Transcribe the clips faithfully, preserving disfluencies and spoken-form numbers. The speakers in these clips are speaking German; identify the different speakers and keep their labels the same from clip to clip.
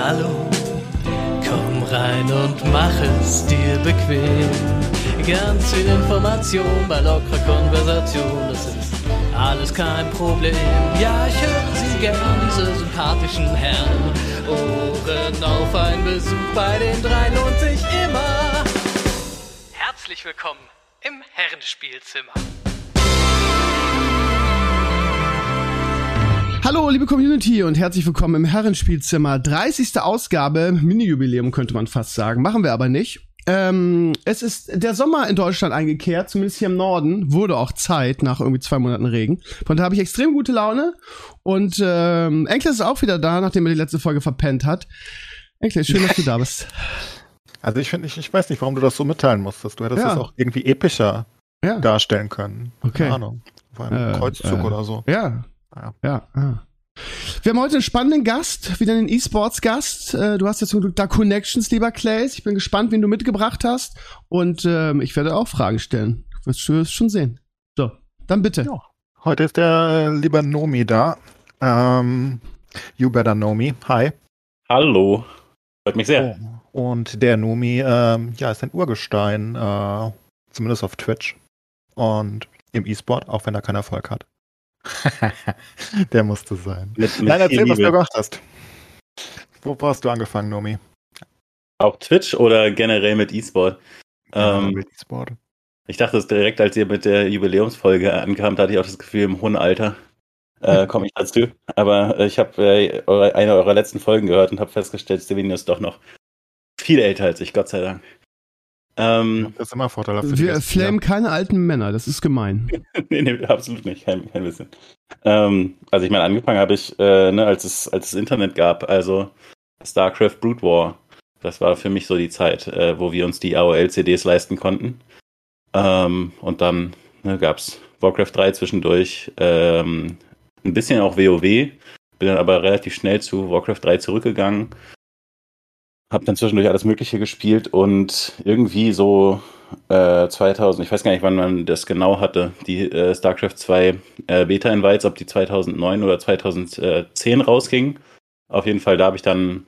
Speaker 1: Hallo, komm rein und mach es dir bequem. Ganz viel Information bei lockerer Konversation, das ist alles kein Problem. Ja, ich höre Sie gern, diese sympathischen Herren. Ohren auf, ein Besuch bei den dreien lohnt sich immer. Herzlich willkommen im Herrenspielzimmer.
Speaker 2: Hallo liebe Community und herzlich willkommen im Herrenspielzimmer. dreißigste Ausgabe, Mini-Jubiläum könnte man fast sagen, machen wir aber nicht. Ähm, es ist der Sommer in Deutschland eingekehrt, zumindest hier im Norden, wurde auch Zeit nach irgendwie zwei Monaten Regen. Von daher habe ich extrem gute Laune und ähm, Enkles ist auch wieder da, nachdem er die letzte Folge verpennt hat. Enkles, schön, dass du da bist.
Speaker 3: Also ich finde, ich, ich weiß nicht, warum du das so mitteilen musstest. Du hättest
Speaker 2: Ja.
Speaker 3: das auch irgendwie epischer
Speaker 2: Ja.
Speaker 3: darstellen können.
Speaker 2: Okay.
Speaker 3: Keine Ahnung. Auf einem
Speaker 2: Äh,
Speaker 3: Kreuzzug
Speaker 2: äh,
Speaker 3: oder so.
Speaker 2: Ja.
Speaker 3: Ja.
Speaker 2: Ja. Ah. Wir haben heute einen spannenden Gast, wieder einen E-Sports-Gast. Äh, du hast ja zum Glück da Connections, lieber Clays. Ich bin gespannt, wen du mitgebracht hast. Und ähm, ich werde auch Fragen stellen. Du wirst es schon sehen. So, dann bitte.
Speaker 3: Ja. Heute ist der äh, lieber Nomi da. Ähm, you better know me. Hi.
Speaker 4: Hallo. Freut mich sehr.
Speaker 3: Oh. Und der Nomi, ähm, ja, ist ein Urgestein, äh, zumindest auf Twitch und im E-Sport, auch wenn er keinen Erfolg hat. Der musste sein.
Speaker 4: Mit, mit
Speaker 3: Nein, erzähl,
Speaker 4: viel
Speaker 3: was du
Speaker 4: Liebe.
Speaker 3: gemacht hast. Wo hast du angefangen, Nomi?
Speaker 4: Auf Twitch oder generell mit E-Sport?
Speaker 3: Ja,
Speaker 4: Ähm,
Speaker 3: mit E-Sport.
Speaker 4: ich dachte es direkt, als ihr mit der Jubiläumsfolge ankamt, da hatte ich auch das Gefühl, im hohen Alter äh, komme ich dazu. Aber äh, ich habe äh, eure, eine eurer letzten Folgen gehört und habe festgestellt, Stevenio ist doch noch viel älter als ich, Gott sei Dank. Ähm,
Speaker 3: Das ist immer vorteilhaft für die
Speaker 2: Wir
Speaker 3: Gäste,
Speaker 2: flamen keine alten Männer, das ist gemein.
Speaker 4: nee, nee, absolut nicht, kein, kein bisschen. Ähm, also ich meine, angefangen habe ich, äh, ne, als es, als es Internet gab, also StarCraft Brood War. Das war für mich so die Zeit, äh, wo wir uns die A O L-C Ds leisten konnten. Ähm, und dann ne, gab es Warcraft drei zwischendurch, ähm, ein bisschen auch WoW, bin dann aber relativ schnell zu Warcraft drei zurückgegangen. Hab dann zwischendurch alles Mögliche gespielt und irgendwie so äh, zweitausend, ich weiß gar nicht, wann man das genau hatte, die äh, StarCraft zwei äh, Beta-Invites, ob die zweitausendneun oder zweitausendzehn rausgingen. Auf jeden Fall, da habe ich dann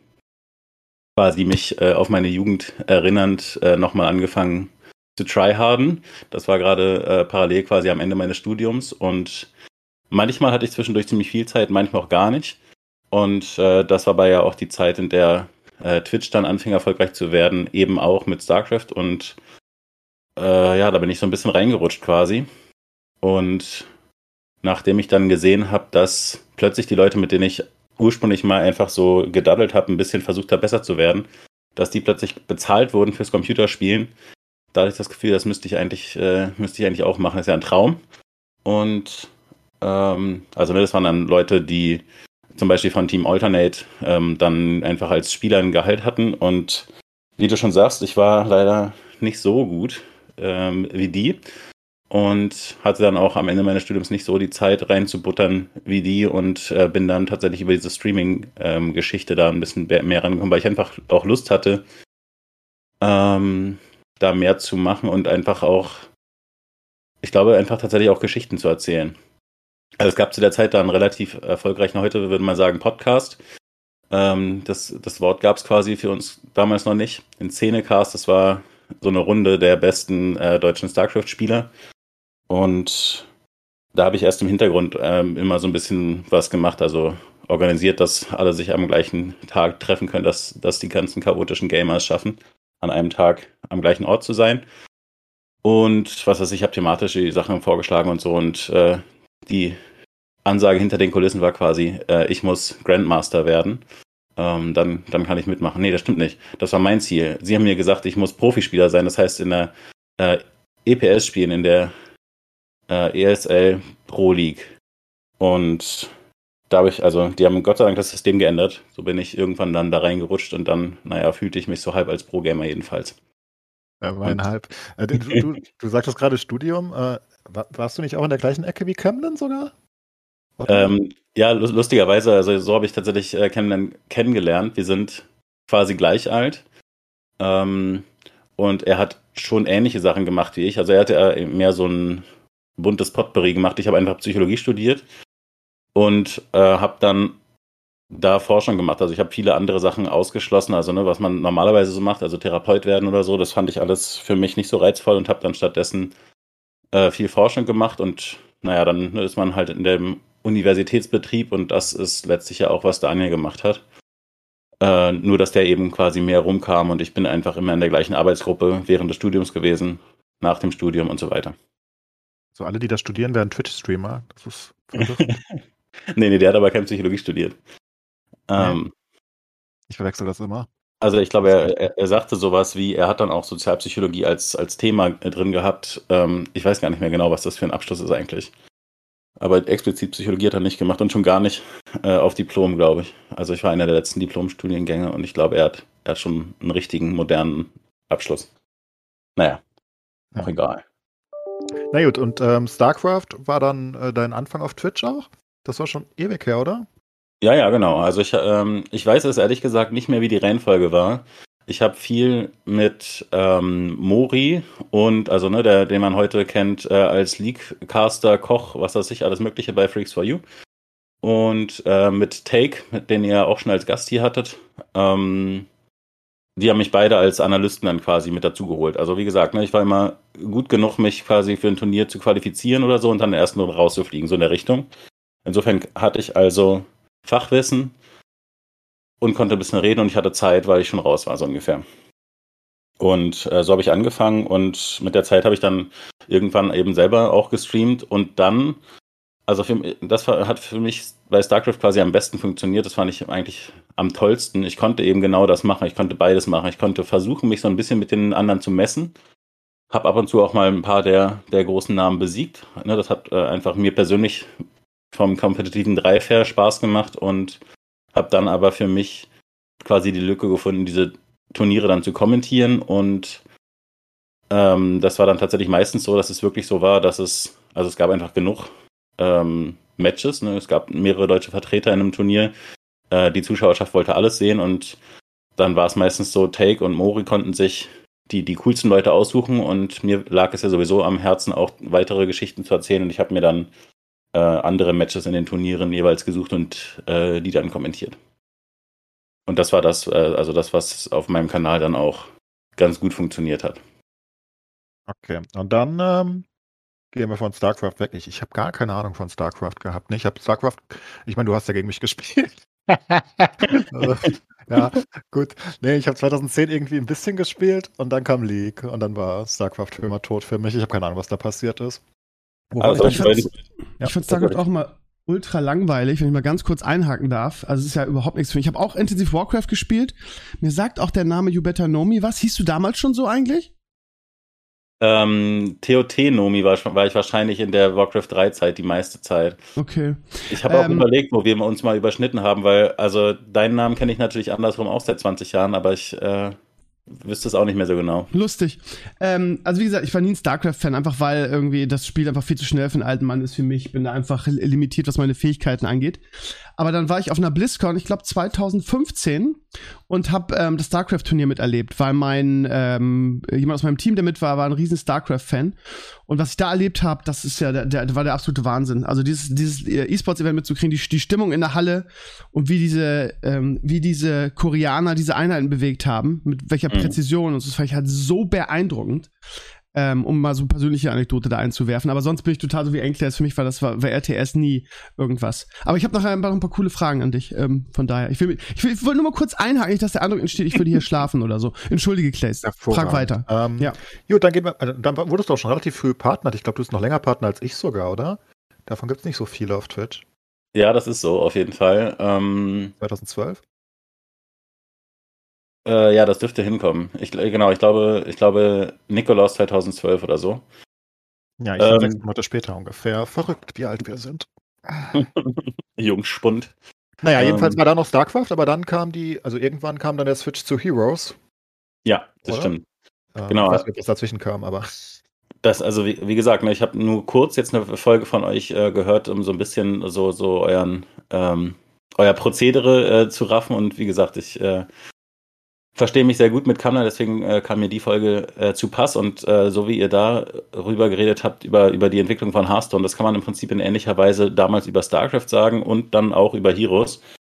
Speaker 4: quasi mich äh, auf meine Jugend erinnernd äh, nochmal angefangen zu tryharden. Das war gerade äh, parallel quasi am Ende meines Studiums und manchmal hatte ich zwischendurch ziemlich viel Zeit, manchmal auch gar nicht. Und äh, das war aber ja auch die Zeit, in der äh, Twitch dann anfing erfolgreich zu werden, eben auch mit StarCraft und äh, ja, da bin ich so ein bisschen reingerutscht quasi. Und nachdem ich dann gesehen habe, dass plötzlich die Leute, mit denen ich ursprünglich mal einfach so gedaddelt habe, ein bisschen versucht habe, besser zu werden, dass die plötzlich bezahlt wurden fürs Computerspielen, da hatte ich das Gefühl, das müsste ich eigentlich, äh, müsste ich eigentlich auch machen. Das ist ja ein Traum. Und ähm, also ne, das waren dann Leute, die zum Beispiel von Team Alternate ähm, dann einfach als Spieler ein Gehalt hatten. Und wie du schon sagst, ich war leider nicht so gut ähm, wie die und hatte dann auch am Ende meines Studiums nicht so die Zeit reinzubuttern wie die und äh, bin dann tatsächlich über diese Streaming-Geschichte ähm, da ein bisschen mehr rangekommen, weil ich einfach auch Lust hatte, ähm, da mehr zu machen und einfach auch, ich glaube, einfach tatsächlich auch Geschichten zu erzählen. Also es gab zu der Zeit da einen relativ erfolgreichen, heute würde man sagen, Podcast. Ähm, das, das Wort gab es quasi für uns damals noch nicht. Den Szenecast, das war so eine Runde der besten äh, deutschen StarCraft-Spieler. Und da habe ich erst im Hintergrund ähm, immer so ein bisschen was gemacht, also organisiert, dass alle sich am gleichen Tag treffen können, dass, dass die ganzen chaotischen Gamer es schaffen, an einem Tag am gleichen Ort zu sein. Und was weiß ich, ich habe thematisch die Sachen vorgeschlagen und so und äh, die Ansage hinter den Kulissen war quasi, äh, ich muss Grandmaster werden, ähm, dann, dann kann ich mitmachen. Nee, das stimmt nicht. Das war mein Ziel. Sie haben mir gesagt, ich muss Profispieler sein, das heißt in der äh, E P S spielen, in der äh, E S L Pro League. Und da habe ich, also die haben Gott sei Dank das System geändert. So bin ich irgendwann dann da reingerutscht und dann, naja, fühlte ich mich so halb als Pro-Gamer jedenfalls.
Speaker 3: Ja, eineinhalb. Äh, du, du, du sagtest gerade Studium. Äh, war, warst du nicht auch in der gleichen Ecke wie Camden sogar?
Speaker 4: Ähm, ja, lu- lustigerweise, also so habe ich tatsächlich äh, kenn kennengelernt. Wir sind quasi gleich alt. Ähm, und er hat schon ähnliche Sachen gemacht wie ich. Also er hatte äh, mehr so ein buntes Potpourri gemacht. Ich habe einfach Psychologie studiert und äh, habe dann da Forschung gemacht. Also ich habe viele andere Sachen ausgeschlossen, also ne, was man normalerweise so macht, also Therapeut werden oder so, das fand ich alles für mich nicht so reizvoll und habe dann stattdessen äh, viel Forschung gemacht und naja, dann ist man halt in dem Universitätsbetrieb und das ist letztlich ja auch, was Daniel gemacht hat. Äh, nur, dass der eben quasi mehr rumkam und ich bin einfach immer in der gleichen Arbeitsgruppe während des Studiums gewesen, nach dem Studium und so weiter.
Speaker 3: So alle, die da studieren, werden Twitch-Streamer. Das ist verrückt.
Speaker 4: nee, nee, der hat aber keine Psychologie studiert. Ähm,
Speaker 3: nee. Ich verwechsel das immer.
Speaker 4: Also ich glaube, er, er, er sagte sowas wie, er hat dann auch Sozialpsychologie als, als Thema drin gehabt. Ähm, ich weiß gar nicht mehr genau, was das für ein Abschluss ist eigentlich. Aber explizit Psychologie hat er nicht gemacht und schon gar nicht äh, auf Diplom, glaube ich. Also ich war einer der letzten Diplom-Studiengänge und ich glaube, er hat, er hat schon einen richtigen, modernen Abschluss. Naja, auch ja. egal.
Speaker 3: Na gut, und ähm, StarCraft war dann äh, dein Anfang auf Twitch auch? Das war schon ewig her, oder?
Speaker 4: Ja, ja, genau. Also ich, ähm, ich weiß es ehrlich gesagt nicht mehr, wie die Reihenfolge war. Ich habe viel mit ähm, Mori und, also ne, der, den man heute kennt äh, als Leaguecaster, Koch, was weiß ich, alles Mögliche bei Freaks for You. Und äh, mit Take, mit den ihr auch schon als Gast hier hattet. Ähm, die haben mich beide als Analysten dann quasi mit dazugeholt. Also wie gesagt, ne, ich war immer gut genug, mich quasi für ein Turnier zu qualifizieren oder so und dann in der ersten Runde rauszufliegen, so in der Richtung. Insofern hatte ich also Fachwissen und konnte ein bisschen reden und ich hatte Zeit, weil ich schon raus war, so ungefähr. Und äh, so habe ich angefangen und mit der Zeit habe ich dann irgendwann eben selber auch gestreamt und dann, also für, das hat für mich bei StarCraft quasi am besten funktioniert, das fand ich eigentlich am tollsten. Ich konnte eben genau das machen, ich konnte beides machen, ich konnte versuchen, mich so ein bisschen mit den anderen zu messen, habe ab und zu auch mal ein paar der, der großen Namen besiegt. Ne, das hat äh, einfach mir persönlich vom kompetitiven Dreifair Spaß gemacht und habe dann aber für mich quasi die Lücke gefunden, diese Turniere dann zu kommentieren und ähm, das war dann tatsächlich meistens so, dass es wirklich so war, dass es, also es gab einfach genug ähm, Matches, ne? Es gab mehrere deutsche Vertreter in einem Turnier, äh, die Zuschauerschaft wollte alles sehen und dann war es meistens so, Take und Mori konnten sich die, die coolsten Leute aussuchen und mir lag es ja sowieso am Herzen, auch weitere Geschichten zu erzählen und ich habe mir dann Äh, andere Matches in den Turnieren jeweils gesucht und äh, die dann kommentiert. Und das war das, äh, also das, was auf meinem Kanal dann auch ganz gut funktioniert hat.
Speaker 3: Okay, und dann ähm, gehen wir von StarCraft weg. Ich, ich habe gar keine Ahnung von StarCraft gehabt. Ne? Ich habe StarCraft, ich meine, du hast ja gegen mich gespielt. also, ja, gut. Nee, ich habe zweitausendzehn irgendwie ein bisschen gespielt und dann kam League und dann war StarCraft für immer tot für mich. Ich habe keine Ahnung, was da passiert ist.
Speaker 4: Also
Speaker 2: ich fand
Speaker 3: ja,
Speaker 2: StarCraft auch immer ultra langweilig, wenn ich mal ganz kurz einhaken darf. Also es ist ja überhaupt nichts für mich. Ich habe auch intensiv Warcraft gespielt. Mir sagt auch der Name You Better Know Me was. Hieß du damals schon so eigentlich?
Speaker 4: Ähm, T O T-Nomi war, war ich wahrscheinlich in der Warcraft drei Zeit die meiste Zeit.
Speaker 2: Okay.
Speaker 4: Ich habe auch ähm, überlegt, wo wir uns mal überschnitten haben, weil, also deinen Namen kenne ich natürlich andersrum auch seit zwanzig Jahren, aber ich äh, wüsste es auch nicht mehr so genau.
Speaker 2: Lustig. Ähm, also wie gesagt, ich war nie ein StarCraft-Fan, einfach weil irgendwie das Spiel einfach viel zu schnell für einen alten Mann ist für mich. Ich bin da einfach limitiert, was meine Fähigkeiten angeht. Aber dann war ich auf einer BlizzCon, ich glaube zweitausendfünfzehn und habe ähm, das StarCraft-Turnier miterlebt, weil mein ähm, jemand aus meinem Team, der mit war, war ein riesen StarCraft-Fan. Und was ich da erlebt habe, das ist ja der, der war der absolute Wahnsinn. Also dieses dieses E-Sports-Event mitzukriegen, die, die Stimmung in der Halle und wie diese ähm, wie diese Koreaner diese Einheiten bewegt haben, mit welcher Präzision, und das fand ich halt so beeindruckend, ähm, um mal so eine persönliche Anekdote da einzuwerfen. Aber sonst bin ich total so wie Enkles. Für mich war das war, war R T S nie irgendwas. Aber ich habe noch ein paar, ein paar coole Fragen an dich. Ähm, von daher, ich will, ich will, ich will nur mal kurz einhaken, nicht, dass der Eindruck entsteht, ich würde hier schlafen oder so. Entschuldige, Claes. Frag weiter.
Speaker 3: Ähm, ja. Gut, dann gehen wir. Also, dann wurdest du auch schon relativ früh Partner. Ich glaube, du bist noch länger Partner als ich sogar, oder? Davon gibt es nicht so viele auf Twitch.
Speaker 4: Ja, das ist so, auf jeden Fall. Ähm,
Speaker 3: zweitausendzwölf?
Speaker 4: Äh, ja, das dürfte hinkommen. Ich, genau, ich glaube, ich glaube Nikolaus zweitausendzwölf oder so.
Speaker 3: Ja, ich ähm, bin sechs Monate später ungefähr. Verrückt, wie alt wir sind.
Speaker 4: Jungspund.
Speaker 3: Naja, jedenfalls ähm, war da noch StarCraft, aber dann kam die, also irgendwann kam dann der Switch zu Heroes.
Speaker 4: Ja, das oder? Stimmt.
Speaker 3: Ähm,
Speaker 4: genau.
Speaker 3: Ich weiß nicht, was dazwischen kam, aber...
Speaker 4: Das, also wie, wie gesagt, ne, ich habe nur kurz jetzt eine Folge von euch äh, gehört, um so ein bisschen so, so euren, ähm, euer Prozedere äh, zu raffen und wie gesagt, ich äh, verstehe mich sehr gut mit Kamna, deswegen äh, kam mir die Folge äh, zu Pass und äh, so wie ihr da rüber geredet habt über, über die Entwicklung von Hearthstone, das kann man im Prinzip in ähnlicher Weise damals über StarCraft sagen und dann auch über Heroes.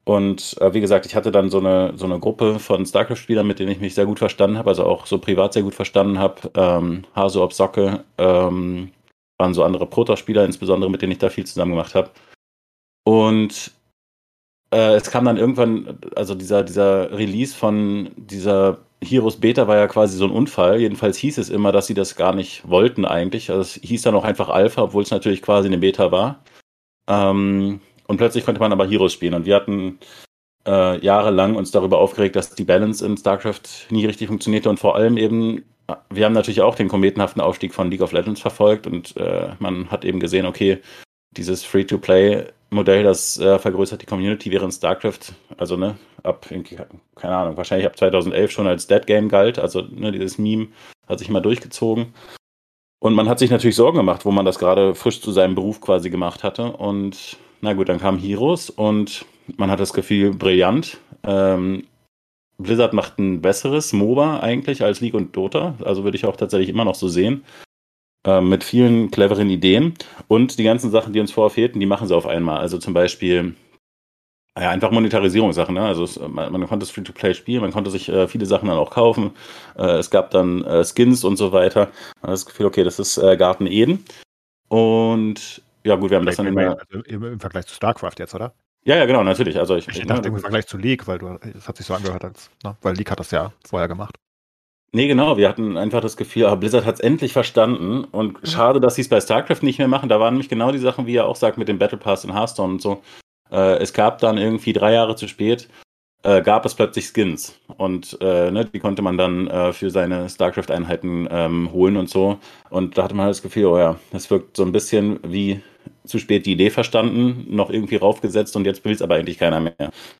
Speaker 4: Und äh, wie gesagt, ich hatte dann so eine, so eine Gruppe von StarCraft-Spielern, mit denen ich mich sehr gut verstanden habe, also auch so privat sehr gut verstanden habe. Ähm, Haso ob Socke, ähm, waren so andere Protoss-Spieler, insbesondere mit denen ich da viel zusammen gemacht habe. Und äh, es kam dann irgendwann, also dieser, dieser Release von dieser Heroes Beta war ja quasi so ein Unfall. Jedenfalls hieß es immer, dass sie das gar nicht wollten eigentlich. Also es hieß dann auch einfach Alpha, obwohl es natürlich quasi eine Beta war. Ähm, und plötzlich konnte man aber Heroes spielen. Und wir hatten äh, jahrelang uns darüber aufgeregt, dass die Balance in StarCraft nie richtig funktionierte. Und vor allem eben, wir haben natürlich auch den kometenhaften Aufstieg von League of Legends verfolgt. Und äh, man hat eben gesehen, okay, dieses Free-to-Play-Modell, das äh, vergrößert die Community, während StarCraft, also ne, ab, keine Ahnung, wahrscheinlich ab zweitausendelf schon als Dead Game galt. Also ne, dieses Meme hat sich immer durchgezogen. Und man hat sich natürlich Sorgen gemacht, wo man das gerade frisch zu seinem Beruf quasi gemacht hatte. Und na gut, dann kam Heroes und man hat das Gefühl, brillant. Ähm, Blizzard macht ein besseres MOBA eigentlich als League und Dota. Also würde ich auch tatsächlich immer noch so sehen. Ähm, mit vielen cleveren Ideen. Und die ganzen Sachen, die uns vorher fehlten, die machen sie auf einmal. Also zum Beispiel ja, einfach Monetarisierungssachen. Ne? Also es, man, man konnte es Free-to-Play spielen, man konnte sich äh, viele Sachen dann auch kaufen. Äh, es gab dann äh, Skins und so weiter. Man hat das Gefühl, okay, das ist äh, Garten Eden. Und ja gut, wir haben das dann immer...
Speaker 3: Also im, im Vergleich zu StarCraft jetzt, oder?
Speaker 4: Ja, ja, genau, natürlich. Also ich,
Speaker 3: Ich
Speaker 4: ich
Speaker 3: dachte
Speaker 4: ne,
Speaker 3: im Vergleich zu League, weil du, es hat sich so angehört, als, ne? Weil League hat das ja vorher gemacht.
Speaker 4: Nee, genau, wir hatten einfach das Gefühl, ah, Blizzard hat es endlich verstanden und schade, dass sie es bei StarCraft nicht mehr machen. Da waren nämlich genau die Sachen, wie er auch sagt, mit dem Battle Pass in Hearthstone und so. Äh, es gab dann irgendwie drei Jahre zu spät, äh, gab es plötzlich Skins und äh, ne, die konnte man dann äh, für seine StarCraft-Einheiten ähm, holen und so. Und da hatte man halt das Gefühl, oh ja, das wirkt so ein bisschen wie zu spät die Idee verstanden, noch irgendwie raufgesetzt und jetzt will es aber eigentlich keiner mehr.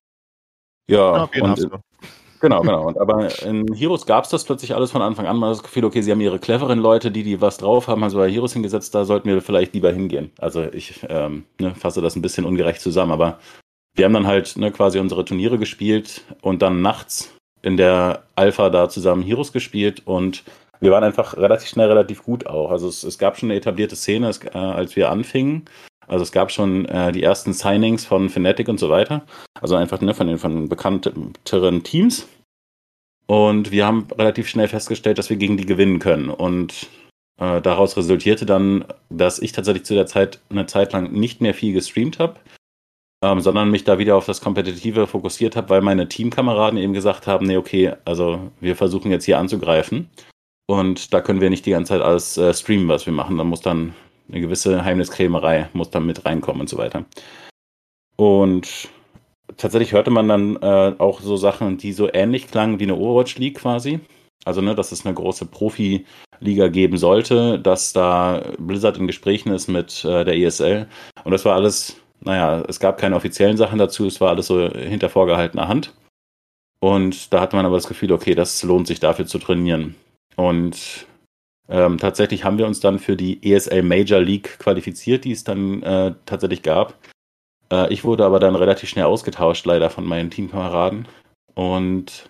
Speaker 4: Ja,
Speaker 3: Ja,
Speaker 4: und... Genau, genau. Und aber in Heroes gab es das plötzlich alles von Anfang an. Man hat das Gefühl, okay, sie haben ihre cleveren Leute, die, die was drauf haben, haben sie bei Heroes hingesetzt, da sollten wir vielleicht lieber hingehen. Also ich ähm, ne, fasse das ein bisschen ungerecht zusammen, aber wir haben dann halt ne, quasi unsere Turniere gespielt und dann nachts in der Alpha da zusammen Heroes gespielt und wir waren einfach relativ schnell relativ gut auch. Also es, es gab schon eine etablierte Szene, es, äh, als wir anfingen. Also es gab schon äh, die ersten Signings von Fnatic und so weiter. Also einfach ne, von den von bekannteren Teams. Und wir haben relativ schnell festgestellt, dass wir gegen die gewinnen können. Und äh, daraus resultierte dann, dass ich tatsächlich zu der Zeit eine Zeit lang nicht mehr viel gestreamt habe, ähm, sondern mich da wieder auf das Kompetitive fokussiert habe, weil meine Teamkameraden eben gesagt haben, nee, okay, also wir versuchen jetzt hier anzugreifen. Und da können wir nicht die ganze Zeit alles äh, streamen, was wir machen. Da muss dann eine gewisse Heimniskrämerei muss dann mit reinkommen und so weiter. Und tatsächlich hörte man dann äh, auch so Sachen, die so ähnlich klangen wie eine Overwatch League quasi. Also, ne, dass es eine große Profi-Liga geben sollte, dass da Blizzard in Gesprächen ist mit äh, der E S L. Und das war alles, naja, es gab keine offiziellen Sachen dazu, es war alles so hinter vorgehaltener Hand. Und da hatte man aber das Gefühl, okay, das lohnt sich dafür zu trainieren. Und Ähm, tatsächlich haben wir uns dann für die E S L Major League qualifiziert, die es dann äh, tatsächlich gab. Äh, ich wurde aber dann relativ schnell ausgetauscht, leider von meinen Teamkameraden. Und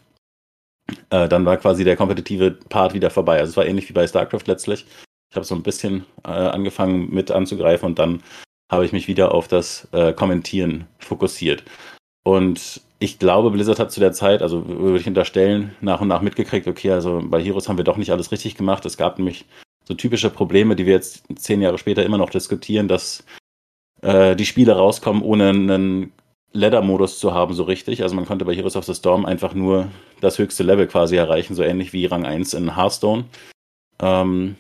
Speaker 4: äh, dann war quasi der kompetitive Part wieder vorbei. Also es war ähnlich wie bei StarCraft letztlich. Ich habe so ein bisschen äh, angefangen mit anzugreifen und dann habe ich mich wieder auf das äh, Kommentieren fokussiert. Und ich glaube, Blizzard hat zu der Zeit, also würde ich unterstellen, nach und nach mitgekriegt, okay, also bei Heroes haben wir doch nicht alles richtig gemacht. Es gab nämlich so typische Probleme, die wir jetzt zehn Jahre später immer noch diskutieren, dass äh, die Spiele rauskommen, ohne einen Ladder-Modus zu haben, so richtig. Also man konnte bei Heroes of the Storm einfach nur das höchste Level quasi erreichen, so ähnlich wie Rang eins in Hearthstone. Ähm,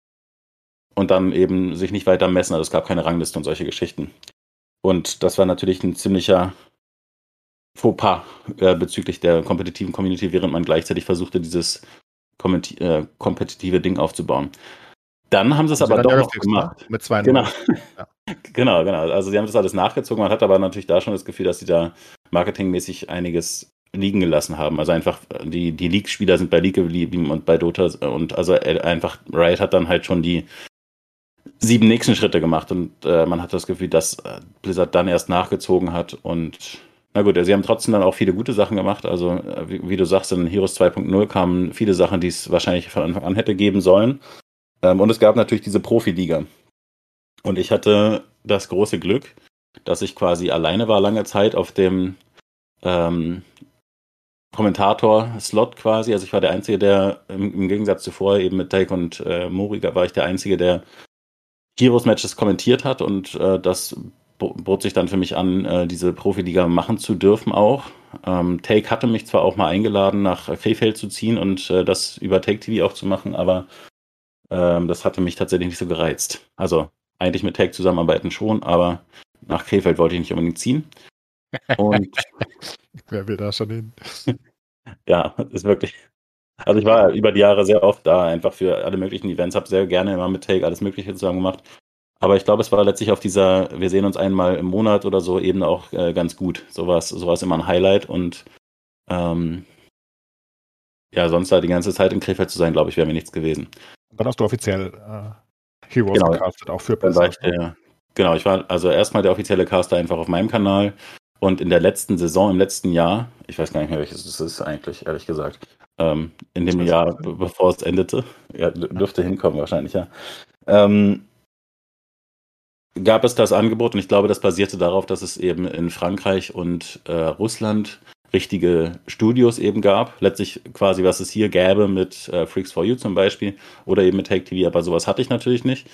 Speaker 4: und dann eben sich nicht weiter messen, also es gab keine Rangliste und solche Geschichten. Und das war natürlich ein ziemlicher Fauxpas äh, bezüglich der kompetitiven Community, während man gleichzeitig versuchte, dieses kommenti- äh, kompetitive Ding aufzubauen. Dann haben sie es aber doch noch gemacht.
Speaker 3: Ne? Mit zwei
Speaker 4: Genau. Ja. genau, genau. Also sie haben das alles nachgezogen. Man hat aber natürlich da schon das Gefühl, dass sie da marketingmäßig einiges liegen gelassen haben. Also einfach, die, die League-Spieler sind bei League geblieben und bei Dota und also einfach Riot hat dann halt schon die sieben nächsten Schritte gemacht und äh, man hat das Gefühl, dass äh, Blizzard dann erst nachgezogen hat und na gut, sie haben trotzdem dann auch viele gute Sachen gemacht. Also, wie, wie du sagst, in Heroes zwei Punkt null kamen viele Sachen, die es wahrscheinlich von Anfang an hätte geben sollen. Ähm, und es gab natürlich diese Profiliga. Und ich hatte das große Glück, dass ich quasi alleine war lange Zeit auf dem ähm, Kommentator-Slot quasi. Also ich war der Einzige, der im, im Gegensatz zu vorher eben mit Take und äh, Mori, war ich der Einzige, der Heroes-Matches kommentiert hat und äh, das bot sich dann für mich an, äh, diese Profiliga machen zu dürfen auch. Ähm, Take hatte mich zwar auch mal eingeladen, nach Krefeld zu ziehen und äh, das über Take T V auch zu machen, aber ähm, das hatte mich tatsächlich nicht so gereizt. Also eigentlich mit Take zusammenarbeiten schon, aber nach Krefeld wollte ich nicht unbedingt ziehen. Und
Speaker 3: wer will da schon hin?
Speaker 4: Ja, ist wirklich. Also ich war über die Jahre sehr oft da, einfach für alle möglichen Events, habe sehr gerne immer mit Take alles Mögliche zusammen gemacht. Aber ich glaube, es war letztlich auf dieser, wir sehen uns einmal im Monat oder so, Ebene auch äh, ganz gut. So war es so war's immer ein Highlight und ähm, ja, sonst halt die ganze Zeit in Krefeld zu sein, glaube ich, wäre mir nichts gewesen.
Speaker 3: Dann hast du offiziell äh, Heroes
Speaker 4: Genau.
Speaker 3: gecastet, auch für
Speaker 4: Dann war
Speaker 3: Blizzard.
Speaker 4: ich der, genau, ich war also erstmal der offizielle Caster einfach auf meinem Kanal und in der letzten Saison, im letzten Jahr, ich weiß gar nicht mehr, welches es ist eigentlich, ehrlich gesagt, ähm, in dem
Speaker 3: Das
Speaker 4: Jahr,
Speaker 3: weiß ich
Speaker 4: be-
Speaker 3: nicht.
Speaker 4: bevor es endete, ja, d- dürfte hinkommen wahrscheinlich, ja, ähm, gab es das Angebot und ich glaube, das basierte darauf, dass es eben in Frankreich und äh, Russland richtige Studios eben gab. Letztlich quasi, was es hier gäbe mit äh, Freaks for You zum Beispiel oder eben mit Take T V, aber sowas hatte ich natürlich nicht.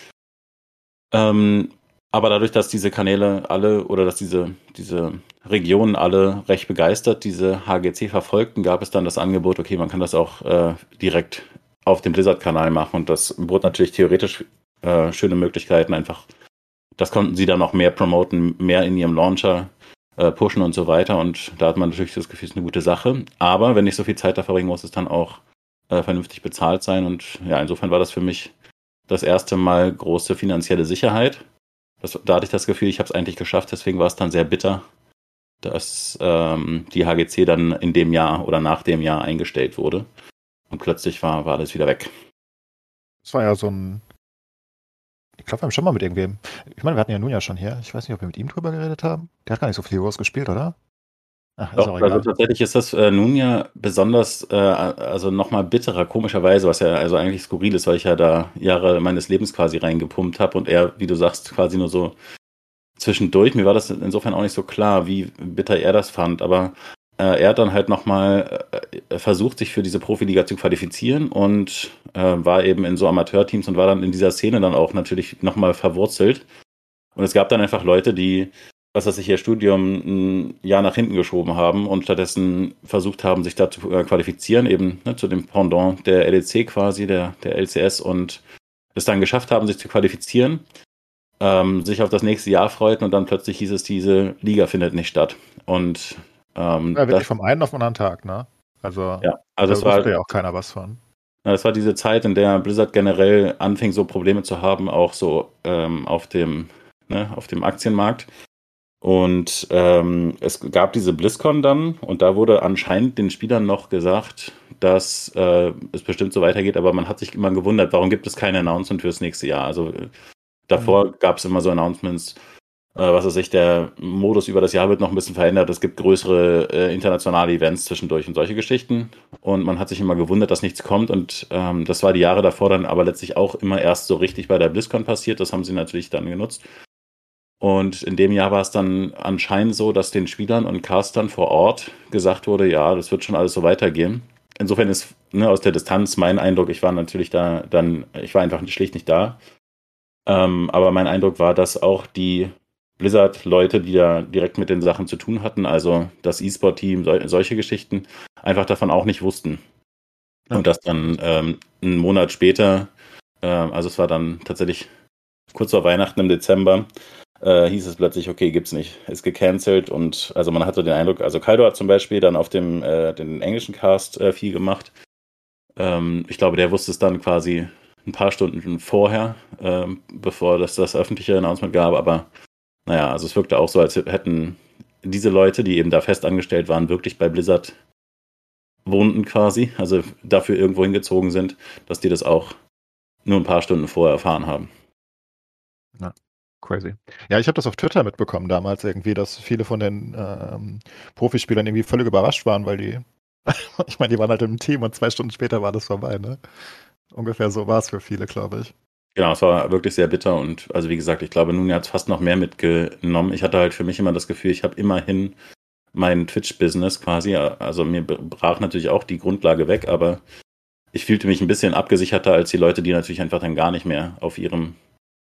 Speaker 4: Ähm, aber dadurch, dass diese Kanäle alle oder dass diese, diese Regionen alle recht begeistert diese H G C verfolgten, gab es dann das Angebot, okay, man kann das auch äh, direkt auf dem Blizzard-Kanal machen und das bot natürlich theoretisch äh, schöne Möglichkeiten, einfach das konnten sie dann noch mehr promoten, mehr in ihrem Launcher äh, pushen und so weiter. Und da hat man natürlich das Gefühl, es ist eine gute Sache. Aber wenn ich so viel Zeit da verbringen muss, es dann auch äh, vernünftig bezahlt sein. Und ja, insofern war das für mich das erste Mal große finanzielle Sicherheit. Das, da hatte ich das Gefühl, ich habe es eigentlich geschafft. Deswegen war es dann sehr bitter, dass ähm, die H G C dann in dem Jahr oder nach dem Jahr eingestellt wurde. Und plötzlich war, war alles wieder weg.
Speaker 3: Das war ja so ein. Ich glaube, wir haben schon mal mit irgendwem. Ich meine, wir hatten ja nun ja schon hier. Ich weiß nicht, ob wir mit ihm drüber geredet haben. Der hat gar nicht so viel Heroes gespielt, oder? Ach, ist
Speaker 4: Doch,
Speaker 3: auch
Speaker 4: also
Speaker 3: egal.
Speaker 4: tatsächlich ist das äh, nun ja besonders, äh, also nochmal bitterer, komischerweise, was ja also eigentlich skurril ist, weil ich ja da Jahre meines Lebens quasi reingepumpt habe und er, wie du sagst, quasi nur so zwischendurch. Mir war das insofern auch nicht so klar, wie bitter er das fand, aber äh, er hat dann halt nochmal äh, versucht, sich für diese Profiliga zu qualifizieren und äh, war eben in so Amateurteams und war dann in dieser Szene dann auch natürlich nochmal verwurzelt. Und es gab dann einfach Leute, die was weiß ich, ihr Studium ein Jahr nach hinten geschoben haben und stattdessen versucht haben, sich da zu äh, qualifizieren, eben ne, zu dem Pendant der L E C quasi, der, der L C S und es dann geschafft haben, sich zu qualifizieren, ähm, sich auf das nächste Jahr freuten und dann plötzlich hieß es, diese Liga findet nicht statt. Und ähm,
Speaker 3: Ja, wirklich
Speaker 4: das,
Speaker 3: vom einen auf den anderen Tag, ne? Also,
Speaker 4: ja, also
Speaker 3: da
Speaker 4: es war,
Speaker 3: wusste ja auch keiner was von.
Speaker 4: das war diese Zeit, in der Blizzard generell anfing, so Probleme zu haben, auch so ähm, auf dem, ne, auf dem Aktienmarkt. Und ähm, es gab diese BlizzCon dann und da wurde anscheinend den Spielern noch gesagt, dass äh, es bestimmt so weitergeht, aber man hat sich immer gewundert, warum gibt es kein Announcement fürs nächste Jahr? Also äh, davor mhm. gab es immer so Announcements, äh, was weiß ich, der Modus über das Jahr wird noch ein bisschen verändert, es gibt größere äh, internationale Events zwischendurch und solche Geschichten und man hat sich immer gewundert, dass nichts kommt und ähm, das war die Jahre davor dann aber letztlich auch immer erst so richtig bei der BlizzCon passiert, das haben sie natürlich dann genutzt. Und in dem Jahr war es dann anscheinend so, dass den Spielern und Castern vor Ort gesagt wurde, ja, das wird schon alles so weitergehen. Insofern ist ne, aus der Distanz mein Eindruck, ich war natürlich da dann, ich war einfach schlicht nicht da. Ähm, aber mein Eindruck war, dass auch die Blizzard-Leute, die da direkt mit den Sachen zu tun hatten, also das E-Sport-Team, sol- solche Geschichten, einfach davon auch nicht wussten. Ja. Und dass dann ähm, einen Monat später, äh, also es war dann tatsächlich kurz vor Weihnachten im Dezember, Äh, hieß es plötzlich, okay, gibt's nicht, ist gecancelt und also man hatte den Eindruck, also Kaido hat zum Beispiel dann auf dem äh, den englischen Cast äh, viel gemacht. Ähm, ich glaube, der wusste es dann quasi ein paar Stunden vorher, äh, bevor das das öffentliche Announcement gab, aber naja, also es wirkte auch so, als hätten diese Leute, die eben da fest angestellt waren, wirklich bei Blizzard wohnten quasi, also dafür irgendwo hingezogen sind, dass die das auch nur ein paar Stunden vorher erfahren haben.
Speaker 3: Ja. Crazy. Ja, ich habe das auf Twitter mitbekommen damals irgendwie, dass viele von den ähm, Profispielern irgendwie völlig überrascht waren, weil die, ich meine, die waren halt im Team und zwei Stunden später war das vorbei, ne? Ungefähr so war es für viele, glaube ich.
Speaker 4: Genau, es war wirklich sehr bitter und also wie gesagt, ich glaube, Nuni hat es fast noch mehr mitgenommen. Ich hatte halt für mich immer das Gefühl, ich habe immerhin mein Twitch-Business quasi. Also mir brach natürlich auch die Grundlage weg, aber ich fühlte mich ein bisschen abgesicherter als die Leute, die natürlich einfach dann gar nicht mehr auf ihrem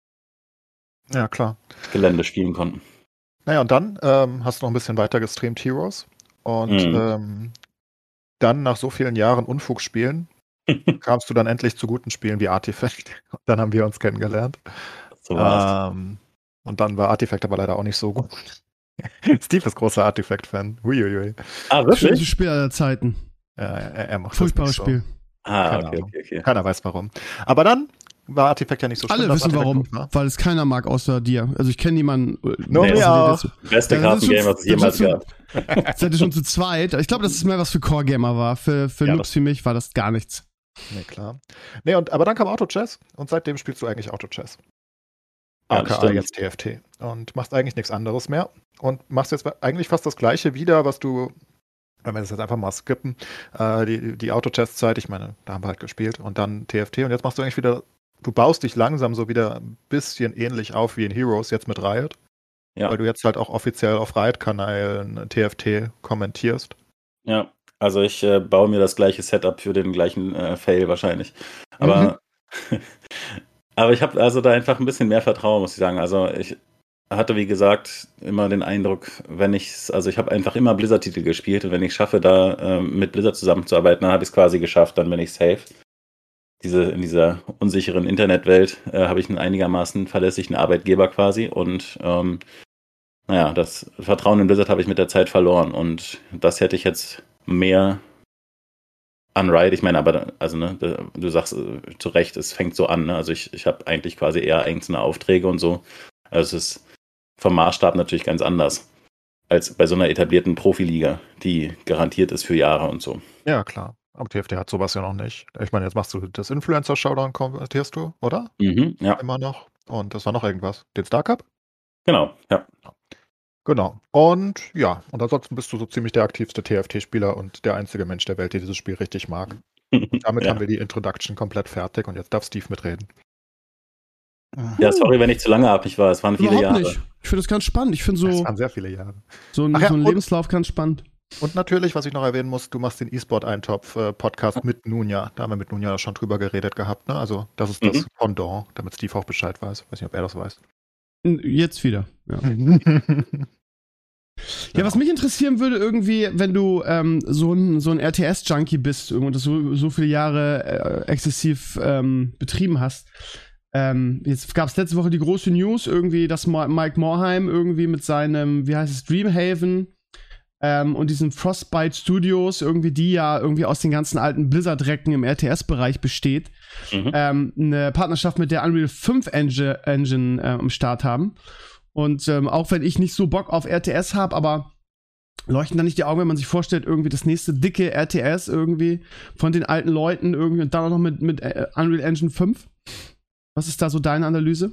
Speaker 3: Ja, klar.
Speaker 4: Gelände spielen konnten.
Speaker 3: Naja, und dann ähm, hast du noch ein bisschen weiter gestreamt Heroes. Und
Speaker 4: Mhm.
Speaker 3: ähm, dann nach so vielen Jahren Unfug spielen, kamst du dann endlich zu guten Spielen wie Artifact. Und dann haben wir uns kennengelernt.
Speaker 4: So war's.
Speaker 3: Ähm, und dann war Artifact aber leider auch nicht so gut. Steve ist großer Artifact-Fan. Huiuiui.
Speaker 4: Ah,
Speaker 2: Schönste
Speaker 4: wirklich?
Speaker 2: Spiel aller Zeiten.
Speaker 3: Ja, er, er macht
Speaker 2: Furchtbares
Speaker 3: das nicht
Speaker 2: Spiel.
Speaker 3: so.
Speaker 4: Ah,
Speaker 3: Keine
Speaker 4: okay,
Speaker 3: Ahnung.
Speaker 4: okay, okay.
Speaker 3: Keiner weiß warum. Aber dann war Artifact ja nicht so schlimm.
Speaker 2: Alle
Speaker 3: dass
Speaker 2: wissen
Speaker 3: Artifact
Speaker 2: warum,
Speaker 3: gut war.
Speaker 2: weil es keiner mag außer dir. Also ich kenne niemanden. äh,
Speaker 3: Nur
Speaker 4: Nee,
Speaker 3: mir
Speaker 2: außer dir,
Speaker 3: auch.
Speaker 2: der-
Speaker 4: Beste
Speaker 2: Ja, das ist
Speaker 4: Kartengame,
Speaker 2: schon-
Speaker 4: was es jemals
Speaker 2: das ist schon-
Speaker 4: gab.
Speaker 2: Seid ihr schon zu zweit? Ich glaube, das ist mehr was für Core-Gamer war. Für, für
Speaker 3: Ja,
Speaker 2: Noobs wie mich war das gar nichts.
Speaker 3: Nee, klar. Nee, und, aber dann kam Auto-Chess und seitdem spielst du eigentlich Auto-Chess.
Speaker 4: Ja, das
Speaker 3: A K A
Speaker 4: stimmt.
Speaker 3: jetzt T F T. Und machst eigentlich nichts anderes mehr. Und machst jetzt eigentlich fast das Gleiche wieder, was du, wenn wir das jetzt einfach mal skippen, äh, die, die Auto-Chess-Zeit, ich meine, da haben wir halt gespielt und dann T F T und jetzt machst du eigentlich wieder, du baust dich langsam so wieder ein bisschen ähnlich auf wie in Heroes, jetzt mit Riot.
Speaker 4: Ja.
Speaker 3: Weil du jetzt halt auch offiziell auf Riot-Kanälen T F T kommentierst.
Speaker 4: Ja, also ich äh, baue mir das gleiche Setup für den gleichen äh, Fail wahrscheinlich. Aber, aber ich habe also da einfach ein bisschen mehr Vertrauen, muss ich sagen. Also ich hatte, wie gesagt, immer den Eindruck, wenn ich also ich habe einfach immer Blizzard-Titel gespielt und wenn ich schaffe, da ähm, mit Blizzard zusammenzuarbeiten, dann habe ich es quasi geschafft, dann bin ich safe. Diese, in dieser unsicheren Internetwelt äh, habe ich einen einigermaßen verlässlichen Arbeitgeber quasi und ähm, naja, das Vertrauen in Blizzard habe ich mit der Zeit verloren und das hätte ich jetzt mehr an Riot. Ich meine, aber, also, ne, du sagst äh, zu Recht, es fängt so an, ne? Also ich, ich habe eigentlich quasi eher einzelne Aufträge und so. Also es ist vom Maßstab natürlich ganz anders als bei so einer etablierten Profiliga, die garantiert ist für Jahre und so.
Speaker 3: Ja, klar. Aber T F T hat sowas ja noch nicht. Ich meine, jetzt machst du das Influencer-Showdown, kommentierst du, oder?
Speaker 4: Mhm, ja,
Speaker 3: Immer noch. Und das war noch irgendwas. Den Star Cup?
Speaker 4: genau, ja.
Speaker 3: Genau. Und ja, und ansonsten bist du so ziemlich der aktivste T F T-Spieler und der einzige Mensch der Welt, der dieses Spiel richtig mag. Und damit
Speaker 4: ja.
Speaker 3: haben wir die Introduction komplett fertig und jetzt darf Steve mitreden.
Speaker 4: Ja, sorry, wenn ich zu lange abhängig war. Es waren viele
Speaker 2: Überhaupt
Speaker 4: Jahre.
Speaker 2: nicht. Ich finde das ganz spannend. Ich finde
Speaker 3: Das
Speaker 2: so,
Speaker 3: waren sehr viele Jahre.
Speaker 2: so, ein,
Speaker 3: Ach ja,
Speaker 2: so ein
Speaker 3: und-
Speaker 2: Lebenslauf ganz spannend.
Speaker 3: Und natürlich, was ich noch erwähnen muss, du machst den E-Sport-Eintopf-Podcast mit Nunja. Da haben wir mit Nunja schon drüber geredet gehabt. Ne? Also das ist das
Speaker 4: Mhm.
Speaker 3: Pendant, damit Steve auch Bescheid weiß. Weiß nicht, ob er das weiß.
Speaker 2: Jetzt wieder. Ja. Ja, was mich interessieren würde, irgendwie, wenn du ähm, so ein, so ein R T S-Junkie bist und das so, so viele Jahre äh, exzessiv ähm, betrieben hast. Ähm, jetzt gab es letzte Woche die große News, irgendwie, dass Ma- Mike Morhaime irgendwie mit seinem, wie heißt es, Dreamhaven ähm, und diesen Frostbite Studios, irgendwie, die ja irgendwie aus den ganzen alten Blizzard-Recken im R T S-Bereich besteht,
Speaker 4: Mhm.
Speaker 2: ähm, eine Partnerschaft mit der Unreal fünf Engine, Engine äh, am Start haben. Und ähm, auch wenn ich nicht so Bock auf R T S habe, aber leuchten da nicht die Augen, wenn man sich vorstellt, irgendwie das nächste dicke R T S irgendwie von den alten Leuten irgendwie und dann auch noch mit, mit äh, Unreal Engine fünf? Was ist da so deine Analyse?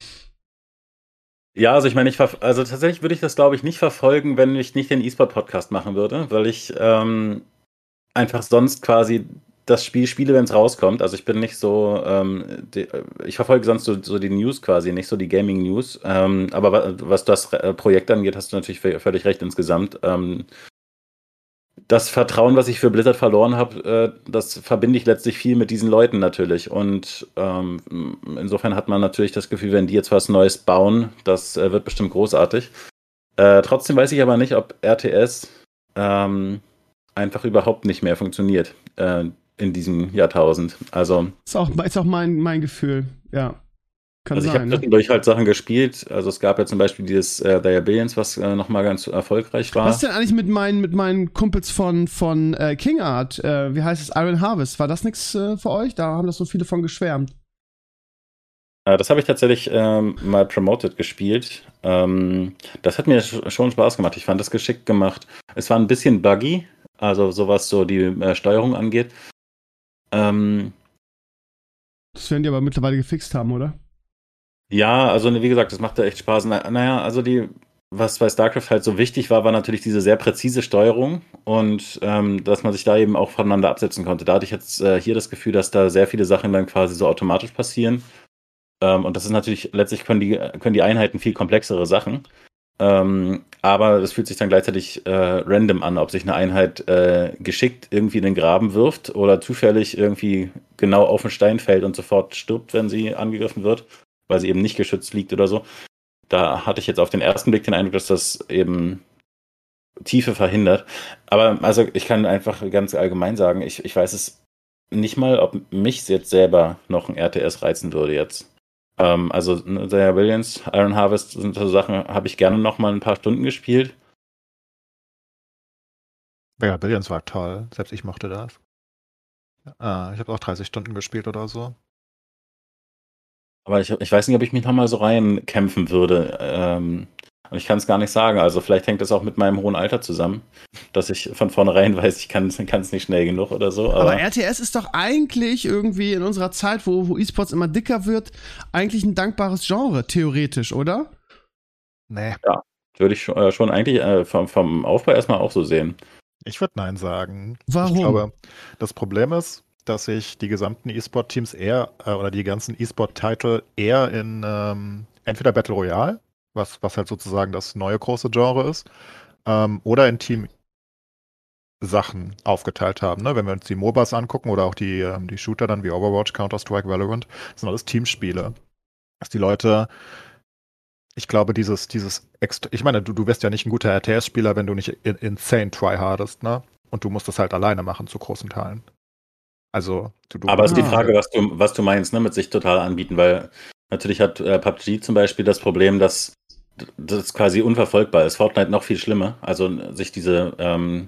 Speaker 4: Ja, also ich meine, ich verf- also tatsächlich würde ich das, glaube ich, nicht verfolgen, wenn ich nicht den E-Sport-Podcast machen würde, weil ich ähm, einfach sonst quasi das Spiel spiele, wenn es rauskommt. Also ich bin nicht so, ähm, die, ich verfolge sonst so, so die News quasi, nicht so die Gaming-News. Ähm, aber wa- was das äh, Projekt angeht, hast du natürlich v- völlig recht insgesamt. Ähm, das Vertrauen, was ich für Blizzard verloren habe, äh, das verbinde ich letztlich viel mit diesen Leuten natürlich. Und ähm, insofern hat man natürlich das Gefühl, wenn die jetzt was Neues bauen, das äh, wird bestimmt großartig. Äh, trotzdem weiß ich aber nicht, ob R T S ähm, einfach überhaupt nicht mehr funktioniert äh, in diesem Jahrtausend. Also,
Speaker 2: Ist auch, ist auch mein, mein Gefühl, ja. Kann
Speaker 4: also ich habe
Speaker 2: sein, ne?
Speaker 4: zwischendurch halt Sachen gespielt. Also es gab ja zum Beispiel dieses äh, There Are Billions, was äh, nochmal ganz erfolgreich war.
Speaker 2: Was ist denn eigentlich mit meinen, mit meinen Kumpels von, von äh, King Art? Äh, wie heißt es? Iron Harvest. War das nichts äh, für euch? Da haben das so viele von geschwärmt.
Speaker 4: Äh, das habe ich tatsächlich ähm, mal promoted gespielt. Ähm, das hat mir sch- schon Spaß gemacht. Ich fand das geschickt gemacht. Es war ein bisschen buggy, also sowas so die äh, Steuerung angeht. Ähm,
Speaker 2: Das werden die aber mittlerweile gefixt haben, oder?
Speaker 4: ja, also ne, wie gesagt, das machte echt Spaß. Na, naja, also die, was bei StarCraft halt so wichtig war, war natürlich diese sehr präzise Steuerung und ähm, dass man sich da eben auch voneinander absetzen konnte. Da hatte ich jetzt äh, hier das Gefühl, dass da sehr viele Sachen dann quasi so automatisch passieren. Ähm, und das ist natürlich, letztlich können die, können die Einheiten viel komplexere Sachen. Ähm, aber es fühlt sich dann gleichzeitig äh, random an, ob sich eine Einheit äh, geschickt irgendwie in den Graben wirft oder zufällig irgendwie genau auf den Stein fällt und sofort stirbt, wenn sie angegriffen wird, weil sie eben nicht geschützt liegt oder so. Da hatte ich jetzt auf den ersten Blick den Eindruck, dass das eben Tiefe verhindert. Aber also ich kann einfach ganz allgemein sagen, ich, ich weiß es nicht mal, ob mich jetzt selber noch ein R T S reizen würde jetzt. Ähm, also der Williams, Iron Harvest sind so Sachen, habe ich gerne noch mal ein paar Stunden gespielt.
Speaker 3: Ja, Billions war toll. Selbst ich mochte das. Äh, ich habe auch dreißig Stunden gespielt oder so.
Speaker 4: Aber ich, ich weiß nicht, ob ich mich noch mal so reinkämpfen würde. Ähm, und ich kann es gar nicht sagen. Also vielleicht hängt das auch mit meinem hohen Alter zusammen, dass ich von vornherein weiß, ich kann es nicht schnell genug oder so. Aber,
Speaker 2: Aber R T S ist doch eigentlich irgendwie in unserer Zeit, wo, wo E-Sports immer dicker wird, eigentlich ein dankbares Genre, theoretisch, oder?
Speaker 3: Nee.
Speaker 4: Ja, würde ich schon, äh, schon eigentlich äh, vom, vom Aufbau erstmal auch so sehen.
Speaker 3: Ich würde Nein sagen.
Speaker 2: Warum?
Speaker 3: Ich glaube, das Problem ist, dass sich die gesamten E-Sport-Teams eher, äh, oder die ganzen E-Sport-Titel eher in ähm, entweder Battle Royale, was, was halt sozusagen das neue große Genre ist, ähm, oder in Team-Sachen aufgeteilt haben. Ne? Wenn wir uns die MOBAs angucken oder auch die, ähm, die Shooter dann wie Overwatch, Counter-Strike, Valorant, das sind alles Teamspiele. Dass die Leute, ich glaube, dieses, dieses, Ext- ich meine, du, du wärst ja nicht ein guter R T S-Spieler, wenn du nicht in, insane tryhardest, ne? Und du musst das halt alleine machen zu großen Teilen. Also, du, du
Speaker 4: Aber es ist die
Speaker 2: Ah.
Speaker 4: Frage, was du, was du meinst, ne, mit sich total anbieten, weil natürlich hat äh, P U B G zum Beispiel das Problem, dass d- das quasi unverfolgbar ist. Fortnite noch viel schlimmer. Also n- sich diese ähm,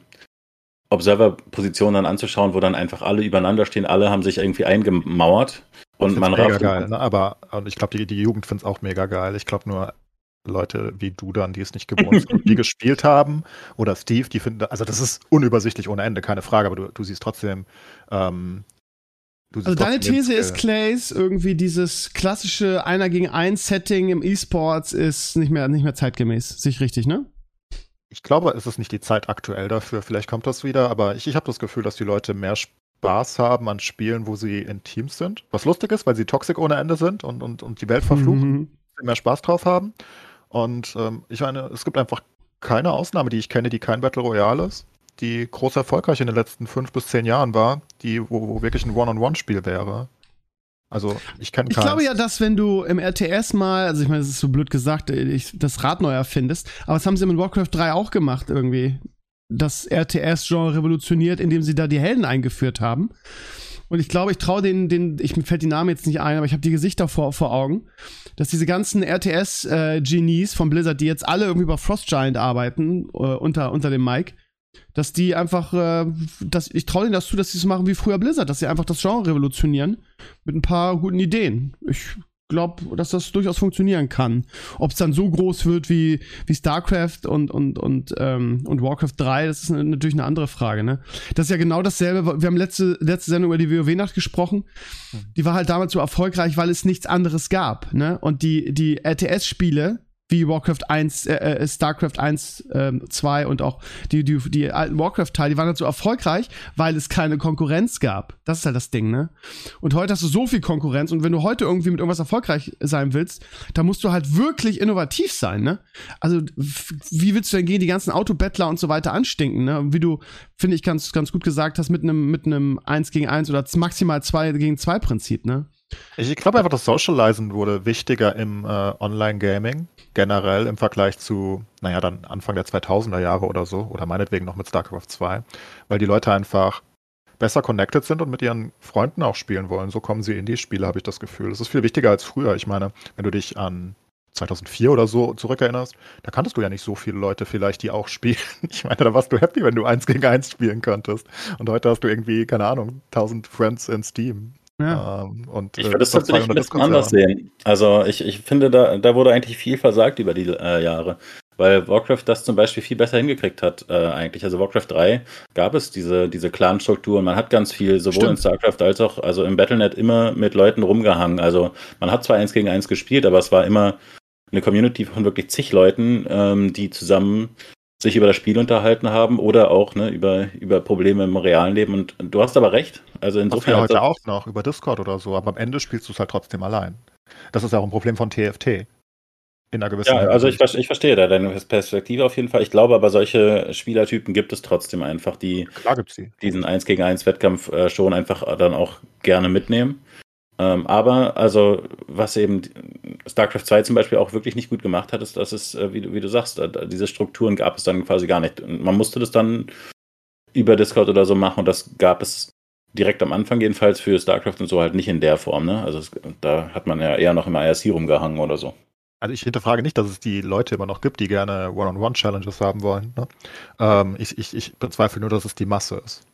Speaker 4: Observer-Positionen dann anzuschauen, wo dann einfach alle übereinander stehen, alle haben sich irgendwie eingemauert und
Speaker 3: find's
Speaker 4: man
Speaker 3: mega
Speaker 4: rafft.
Speaker 3: geil, ne? Aber und ich glaube, die, die Jugend findet es auch mega geil. Ich glaube nur Leute wie du dann, die es nicht gewohnt sind, die gespielt haben, oder Steve, die finden, also das ist unübersichtlich ohne Ende, keine Frage, aber du, du siehst trotzdem, ähm, du siehst
Speaker 2: Also deine
Speaker 3: trotzdem den
Speaker 2: These ist,
Speaker 3: Skill.
Speaker 2: Clays, irgendwie dieses klassische Einer gegen eins Setting im E-Sports ist nicht mehr, nicht mehr zeitgemäß. Sich richtig, ne?
Speaker 3: Ich glaube, es ist nicht die Zeit aktuell dafür, vielleicht kommt das wieder, aber ich, ich habe das Gefühl, dass die Leute mehr Spaß haben an Spielen, wo sie in Teams sind. Was lustig ist, weil sie toxisch ohne Ende sind und, und, und die Welt verfluchen,
Speaker 2: Mhm.
Speaker 3: mehr Spaß drauf haben. Und ähm, ich meine, es gibt einfach keine Ausnahme, die ich kenne, die kein Battle Royale ist, die groß erfolgreich in den letzten fünf bis zehn Jahren war, die, wo, wo wirklich ein One-on-One-Spiel wäre. Also, ich kenne
Speaker 2: Ich
Speaker 3: keins.
Speaker 2: glaube ja, dass wenn du im R T S mal, also ich meine, das ist so blöd gesagt, ich, das Rad neu erfindest, aber das haben sie in Warcraft drei auch gemacht irgendwie. Das R T S-Genre revolutioniert, indem sie da die Helden eingeführt haben. Und ich glaube, ich traue denen, den, ich, mir fällt die Namen jetzt nicht ein, aber ich habe die Gesichter vor, vor Augen, dass diese ganzen R T S-Genies von Blizzard, die jetzt alle irgendwie über Frost Giant arbeiten, äh, unter, unter dem Mic, dass die einfach, äh, dass, ich traue denen das zu, dass sie es machen wie früher Blizzard, dass sie einfach das Genre revolutionieren mit ein paar guten Ideen. Ich glaube, dass das durchaus funktionieren kann. Ob es dann so groß wird wie, wie StarCraft und, und, und, ähm, und Warcraft drei, das ist eine, natürlich eine andere Frage, ne? Das ist ja genau dasselbe. Wir haben letzte, letzte Sendung über die WoW-Nacht gesprochen. Die war halt damals so erfolgreich, weil es nichts anderes gab, ne? Und die, die R T S-Spiele, wie Warcraft eins, äh, StarCraft eins, ähm, zwei und auch die, die, die alten Warcraft-Teile, die waren halt so erfolgreich, weil es keine Konkurrenz gab. Das ist halt das Ding, ne? Und heute hast du so viel Konkurrenz und wenn du heute irgendwie mit irgendwas erfolgreich sein willst, dann musst du halt wirklich innovativ sein, ne? Also, f- wie willst du denn gegen die ganzen Autobettler und so weiter anstinken, ne? Wie du, finde ich, ganz, ganz gut gesagt hast, mit einem mit einem eins gegen eins oder maximal zwei gegen zwei Prinzip, ne?
Speaker 3: Ich, ich glaube einfach, das Socializen wurde wichtiger im äh, Online-Gaming, generell im Vergleich zu, naja, dann Anfang der zweitausender Jahre oder so, oder meinetwegen noch mit StarCraft zwei, weil die Leute einfach besser connected sind und mit ihren Freunden auch spielen wollen. So kommen sie in die Spiele, habe ich das Gefühl. Das ist viel wichtiger als früher. Ich meine, wenn du dich an zweitausendvier oder so zurückerinnerst, da kanntest du ja nicht so viele Leute vielleicht, die auch spielen. Ich meine, da warst du happy, wenn du eins gegen eins spielen konntest. Und heute hast du irgendwie, keine Ahnung, tausend Friends in Steam.
Speaker 2: Ja.
Speaker 3: Ähm, und,
Speaker 4: Ich
Speaker 3: äh,
Speaker 4: würde das
Speaker 3: noch
Speaker 4: tatsächlich ein
Speaker 3: zweihundert
Speaker 4: bisschen anders
Speaker 3: Discord-Server.
Speaker 4: sehen. Also ich, ich finde, da, da wurde eigentlich viel versagt über die äh, Jahre. Weil Warcraft das zum Beispiel viel besser hingekriegt hat, äh, eigentlich. Also Warcraft drei gab es diese, diese Clan-Struktur und man hat ganz viel, sowohl in
Speaker 2: Stimmt.
Speaker 4: StarCraft als auch also im Battle Punkt net immer mit Leuten rumgehangen. Also man hat zwar eins gegen eins gespielt, aber es war immer eine Community von wirklich zig Leuten, ähm, die zusammen sich über das Spiel unterhalten haben oder auch ne, über, über Probleme im realen Leben. Und du hast aber recht. Also
Speaker 3: Das
Speaker 4: insofern
Speaker 3: ja
Speaker 4: hat
Speaker 3: heute
Speaker 4: das-
Speaker 3: auch noch über Discord oder so, aber am Ende spielst du es halt trotzdem allein. Das ist ja auch ein Problem von T F T. In einer gewissen
Speaker 4: Ja, also ich,
Speaker 3: Hinsicht.
Speaker 4: ver- ich verstehe da deine Perspektive auf jeden Fall. Ich glaube aber, solche Spielertypen gibt es trotzdem einfach, die
Speaker 3: Klar gibt's die.
Speaker 4: diesen eins gegen eins Wettkampf äh, schon einfach dann auch gerne mitnehmen. Ähm, aber, also, was eben StarCraft zwei zum Beispiel auch wirklich nicht gut gemacht hat, ist, dass es, äh, wie, du, wie du sagst, äh, diese Strukturen gab es dann quasi gar nicht. Und man musste das dann über Discord oder so machen und das gab es direkt am Anfang jedenfalls für StarCraft und so halt nicht in der Form. Ne? Also es, da hat man ja eher noch im I R C rumgehangen oder so.
Speaker 3: Also ich hinterfrage nicht, dass es die Leute immer noch gibt, die gerne One-on-One-Challenges haben wollen. Ne? Ähm, ich, ich, ich bezweifle nur, dass es die Masse ist.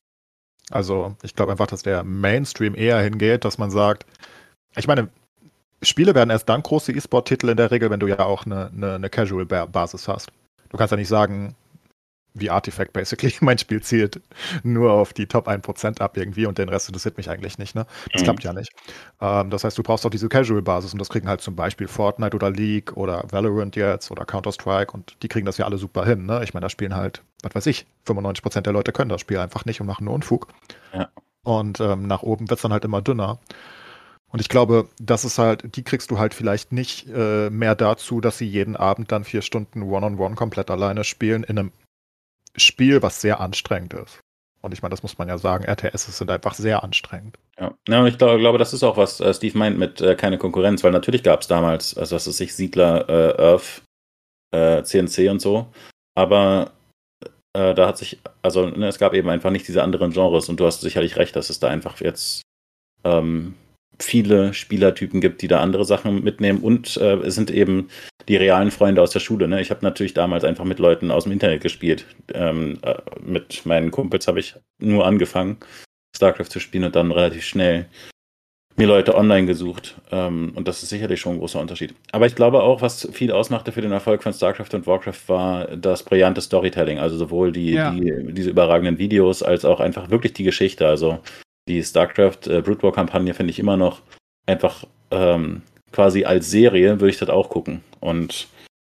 Speaker 3: Also ich glaube einfach, dass der Mainstream eher hingeht, dass man sagt, ich meine, Spiele werden erst dann große E-Sport-Titel in der Regel, wenn du ja auch eine, eine, eine Casual-Basis hast. Du kannst ja nicht sagen, wie Artifact basically, mein Spiel zielt nur auf die Top ein Prozent ab irgendwie und den Rest interessiert mich eigentlich nicht. Ne? Das
Speaker 4: Mhm.
Speaker 3: klappt ja nicht. Ähm, das heißt, du brauchst auch diese Casual-Basis und das kriegen halt zum Beispiel Fortnite oder League oder Valorant jetzt oder Counter-Strike und die kriegen das ja alle super hin. Ne? Ich meine, da spielen halt, was weiß ich, fünfundneunzig Prozent der Leute können das Spiel einfach nicht und machen nur Unfug.
Speaker 4: Ja.
Speaker 3: Und ähm, nach oben wird es dann halt immer dünner. Und ich glaube, das ist halt, die kriegst du halt vielleicht nicht äh, mehr dazu, dass sie jeden Abend dann vier Stunden One-on-One komplett alleine spielen in einem Spiel, was sehr anstrengend ist. Und ich meine, das muss man ja sagen, R T S sind einfach sehr anstrengend.
Speaker 4: Ja, ja und ich glaube, glaube, das ist auch, was äh, Steve meint mit äh, keine Konkurrenz, weil natürlich gab es damals, also was weiß ich, Siedler, äh, Earth, äh, C N C und so, aber äh, da hat sich, also ne, es gab eben einfach nicht diese anderen Genres und du hast sicherlich recht, dass es da einfach jetzt ähm, viele Spielertypen gibt, die da andere Sachen mitnehmen und äh, es sind eben die realen Freunde aus der Schule. Ne? Ich habe natürlich damals einfach mit Leuten aus dem Internet gespielt. Ähm, äh, mit meinen Kumpels habe ich nur angefangen, StarCraft zu spielen und dann relativ schnell mir Leute online gesucht. Ähm, und das ist sicherlich schon ein großer Unterschied. Aber ich glaube auch, was viel ausmachte für den Erfolg von StarCraft und Warcraft war das brillante Storytelling. Also sowohl die,
Speaker 2: Ja.
Speaker 4: die diese überragenden Videos als auch einfach wirklich die Geschichte. Also die StarCraft äh, Brood War Kampagne finde ich immer noch einfach ähm, quasi als Serie würde ich das auch gucken. Und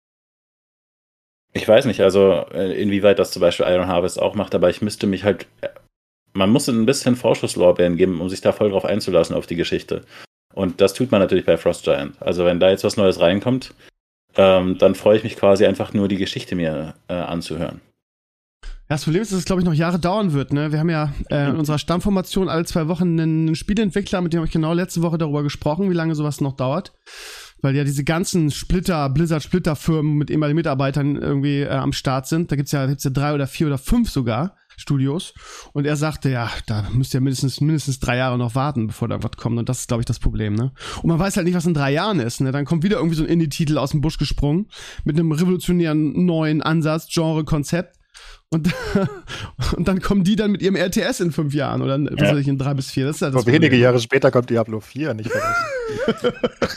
Speaker 4: ich weiß nicht, also äh, inwieweit das zum Beispiel Iron Harvest auch macht, aber ich müsste mich halt, äh, man muss ein bisschen Vorschusslorbeeren geben, um sich da voll drauf einzulassen auf die Geschichte. Und das tut man natürlich bei Frost Giant. Also wenn da jetzt was Neues reinkommt, ähm, dann freue ich mich quasi einfach nur, die Geschichte mir äh, anzuhören.
Speaker 2: Ja, das Problem ist, dass es, glaube ich, noch Jahre dauern wird. Ne? Wir haben ja äh, in unserer Stammformation alle zwei Wochen einen Spieleentwickler, mit dem habe ich genau letzte Woche darüber gesprochen, wie lange sowas noch dauert. Weil ja diese ganzen Splitter, Blizzard-Splitter-Firmen mit ehemaligen Mitarbeitern irgendwie äh, am Start sind. Da gibt's ja, gibt's ja drei oder vier oder fünf sogar Studios. Und er sagte, ja, da müsst ihr mindestens, mindestens drei Jahre noch warten, bevor da was kommt. Und das ist, glaube ich, das Problem, ne? Und man weiß halt nicht, was in drei Jahren ist, ne? Dann kommt wieder irgendwie so ein Indie-Titel aus dem Busch gesprungen mit einem revolutionären neuen Ansatz, Genre, Konzept. Und, und dann kommen die dann mit ihrem R T S in fünf Jahren oder was
Speaker 4: Ja.
Speaker 2: weiß ich, in drei bis vier. Das ist halt das
Speaker 3: Aber wenige
Speaker 2: Problem.
Speaker 3: Jahre später kommt Diablo vier, nicht vergessen.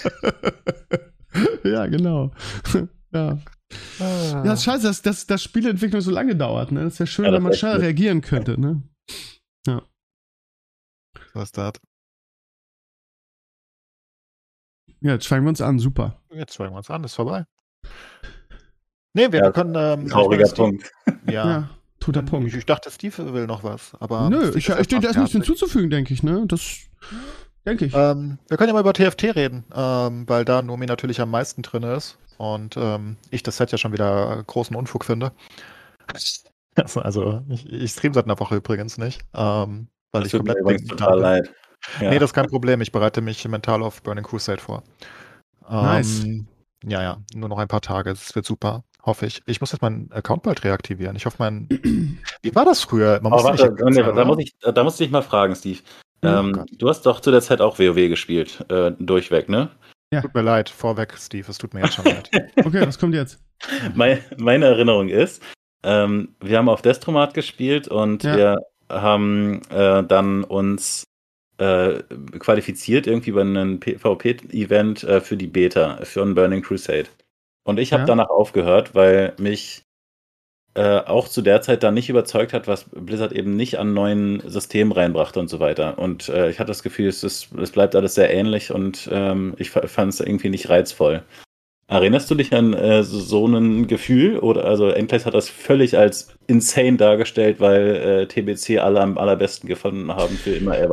Speaker 2: Ja, genau. Ja. Ja, ist scheiße, dass, dass, dass Spieleentwicklung so lange dauert, ne? Das wäre schön,
Speaker 4: Ja, das
Speaker 2: wenn man
Speaker 4: ist
Speaker 2: schneller
Speaker 4: echt
Speaker 2: reagieren könnte, ne?
Speaker 3: So ist das.
Speaker 2: Ja, jetzt schweigen wir uns an, super.
Speaker 3: Jetzt schweigen wir uns an, ist vorbei. Nee, wir
Speaker 4: Ja,
Speaker 3: können. Ähm,
Speaker 4: Trauriger
Speaker 3: ich meine,
Speaker 4: Punkt.
Speaker 3: Steve, ja.
Speaker 2: Ja, toter Punkt.
Speaker 3: Ich, ich dachte, Steve will noch was. Aber
Speaker 2: Nö,
Speaker 3: Steve
Speaker 2: ich,
Speaker 3: ist
Speaker 2: ich denke, da ist nichts
Speaker 3: fertig.
Speaker 2: hinzuzufügen, denke ich, ne? Das denke ich.
Speaker 3: Ähm, wir können ja mal über T F T reden, ähm, weil da Nomi natürlich am meisten drin ist und ähm, ich das Set ja schon wieder großen Unfug finde. Also, also ich, ich stream seit einer Woche übrigens nicht, ähm, weil
Speaker 4: Das
Speaker 3: ich
Speaker 4: tut mir
Speaker 3: komplett
Speaker 4: übrigens
Speaker 3: blind
Speaker 4: total
Speaker 3: bin.
Speaker 4: leid. Ja.
Speaker 3: Nee, das ist kein Problem. Ich bereite mich mental auf Burning Crusade vor. Ähm,
Speaker 2: Nice.
Speaker 3: Ja, ja, nur noch ein paar Tage. Es wird super, hoffe ich. Ich muss jetzt meinen Account bald reaktivieren. Ich hoffe, mein. Wie war das früher? Man
Speaker 4: Aber
Speaker 3: musste
Speaker 4: warte,
Speaker 3: nicht
Speaker 4: nee,
Speaker 3: bezahlen,
Speaker 4: da,
Speaker 3: oder?
Speaker 4: muss ich, da musst du dich mal fragen, Steve.
Speaker 2: Oh
Speaker 4: Ähm,
Speaker 3: Gott.
Speaker 4: du hast doch zu der Zeit auch WoW gespielt, äh, durchweg, ne?
Speaker 3: Tut mir leid, vorweg, Steve. Es tut mir jetzt schon leid.
Speaker 2: Okay, was kommt jetzt?
Speaker 4: Mein, meine Erinnerung ist, ähm, wir haben auf Destromat gespielt und
Speaker 2: Ja.
Speaker 4: wir haben äh, dann uns äh, qualifiziert irgendwie über einen PvP-Event äh, für die Beta, für einen Burning Crusade. Und ich habe
Speaker 2: Ja.
Speaker 4: danach aufgehört, weil mich äh, auch zu der Zeit dann nicht überzeugt hat, was Blizzard eben nicht an neuen Systemen reinbrachte und so weiter. Und äh, ich hatte das Gefühl, es, ist, es bleibt alles sehr ähnlich und ähm, ich fand es irgendwie nicht reizvoll. Erinnerst du dich an äh, so, so ein Gefühl? Oder also Enclaves hat das völlig als insane dargestellt, weil äh, T B C alle am allerbesten gefunden haben für immer ever.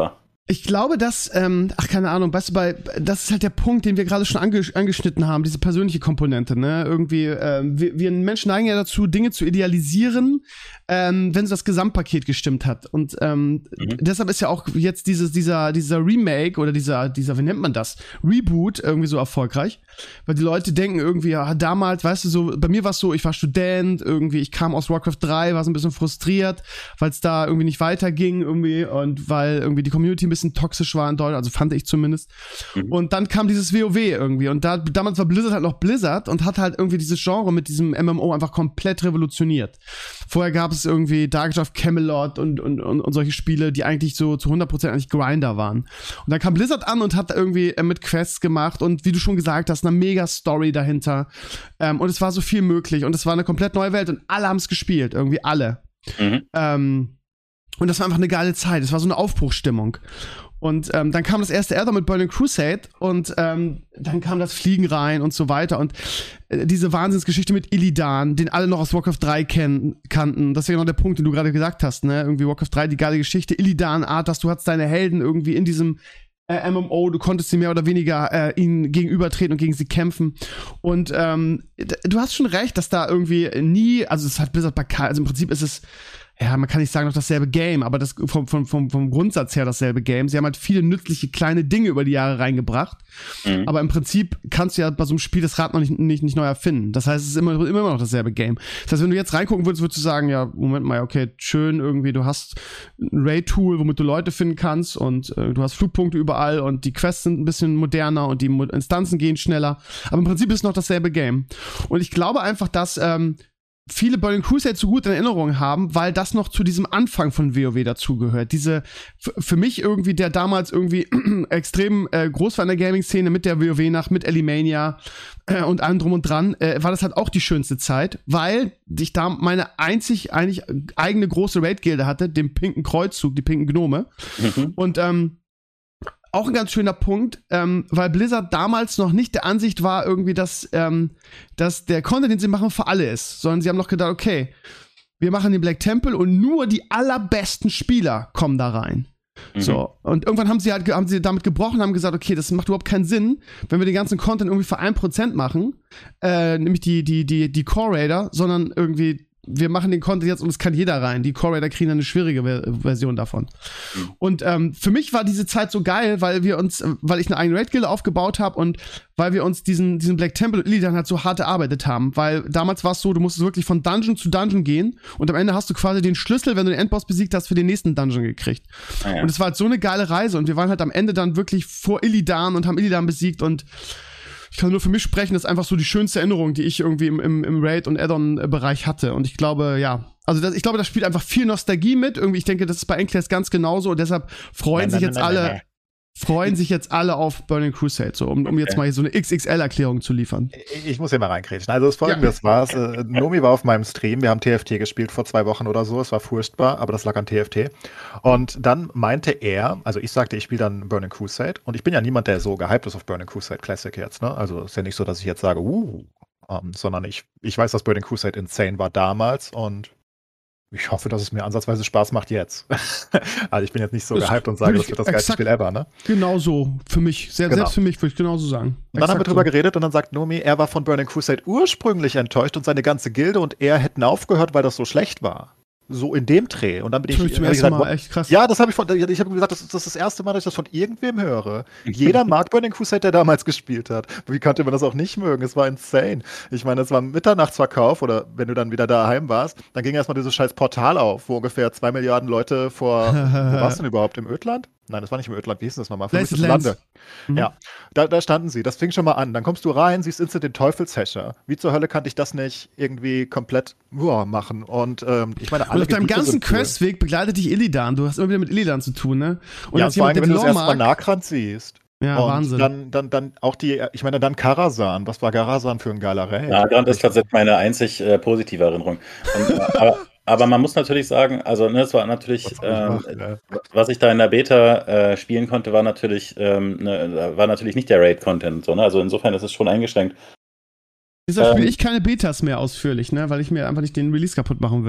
Speaker 2: Ich glaube, dass, ähm, ach, keine Ahnung, weißt du, bei, das ist halt der Punkt, den wir gerade schon ange- angeschnitten haben, diese persönliche Komponente, ne, irgendwie, ähm, wir, wir Menschen neigen ja dazu, Dinge zu idealisieren, ähm, wenn so das Gesamtpaket gestimmt hat und, ähm, mhm. deshalb ist ja auch jetzt dieses, dieser, dieser Remake oder dieser, dieser, wie nennt man das, Reboot irgendwie so erfolgreich, weil die Leute denken irgendwie, ja, damals, weißt du, so, bei mir war es so, ich war Student, irgendwie, ich kam aus Warcraft drei, war so ein bisschen frustriert, weil es da irgendwie nicht weiterging, irgendwie, und weil irgendwie die Community ein bisschen toxisch war in Deutschland, also fand ich zumindest. Mhm. Und dann kam dieses WoW irgendwie und da, damals war Blizzard halt noch Blizzard und hat halt irgendwie dieses Genre mit diesem M M O einfach komplett revolutioniert. Vorher gab es irgendwie Dark Age of Camelot und, und, und, und solche Spiele, die eigentlich so zu hundert Prozent eigentlich Grinder waren. Und dann kam Blizzard an und hat irgendwie äh, mit Quests gemacht und wie du schon gesagt hast, eine mega Story dahinter. Ähm, und es war so viel möglich und es war eine komplett neue Welt und alle haben es gespielt, irgendwie alle. Mhm. Ähm, Und das war einfach eine geile Zeit. Es war so eine Aufbruchsstimmung. Und ähm, dann kam das erste Add-on mit Burning Crusade und ähm, dann kam das Fliegen rein und so weiter. Und äh, diese Wahnsinnsgeschichte mit Illidan, den alle noch aus Warcraft drei kennen, kannten. Das ist ja genau der Punkt, den du gerade gesagt hast, ne? Irgendwie Warcraft drei, die geile Geschichte. Illidan, Arthas, du hattest deine Helden irgendwie in diesem äh, M M O, du konntest sie mehr oder weniger äh, ihnen gegenübertreten und gegen sie kämpfen. Und ähm, du hast schon recht, dass da irgendwie nie, also es hat Blizzard bei K, also im Prinzip ist es, ja, man kann nicht sagen, noch dasselbe Game, aber das vom, vom, vom, vom Grundsatz her dasselbe Game. Sie haben halt viele nützliche kleine Dinge über die Jahre reingebracht. Mhm. Aber im Prinzip kannst du ja bei so einem Spiel das Rad noch nicht, nicht, nicht neu erfinden. Das heißt, es ist immer, immer noch dasselbe Game. Das heißt, wenn du jetzt reingucken würdest, würdest du sagen, ja, Moment mal, okay, schön irgendwie, du hast ein Raid-Tool, womit du Leute finden kannst und äh, du hast Flugpunkte überall und die Quests sind ein bisschen moderner und die Instanzen gehen schneller. Aber im Prinzip ist es noch dasselbe Game. Und ich glaube einfach, dass ähm, viele Burning Crusade so gut in Erinnerung haben, weil das noch zu diesem Anfang von WoW dazugehört. Diese, f- für mich irgendwie, der damals irgendwie extrem äh, groß war in der Gaming-Szene mit der WoW-Nacht, mit Elimania äh, und allem drum und dran, äh, war das halt auch die schönste Zeit, weil ich da meine einzig eigentlich eigene große Raid-Gilde hatte, den pinken Kreuzzug, die pinken Gnome. Mhm. Und ähm, auch ein ganz schöner Punkt, ähm, weil Blizzard damals noch nicht der Ansicht war, irgendwie, dass, ähm, dass der Content, den sie machen, für alle ist. Sondern sie haben noch gedacht, okay, wir machen den Black Temple und nur die allerbesten Spieler kommen da rein. Mhm. So. Und irgendwann haben sie halt haben sie damit gebrochen, haben gesagt, okay, das macht überhaupt keinen Sinn, wenn wir den ganzen Content irgendwie für ein Prozent machen, äh, nämlich die, die, die, die Core Raider, sondern irgendwie wir machen den Content jetzt und es kann jeder rein. Die Core Raider kriegen eine schwierige Ver- Version davon. Mhm. Und ähm, für mich war diese Zeit so geil, weil wir uns, weil ich eine eigene Raid-Gilde aufgebaut habe und weil wir uns diesen, diesen Black Temple und Illidan halt so hart erarbeitet haben. Weil damals war es so, du musstest wirklich von Dungeon zu Dungeon gehen und am Ende hast du quasi den Schlüssel, wenn du den Endboss besiegt hast, für den nächsten Dungeon gekriegt. Ah, ja. Und es war halt so eine geile Reise und wir waren halt am Ende dann wirklich vor Illidan und haben Illidan besiegt und ich kann nur für mich sprechen, das ist einfach so die schönste Erinnerung, die ich irgendwie im, im, im Raid- und Add-on-Bereich hatte. Und ich glaube, ja, also das, ich glaube, das spielt einfach viel Nostalgie mit. Irgendwie, ich denke, das ist bei Enclaves ganz genauso und deshalb freuen nein, sich nein, jetzt nein, alle, nein, nein. freuen sich jetzt alle auf Burning Crusade, so, um, um okay. jetzt mal hier so eine X X L-Erklärung zu liefern.
Speaker 3: Ich muss hier mal reinkrätschen. Also das Folgendes ja. war's. Äh, Nomi war auf meinem Stream, wir haben T F T gespielt vor zwei Wochen oder so, es war furchtbar, aber das lag an T F T. Und dann meinte er, also ich sagte, ich spiele dann Burning Crusade und ich bin ja niemand, der so gehypt ist auf Burning Crusade Classic jetzt, ne? Also ist ja nicht so, dass ich jetzt sage, uh, um, sondern ich, ich weiß, dass Burning Crusade insane war damals und ich hoffe, dass es mir ansatzweise Spaß macht jetzt. Also ich bin jetzt nicht so das gehypt und sage, das wird das geilste Spiel ever, ne?
Speaker 2: Genau so, für mich. Sehr, genau. Selbst für mich würde ich genauso sagen.
Speaker 3: Und dann exakt haben wir drüber so. geredet und dann sagt Nomi, er war von Burning Crusade ursprünglich enttäuscht und seine ganze Gilde und er hätten aufgehört, weil das so schlecht war. So in dem Dreh. Und dann bin ich, ich
Speaker 2: zum ersten Mal echt krass.
Speaker 3: Ja, das habe ich von, ich habe gesagt, das ist, das ist das erste Mal, dass ich das von irgendwem höre. Jeder mag Burning Crusade, der damals gespielt hat. Wie konnte man das auch nicht mögen? Es war insane. Ich meine, es war ein Mitternachtsverkauf oder wenn du dann wieder daheim warst, dann ging erstmal dieses scheiß Portal auf, wo ungefähr zwei Milliarden Leute vor, wo warst du denn überhaupt? Im Ödland? Nein, das war nicht im Ödland. Wie hieß das nochmal?
Speaker 2: Vermisste Lande.
Speaker 3: Mhm. Ja, da, da standen sie. Das fing schon mal an. Dann kommst du rein, siehst instant den Teufelshäscher. Wie zur Hölle kann ich das nicht irgendwie komplett uah, machen? Und ähm, ich meine, alle
Speaker 2: und auf deinem ganzen Questweg begleitet dich Illidan. Du hast immer wieder mit Illidan zu tun, ne? Und
Speaker 3: ja, vor allem, wenn du das erste Mal Nakrand siehst.
Speaker 2: Ja,
Speaker 3: und
Speaker 2: Wahnsinn.
Speaker 3: Dann, dann, dann auch die, ich meine, dann Karazhan. Was war Karazhan für ein geiler Raid?
Speaker 4: Nakrand ist tatsächlich meine einzig äh, positive Erinnerung. Und, aber Aber man muss natürlich sagen, also ne, es war natürlich, ähm, machen, ja. was ich da in der Beta äh, spielen konnte, war natürlich, ähm, ne, war natürlich nicht der Raid-Content. So, ne? Also insofern ist es schon eingeschränkt.
Speaker 2: Deshalb ähm, spiele ich keine Betas mehr ausführlich, ne, weil ich mir einfach nicht den Release kaputt machen will.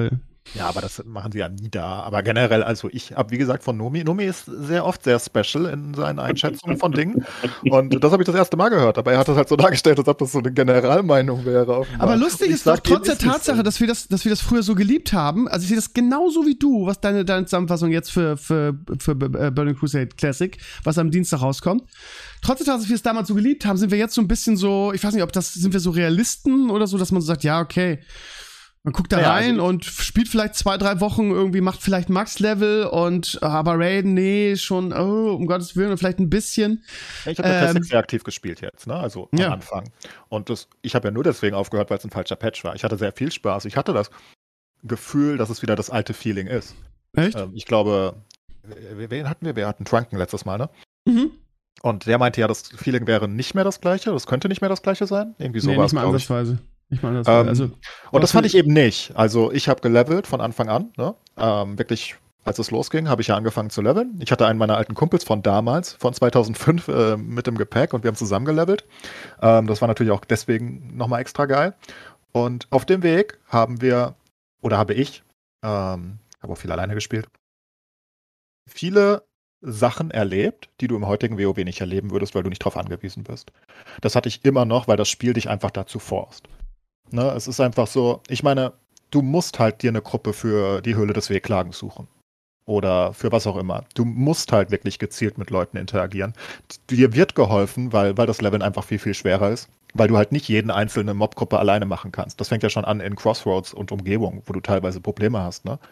Speaker 3: Ja, aber das machen sie ja nie da. Aber generell, also ich habe, wie gesagt, von Nomi, Nomi ist sehr oft sehr special in seinen Einschätzungen von Dingen. Und das habe ich das erste Mal gehört. Aber er hat das halt so dargestellt, als ob das so eine Generalmeinung wäre. Offenbar.
Speaker 2: Aber lustig ist doch trotz der Tatsache, so. dass wir das, dass wir das früher so geliebt haben. Also ich sehe das genauso wie du, was deine, deine Zusammenfassung jetzt für, für, für Burning Crusade Classic, was am Dienstag rauskommt. Trotz der Tatsache, dass wir es damals so geliebt haben, sind wir jetzt so ein bisschen so, ich weiß nicht, ob das, sind wir so Realisten oder so, dass man so sagt, ja, okay, man guckt da ja, rein also und spielt vielleicht zwei, drei Wochen irgendwie, macht vielleicht Max-Level und aber Raiden, nee, schon, oh, um Gottes Willen, vielleicht ein bisschen.
Speaker 3: Ja, ich habe ähm, Classic sehr aktiv gespielt jetzt, ne? Also am ja. Anfang. Und das, ich habe ja nur deswegen aufgehört, weil es ein falscher Patch war. Ich hatte sehr viel Spaß. Ich hatte das Gefühl, dass es wieder das alte Feeling ist.
Speaker 2: Echt?
Speaker 3: Ähm, ich glaube, wen hatten wir? Wir hatten Drunken letztes Mal, ne?
Speaker 2: Mhm.
Speaker 3: Und der meinte ja, das Feeling wäre nicht mehr das gleiche. Das könnte nicht mehr das gleiche sein. Irgendwie sowas.
Speaker 2: Nee, nicht mal ansatzweise. Ich meine, das
Speaker 3: ähm,
Speaker 2: also,
Speaker 3: und das fand ich eben nicht. Also ich habe gelevelt von Anfang an. Ne? Ähm, wirklich, als es losging, habe ich ja angefangen zu leveln. Ich hatte einen meiner alten Kumpels von damals, von zweitausendfünf, äh, mit im Gepäck und wir haben zusammen gelevelt. Ähm, das war natürlich auch deswegen nochmal extra geil. Und auf dem Weg haben wir, oder habe ich, ähm, habe auch viel alleine gespielt, viele Sachen erlebt, die du im heutigen WoW nicht erleben würdest, weil du nicht drauf angewiesen bist. Das hatte ich immer noch, weil das Spiel dich einfach dazu forst. Ne, es ist einfach so, ich meine, du musst halt dir eine Gruppe für die Höhle des Wehklagens suchen. Oder für was auch immer. Du musst halt wirklich gezielt mit Leuten interagieren. Dir wird geholfen, weil, weil das Leveln einfach viel, viel schwerer ist. Weil du halt nicht jeden einzelne Mobgruppe alleine machen kannst. Das fängt ja schon an in Crossroads und Umgebung, wo du teilweise Probleme hast. Ne?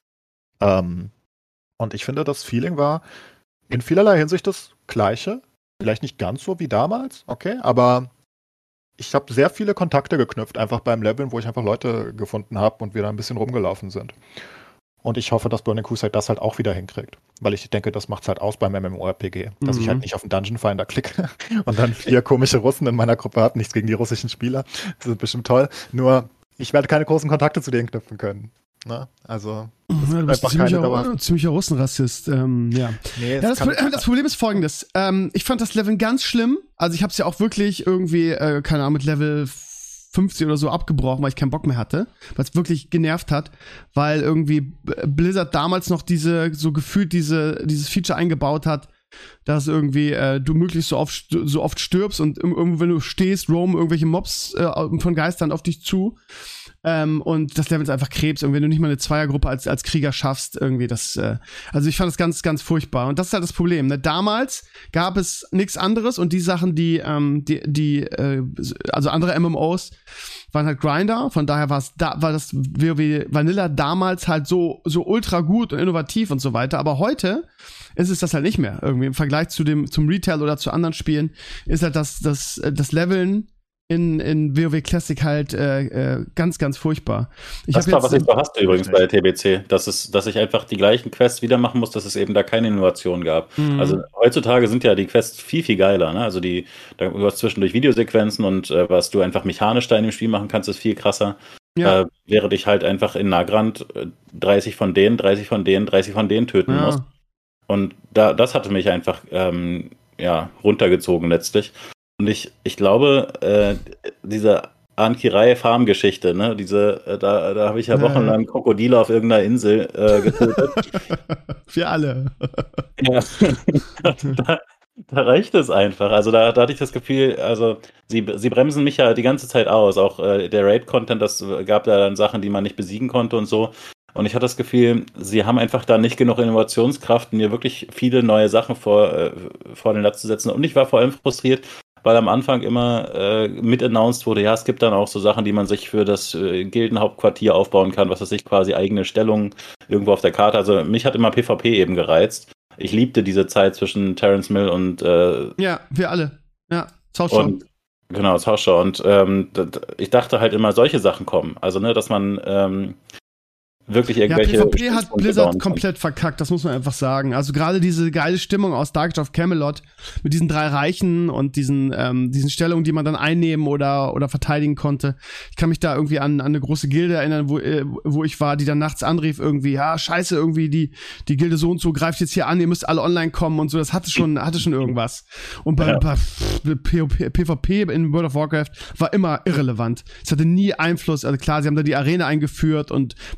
Speaker 3: Ähm, und ich finde, das Feeling war in vielerlei Hinsicht das Gleiche. Vielleicht nicht ganz so wie damals, okay, aber ich habe sehr viele Kontakte geknüpft, einfach beim Leveln, wo ich einfach Leute gefunden habe und wir da ein bisschen rumgelaufen sind. Und ich hoffe, dass Burning Crusade das halt auch wieder hinkriegt. Weil ich denke, das macht es halt aus beim MMORPG. Dass mhm. ich halt nicht auf den Dungeon Finder klicke und dann vier komische Russen in meiner Gruppe habe. Nichts gegen die russischen Spieler. Das ist bestimmt toll. Nur, ich werde keine großen Kontakte zu denen knüpfen können. Ne? Also,
Speaker 2: ja, du bist ein ziemlicher, ziemlicher Russenrassist. Ähm, ja. Nee, ja, das, das Problem ist folgendes. Ähm, ich fand das Leveln ganz schlimm. Also ich habe es ja auch wirklich irgendwie, äh, keine Ahnung, mit Level fünfzig oder so abgebrochen, weil ich keinen Bock mehr hatte. Weil es wirklich genervt hat. Weil irgendwie Blizzard damals noch diese, so gefühlt diese, dieses Feature eingebaut hat, dass irgendwie äh, du möglichst so oft, so oft stirbst und irgendwo, wenn du stehst, roamen irgendwelche Mobs äh, von Geistern auf dich zu. Ähm, und das Level ist einfach Krebs. Und wenn du nicht mal eine Zweiergruppe als, als Krieger schaffst, irgendwie das, äh, also ich fand das ganz, ganz furchtbar. Und das ist halt das Problem, ne? Damals gab es nichts anderes und die Sachen, die, ähm, die, die, äh, also andere M M Os waren halt Grinder. Von daher war es da, war das WoW Vanilla damals halt so, so ultra gut und innovativ und so weiter. Aber heute ist es das halt nicht mehr. Irgendwie im Vergleich zu dem, zum Retail oder zu anderen Spielen ist halt das, das, das Leveln in, in WoW Classic halt äh, äh, ganz, ganz furchtbar. Ich
Speaker 4: das war, was ich verhasste übrigens bei der T B C, dass, es, dass ich einfach die gleichen Quests wieder machen muss, dass es eben da keine Innovation gab. Mhm. Also heutzutage sind ja die Quests viel, viel geiler. Ne? Also die, da, du hast zwischendurch Videosequenzen und äh, was du einfach mechanisch da in dem Spiel machen kannst, ist viel krasser. Ja. Äh, während ich halt einfach in Nagrand äh, dreißig von denen, dreißig von denen, dreißig von denen töten ja. muss. Und da, das hatte mich einfach ähm, ja, runtergezogen letztlich. Und ich, ich glaube, äh, diese Ankirai-Farm-Geschichte, ne, diese, äh, da, da habe ich ja wochenlang Krokodile auf irgendeiner Insel äh, getötet.
Speaker 2: Wir alle.
Speaker 4: Ja, da, da reicht es einfach. Also da, da hatte ich das Gefühl, also sie, sie bremsen mich ja die ganze Zeit aus. Auch äh, der Raid-Content, das gab da dann Sachen, die man nicht besiegen konnte und so. Und ich hatte das Gefühl, sie haben einfach da nicht genug Innovationskraft, mir wirklich viele neue Sachen vor, äh, vor den Latz zu setzen. Und ich war vor allem frustriert, weil am Anfang immer äh, mit announced wurde, ja, es gibt dann auch so Sachen, die man sich für das äh, Gildenhauptquartier aufbauen kann, was weiß ich, quasi eigene Stellungen irgendwo auf der Karte. Also mich hat immer PvP eben gereizt. Ich liebte diese Zeit zwischen Terrence Mill und äh,
Speaker 2: ja, wir alle. Ja, Southshore.
Speaker 4: Genau, Southshore. Und ähm, d- d- ich dachte halt immer, solche Sachen kommen. Also, ne, dass man ähm, wirklich irgendwelche...
Speaker 2: Ja, PvP hat Blizzard komplett verkackt, das muss man einfach sagen. Also gerade diese geile Stimmung aus Dark Age of Camelot mit diesen drei Reichen und diesen ähm, diesen Stellungen, die man dann einnehmen oder oder verteidigen konnte. Ich kann mich da irgendwie an, an eine große Gilde erinnern, wo äh, wo ich war, die dann nachts anrief irgendwie, ja, scheiße, irgendwie die die Gilde so und so greift jetzt hier an, ihr müsst alle online kommen und so. Das hatte schon hatte schon irgendwas. Und bei, ja. bei PvP in World of Warcraft war immer irrelevant. Es hatte nie Einfluss. Also klar, sie haben da die Arena eingeführt und versucht da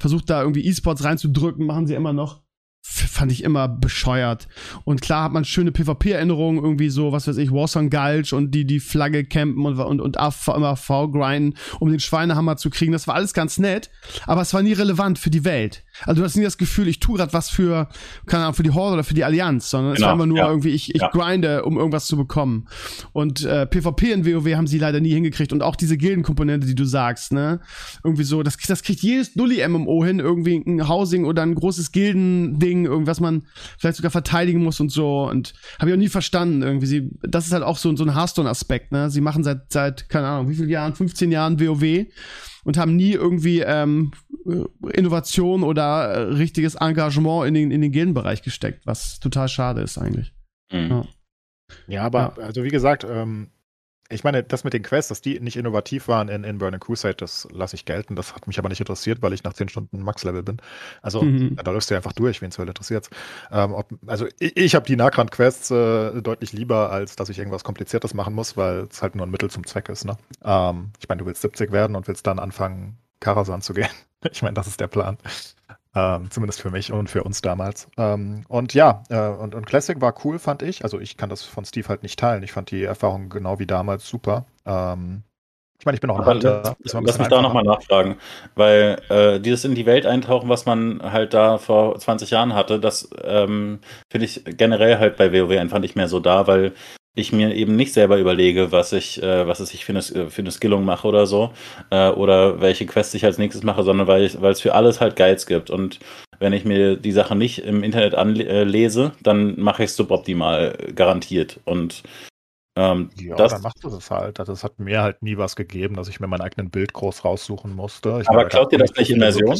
Speaker 2: irgendwie E-Sports reinzudrücken, machen sie immer noch. Fand ich immer bescheuert. Und klar hat man schöne PvP-Erinnerungen, irgendwie so, was weiß ich, Warsong Gulch und die die Flagge campen und, und, und A V, immer V grinden, um den Schweinehammer zu kriegen. Das war alles ganz nett, aber es war nie relevant für die Welt. Also du hast nie das Gefühl, ich tue gerade was für, keine Ahnung, für die Horde oder für die Allianz, sondern genau, es war immer nur ja. irgendwie, ich, ich ja. grinde, um irgendwas zu bekommen. Und äh, PvP in WoW haben sie leider nie hingekriegt. Und auch diese Gildenkomponente, die du sagst, ne? Irgendwie so, das, das kriegt jedes Dulli-M M O hin, irgendwie ein Housing oder ein großes Gildending, irgendwas man vielleicht sogar verteidigen muss und so, und habe ich auch nie verstanden irgendwie. Sie, das ist halt auch so, so ein Hearthstone-Aspekt, ne? Sie machen seit, seit, keine Ahnung, wie viele Jahren, fünfzehn Jahren WoW und haben nie irgendwie ähm, Innovation oder äh, richtiges Engagement in den, in den Gildenbereich gesteckt, was total schade ist eigentlich.
Speaker 3: Mhm. Ja. ja, aber ja. also wie gesagt, ähm, ich meine, das mit den Quests, dass die nicht innovativ waren in, in Burning Crusade, das lasse ich gelten. Das hat mich aber nicht interessiert, weil ich nach zehn Stunden Max-Level bin. Also, mhm. da läufst du ja einfach durch, wen es wohl interessiert. Ähm, ob, also, ich, ich habe die Nahkampf-Quests äh, deutlich lieber, als dass ich irgendwas Kompliziertes machen muss, weil es halt nur ein Mittel zum Zweck ist. Ne? Ähm, ich meine, du willst siebzig werden und willst dann anfangen, Karasan zu gehen. Ich meine, das ist der Plan. Ähm, zumindest für mich und für uns damals. Ähm, und ja, äh, und, und Classic war cool, fand ich. Also ich kann das von Steve halt nicht teilen. Ich fand die Erfahrung genau wie damals super. Ähm, ich meine, ich bin auch ein Hunter.
Speaker 4: Lass, lass mich da nochmal nachfragen, weil äh, dieses in die Welt eintauchen, was man halt da vor zwanzig Jahren hatte, das ähm, finde ich generell halt bei WoW einfach nicht mehr so da, weil ich mir eben nicht selber überlege, was ich, äh, was es ich für eine, für eine Skillung mache oder so, äh, oder welche Quests ich als nächstes mache, sondern weil ich, weil es für alles halt Guides gibt. Und wenn ich mir die Sache nicht im Internet anlese, dann mache ich es suboptimal, garantiert. Und ähm,
Speaker 3: ja,
Speaker 4: das,
Speaker 3: dann machst du das halt. Also es hat mir halt nie was gegeben, dass ich mir mein eigenes Bild groß raussuchen musste. Ich
Speaker 4: aber
Speaker 3: meine,
Speaker 4: klaut dir das nicht Immersion?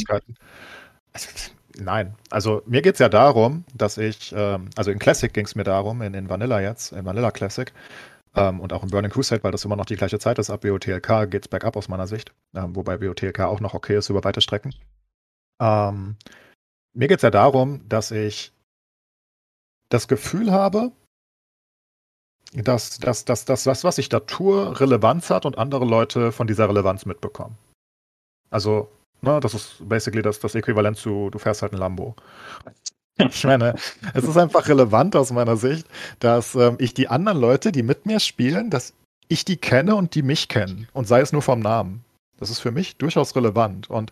Speaker 3: Nein, also mir geht es ja darum, dass ich, ähm, also in Classic ging es mir darum, in, in Vanilla jetzt, in Vanilla Classic ähm, und auch in Burning Crusade, weil das immer noch die gleiche Zeit ist, ab W O T L K geht es bergab aus meiner Sicht, ähm, wobei W O T L K auch noch okay ist über weite Strecken. Ähm, mir geht es ja darum, dass ich das Gefühl habe, dass das, dass, dass, das, was ich da tue, Relevanz hat und andere Leute von dieser Relevanz mitbekommen. Also Ne, das ist basically das, das Äquivalent zu, du fährst halt ein Lambo. Ich meine, es ist einfach relevant aus meiner Sicht, dass ähm, ich die anderen Leute, die mit mir spielen, dass ich die kenne und die mich kennen. Und sei es nur vom Namen. Das ist für mich durchaus relevant. Und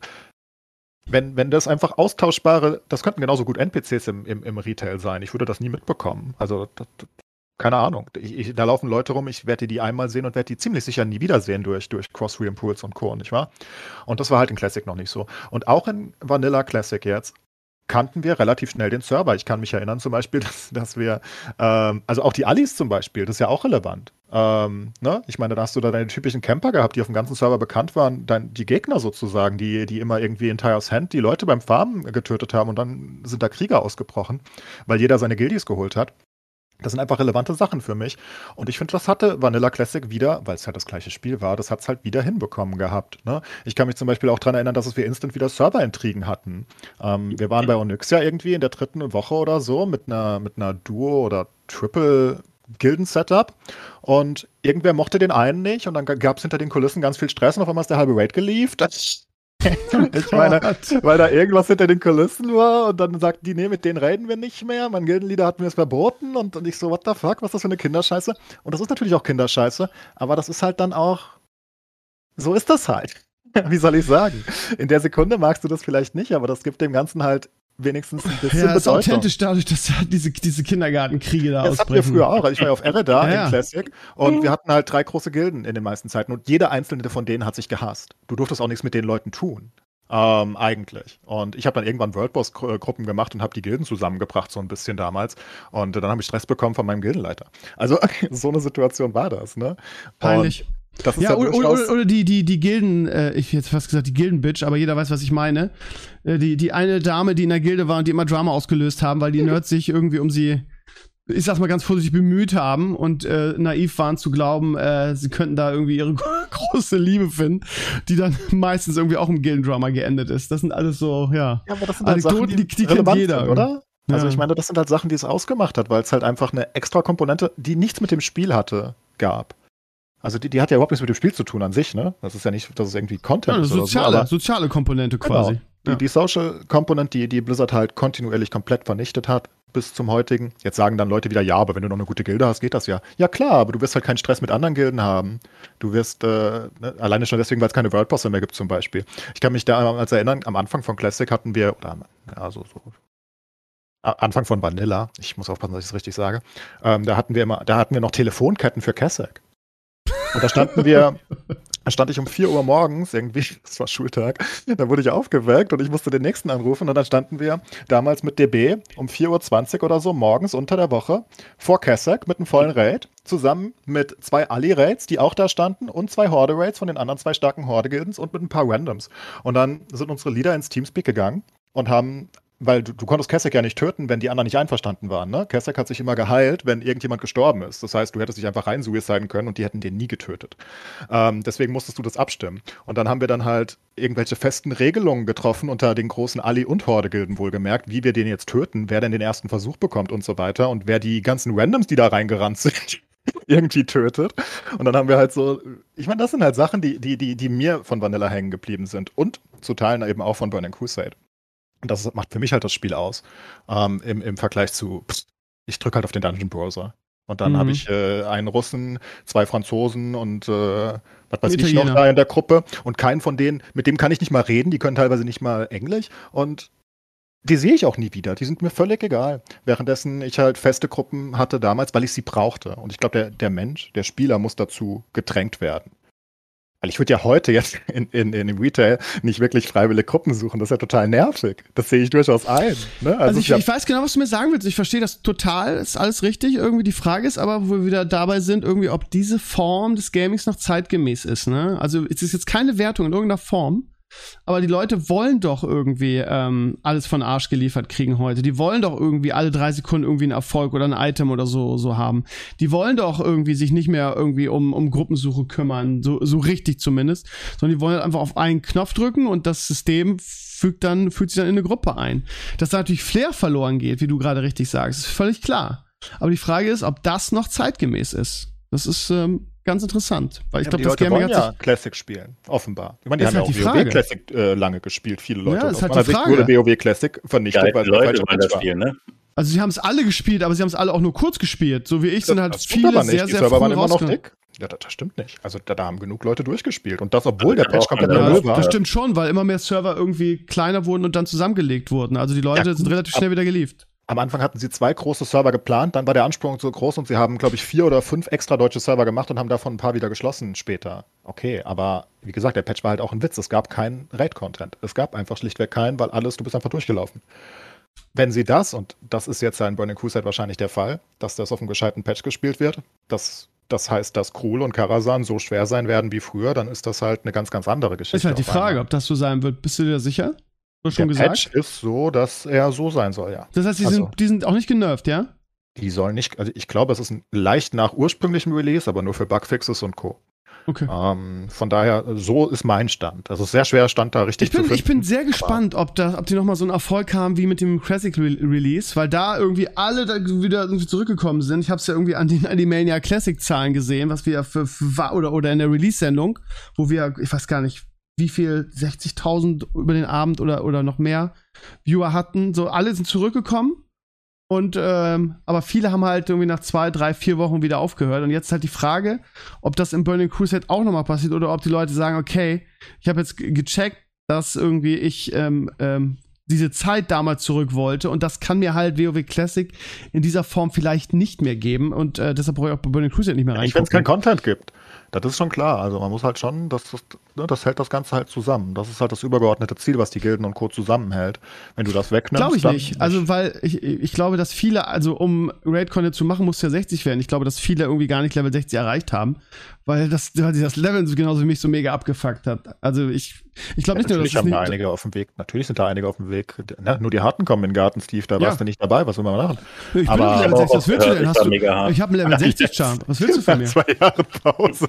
Speaker 3: wenn, wenn das einfach austauschbare, das könnten genauso gut N P Cs im, im, im Retail sein. Ich würde das nie mitbekommen. Also, das, keine Ahnung. Ich, ich, da laufen Leute rum, ich werde die einmal sehen und werde die ziemlich sicher nie wiedersehen durch, durch Cross-Realm-Pools und Co., nicht wahr? Und das war halt in Classic noch nicht so. Und auch in Vanilla Classic jetzt kannten wir relativ schnell den Server. Ich kann mich erinnern zum Beispiel, dass, dass wir, ähm, also auch die Allies zum Beispiel, das ist ja auch relevant. Ähm, ne? Ich meine, da hast du da deine typischen Camper gehabt, die auf dem ganzen Server bekannt waren, dann die Gegner sozusagen, die, die immer irgendwie in Tyre's Hand die Leute beim Farmen getötet haben und dann sind da Krieger ausgebrochen, weil jeder seine Guildies geholt hat. Das sind einfach relevante Sachen für mich. Und ich finde, das hatte Vanilla Classic wieder, weil es halt das gleiche Spiel war, das hat es halt wieder hinbekommen gehabt. Ne? Ich kann mich zum Beispiel auch daran erinnern, dass wir instant wieder Server-Intrigen hatten. Ähm, wir waren bei Onyxia irgendwie in der dritten Woche oder so mit einer, mit einer Duo- oder Triple-Gilden-Setup. Und irgendwer mochte den einen nicht und dann gab es hinter den Kulissen ganz viel Stress und auf einmal ist der halbe Raid geliefert. Das ich meine, weil da irgendwas hinter den Kulissen war und dann sagten die, nee, mit denen reden wir nicht mehr. Mein Gildenleader hat mir das verboten und, und ich so, what the fuck, was ist das für eine Kinderscheiße? Und das ist natürlich auch Kinderscheiße, aber das ist halt dann auch, so ist das halt. Wie soll ich sagen? In der Sekunde magst du das vielleicht nicht, aber das gibt dem Ganzen halt wenigstens ein bisschen
Speaker 2: ja, das
Speaker 3: Bedeutung.
Speaker 2: Ist authentisch dadurch, dass diese, diese Kindergartenkriege da
Speaker 3: ja,
Speaker 2: ausbrechen.
Speaker 3: Das hatten wir früher auch. Also ich war ja auf Ereda
Speaker 2: ja,
Speaker 3: in Classic und mhm. wir hatten halt drei große Gilden in den meisten Zeiten und jede einzelne von denen hat sich gehasst. Du durftest auch nichts mit den Leuten tun. Ähm, eigentlich. Und ich habe dann irgendwann Worldboss-Gruppen gemacht und habe die Gilden zusammengebracht, so ein bisschen damals. Und dann habe ich Stress bekommen von meinem Gildenleiter. Also so eine Situation war das, ne?
Speaker 2: Peinlich.
Speaker 3: Das ist
Speaker 2: ja,
Speaker 3: ja
Speaker 2: oder, oder, oder die, die, die Gilden, äh, ich hätte jetzt fast gesagt, die Gilden-Bitch, aber jeder weiß, was ich meine. Äh, die, die eine Dame, die in der Gilde war und die immer Drama ausgelöst haben, weil die Nerds sich irgendwie um sie, ich sag's mal ganz vorsichtig, bemüht haben und äh, naiv waren zu glauben, äh, sie könnten da irgendwie ihre große Liebe finden, die dann meistens irgendwie auch im Gildendrama geendet ist. Das sind alles so, ja,
Speaker 3: ja aber das sind halt Anekdoten, Sachen, die, die, die kennt jeder, sind, oder? Ja. Also ich meine, das sind halt Sachen, die es ausgemacht hat, weil es halt einfach eine extra Komponente, die nichts mit dem Spiel hatte, gab. Also die, die hat ja überhaupt nichts mit dem Spiel zu tun an sich, ne? Das ist ja nicht, dass es irgendwie Content
Speaker 2: ja,
Speaker 3: ist
Speaker 2: soziale,
Speaker 3: oder so. Aber
Speaker 2: soziale Komponente quasi.
Speaker 3: Genau. Die,
Speaker 2: Ja.
Speaker 3: die Social Component, die, die Blizzard halt kontinuierlich komplett vernichtet hat, bis zum heutigen. Jetzt sagen dann Leute wieder, ja, aber wenn du noch eine gute Gilde hast, geht das ja. Ja klar, aber du wirst halt keinen Stress mit anderen Gilden haben. Du wirst, äh, ne, alleine schon deswegen, weil es keine Worldbosse mehr gibt zum Beispiel. Ich kann mich da als erinnern, am Anfang von Classic hatten wir, oder ja, so, so Anfang von Vanilla, ich muss aufpassen, dass ich es richtig sage, ähm, da hatten wir immer, da hatten wir noch Telefonketten für Kassak. Und da standen wir, da stand ich um vier Uhr morgens, irgendwie, das war Schultag, da wurde ich aufgeweckt und ich musste den nächsten anrufen und dann standen wir damals mit D B um vier Uhr zwanzig oder so morgens unter der Woche vor Kassak mit einem vollen Raid, zusammen mit zwei Ali-Raids, die auch da standen und zwei Horde-Raids von den anderen zwei starken Horde-Gildens und mit ein paar Randoms. Und dann sind unsere Leader ins Teamspeak gegangen und haben, weil du, du konntest Kassak ja nicht töten, wenn die anderen nicht einverstanden waren. Ne? Kassak hat sich immer geheilt, wenn irgendjemand gestorben ist. Das heißt, du hättest dich einfach rein suiciden können und die hätten den nie getötet. Ähm, deswegen musstest du das abstimmen. Und dann haben wir dann halt irgendwelche festen Regelungen getroffen unter den großen Ali- und Horde-Gilden wohlgemerkt, wie wir den jetzt töten, wer denn den ersten Versuch bekommt und so weiter und wer die ganzen Randoms, die da reingerannt sind, irgendwie tötet. Und dann haben wir halt so, ich meine, das sind halt Sachen, die, die, die, die mir von Vanilla hängen geblieben sind und zu Teilen eben auch von Burning Crusade. Und das macht für mich halt das Spiel aus. Ähm, im, Im Vergleich zu, pst, ich drücke halt auf den Dungeon Browser. Und dann mhm. habe ich äh, einen Russen, zwei Franzosen und äh, was weiß ich noch da in der Gruppe. Und keinen von denen, mit dem kann ich nicht mal reden, die können teilweise nicht mal Englisch. Und die sehe ich auch nie wieder. Die sind mir völlig egal. Währenddessen ich halt feste Gruppen hatte damals, weil ich sie brauchte. Und ich glaube, der, der Mensch, der Spieler muss dazu gedrängt werden. Weil ich würde ja heute jetzt in, in, in dem Retail nicht wirklich freiwillige Gruppen suchen. Das ist ja total nervig. Das sehe ich durchaus ein. Ne? Also,
Speaker 2: also ich,
Speaker 3: ja
Speaker 2: ich weiß genau, was du mir sagen willst. Ich verstehe das total. Ist alles richtig. Irgendwie die Frage ist aber, wo wir wieder dabei sind, irgendwie, ob diese Form des Gamings noch zeitgemäß ist. Ne? Also es ist jetzt keine Wertung in irgendeiner Form. Aber die Leute wollen doch irgendwie ähm, alles von Arsch geliefert kriegen heute. Die wollen doch irgendwie alle drei Sekunden irgendwie einen Erfolg oder ein Item oder so so haben. Die wollen doch irgendwie sich nicht mehr irgendwie um, um Gruppensuche kümmern, so, so richtig zumindest, sondern die wollen einfach auf einen Knopf drücken und das System fügt dann, fügt sich dann in eine Gruppe ein. Dass da natürlich Flair verloren geht, wie du gerade richtig sagst, ist völlig klar. Aber die Frage ist, ob das noch zeitgemäß ist. Das ist ähm, ganz interessant, weil ich
Speaker 3: ja,
Speaker 2: glaube, das
Speaker 3: Leute
Speaker 2: Gaming
Speaker 3: wollen
Speaker 2: hat
Speaker 3: ja
Speaker 2: sich
Speaker 3: Classic spielen, offenbar. Ich meine, die
Speaker 2: Das
Speaker 3: haben
Speaker 2: ist
Speaker 3: ja auch
Speaker 2: halt die
Speaker 3: WoW
Speaker 2: Frage.
Speaker 3: Classic äh, lange gespielt, viele Leute.
Speaker 2: Ja, das
Speaker 3: Aus
Speaker 2: ist halt
Speaker 3: meiner
Speaker 2: die
Speaker 3: Sicht
Speaker 2: Frage.
Speaker 3: wurde WoW Classic vernichtet,
Speaker 4: Geile
Speaker 3: weil es
Speaker 4: Leute
Speaker 3: falscher
Speaker 4: wollen
Speaker 3: Patch
Speaker 4: das
Speaker 3: war.
Speaker 4: spielen, ne?
Speaker 2: Also sie haben es alle gespielt, aber sie haben es alle auch nur kurz gespielt. So wie ich sind halt
Speaker 3: Das stimmt
Speaker 2: viele
Speaker 3: aber nicht.
Speaker 2: sehr,
Speaker 3: Die
Speaker 2: sehr
Speaker 3: Server
Speaker 2: früh
Speaker 3: waren immer noch
Speaker 2: rausgekommen.
Speaker 3: dick. Ja, das, das stimmt nicht. Also da, da haben genug Leute durchgespielt. Und das, obwohl der
Speaker 4: Ja,
Speaker 3: Patch
Speaker 4: auch
Speaker 3: komplett
Speaker 4: andere
Speaker 3: null
Speaker 2: Ja,
Speaker 4: Leute.
Speaker 3: war.
Speaker 2: das stimmt schon, weil immer mehr Server irgendwie kleiner wurden und dann zusammengelegt wurden. Also die Leute
Speaker 3: Ja,
Speaker 2: sind
Speaker 3: gut,
Speaker 2: relativ schnell wieder geliefert.
Speaker 3: Am Anfang hatten sie zwei große Server geplant, dann war der Ansprung so groß und sie haben, glaube ich, vier oder fünf extra deutsche Server gemacht und haben davon ein paar wieder geschlossen später. Okay, aber wie gesagt, der Patch war halt auch ein Witz. Es gab keinen Raid-Content. Es gab einfach schlichtweg keinen, weil alles, du bist einfach durchgelaufen. Wenn sie das, und das ist jetzt ja in Burning Crusade wahrscheinlich der Fall, dass das auf einem gescheiten Patch gespielt wird, dass das heißt, dass Krul und Karazhan so schwer sein werden wie früher, dann ist das halt eine ganz, ganz andere Geschichte.
Speaker 2: Ist halt die
Speaker 3: auf einmal.
Speaker 2: Frage, ob das so sein wird. Bist du dir da sicher? Du hast
Speaker 3: Der
Speaker 2: schon gesagt.
Speaker 3: Patch ist so, dass er so sein soll, ja.
Speaker 2: Das heißt, die,
Speaker 3: Also-
Speaker 2: sind, die sind auch nicht genervt, ja?
Speaker 3: Die sollen nicht, also ich glaube, es ist ein leicht nach ursprünglichem Release, aber nur für Bugfixes und Co.
Speaker 2: Okay.
Speaker 3: Ähm, von daher, so ist mein Stand. Also es ist sehr schwer, Stand da richtig
Speaker 2: Ich bin,
Speaker 3: zu finden.
Speaker 2: ich bin sehr gespannt, ob, da, ob die nochmal so einen Erfolg haben wie mit dem Classic Re Release, weil da irgendwie alle da wieder irgendwie zurückgekommen sind. Ich habe es ja irgendwie an den Animania Classic Zahlen gesehen, was wir für, für oder, oder in der Release-Sendung, wo wir, ich weiß gar nicht, wie viel, sechzigtausend über den Abend oder, oder noch mehr Viewer hatten. So, alle sind zurückgekommen. Und, ähm, aber viele haben halt irgendwie nach zwei, drei, vier Wochen wieder aufgehört. Und jetzt ist halt die Frage, ob das im Burning Crusade auch nochmal passiert oder ob die Leute sagen, okay, ich habe jetzt ge- gecheckt, dass irgendwie ich ähm, ähm, diese Zeit damals zurück wollte und das kann mir halt WoW Classic in dieser Form vielleicht nicht mehr geben und äh, deshalb brauche ich auch bei Burning Crusade nicht mehr
Speaker 3: Nicht, wenn es keinen
Speaker 2: reingucken.
Speaker 3: Content gibt. Das ist schon klar. Also man muss halt schon, das, das, ne, das hält das Ganze halt zusammen. Das ist halt das übergeordnete Ziel, was die Gilden und Co. zusammenhält. Wenn du das wegnimmst,
Speaker 2: Glaube ich
Speaker 3: dann
Speaker 2: nicht. Also, weil ich, ich glaube, dass viele, also um Raid-Content zu machen, musst du ja sechzig werden. Ich glaube, dass viele irgendwie gar nicht Level sechzig erreicht haben, weil das, weil das Level genauso wie mich so mega abgefuckt hat. Also ich, ich glaube
Speaker 3: Ja,
Speaker 2: nicht nur, dass
Speaker 3: natürlich
Speaker 2: es
Speaker 3: haben da
Speaker 2: nicht,
Speaker 3: einige auf dem Weg. Natürlich sind da einige auf dem Weg. Ne? Nur die Harten kommen in den Garten, Steve. Da
Speaker 2: Ja.
Speaker 3: warst du nicht dabei. Was will man machen?
Speaker 2: ich bin
Speaker 3: aber-
Speaker 2: nicht Level
Speaker 4: aber
Speaker 2: sechzig. Was willst du
Speaker 4: auch
Speaker 2: denn?
Speaker 4: ich
Speaker 2: Hast
Speaker 4: war
Speaker 2: du,
Speaker 4: mega hart.
Speaker 2: ich habe einen Level sechzig Charm. Was willst du von mir?
Speaker 3: Zwei Jahre Pause. Also,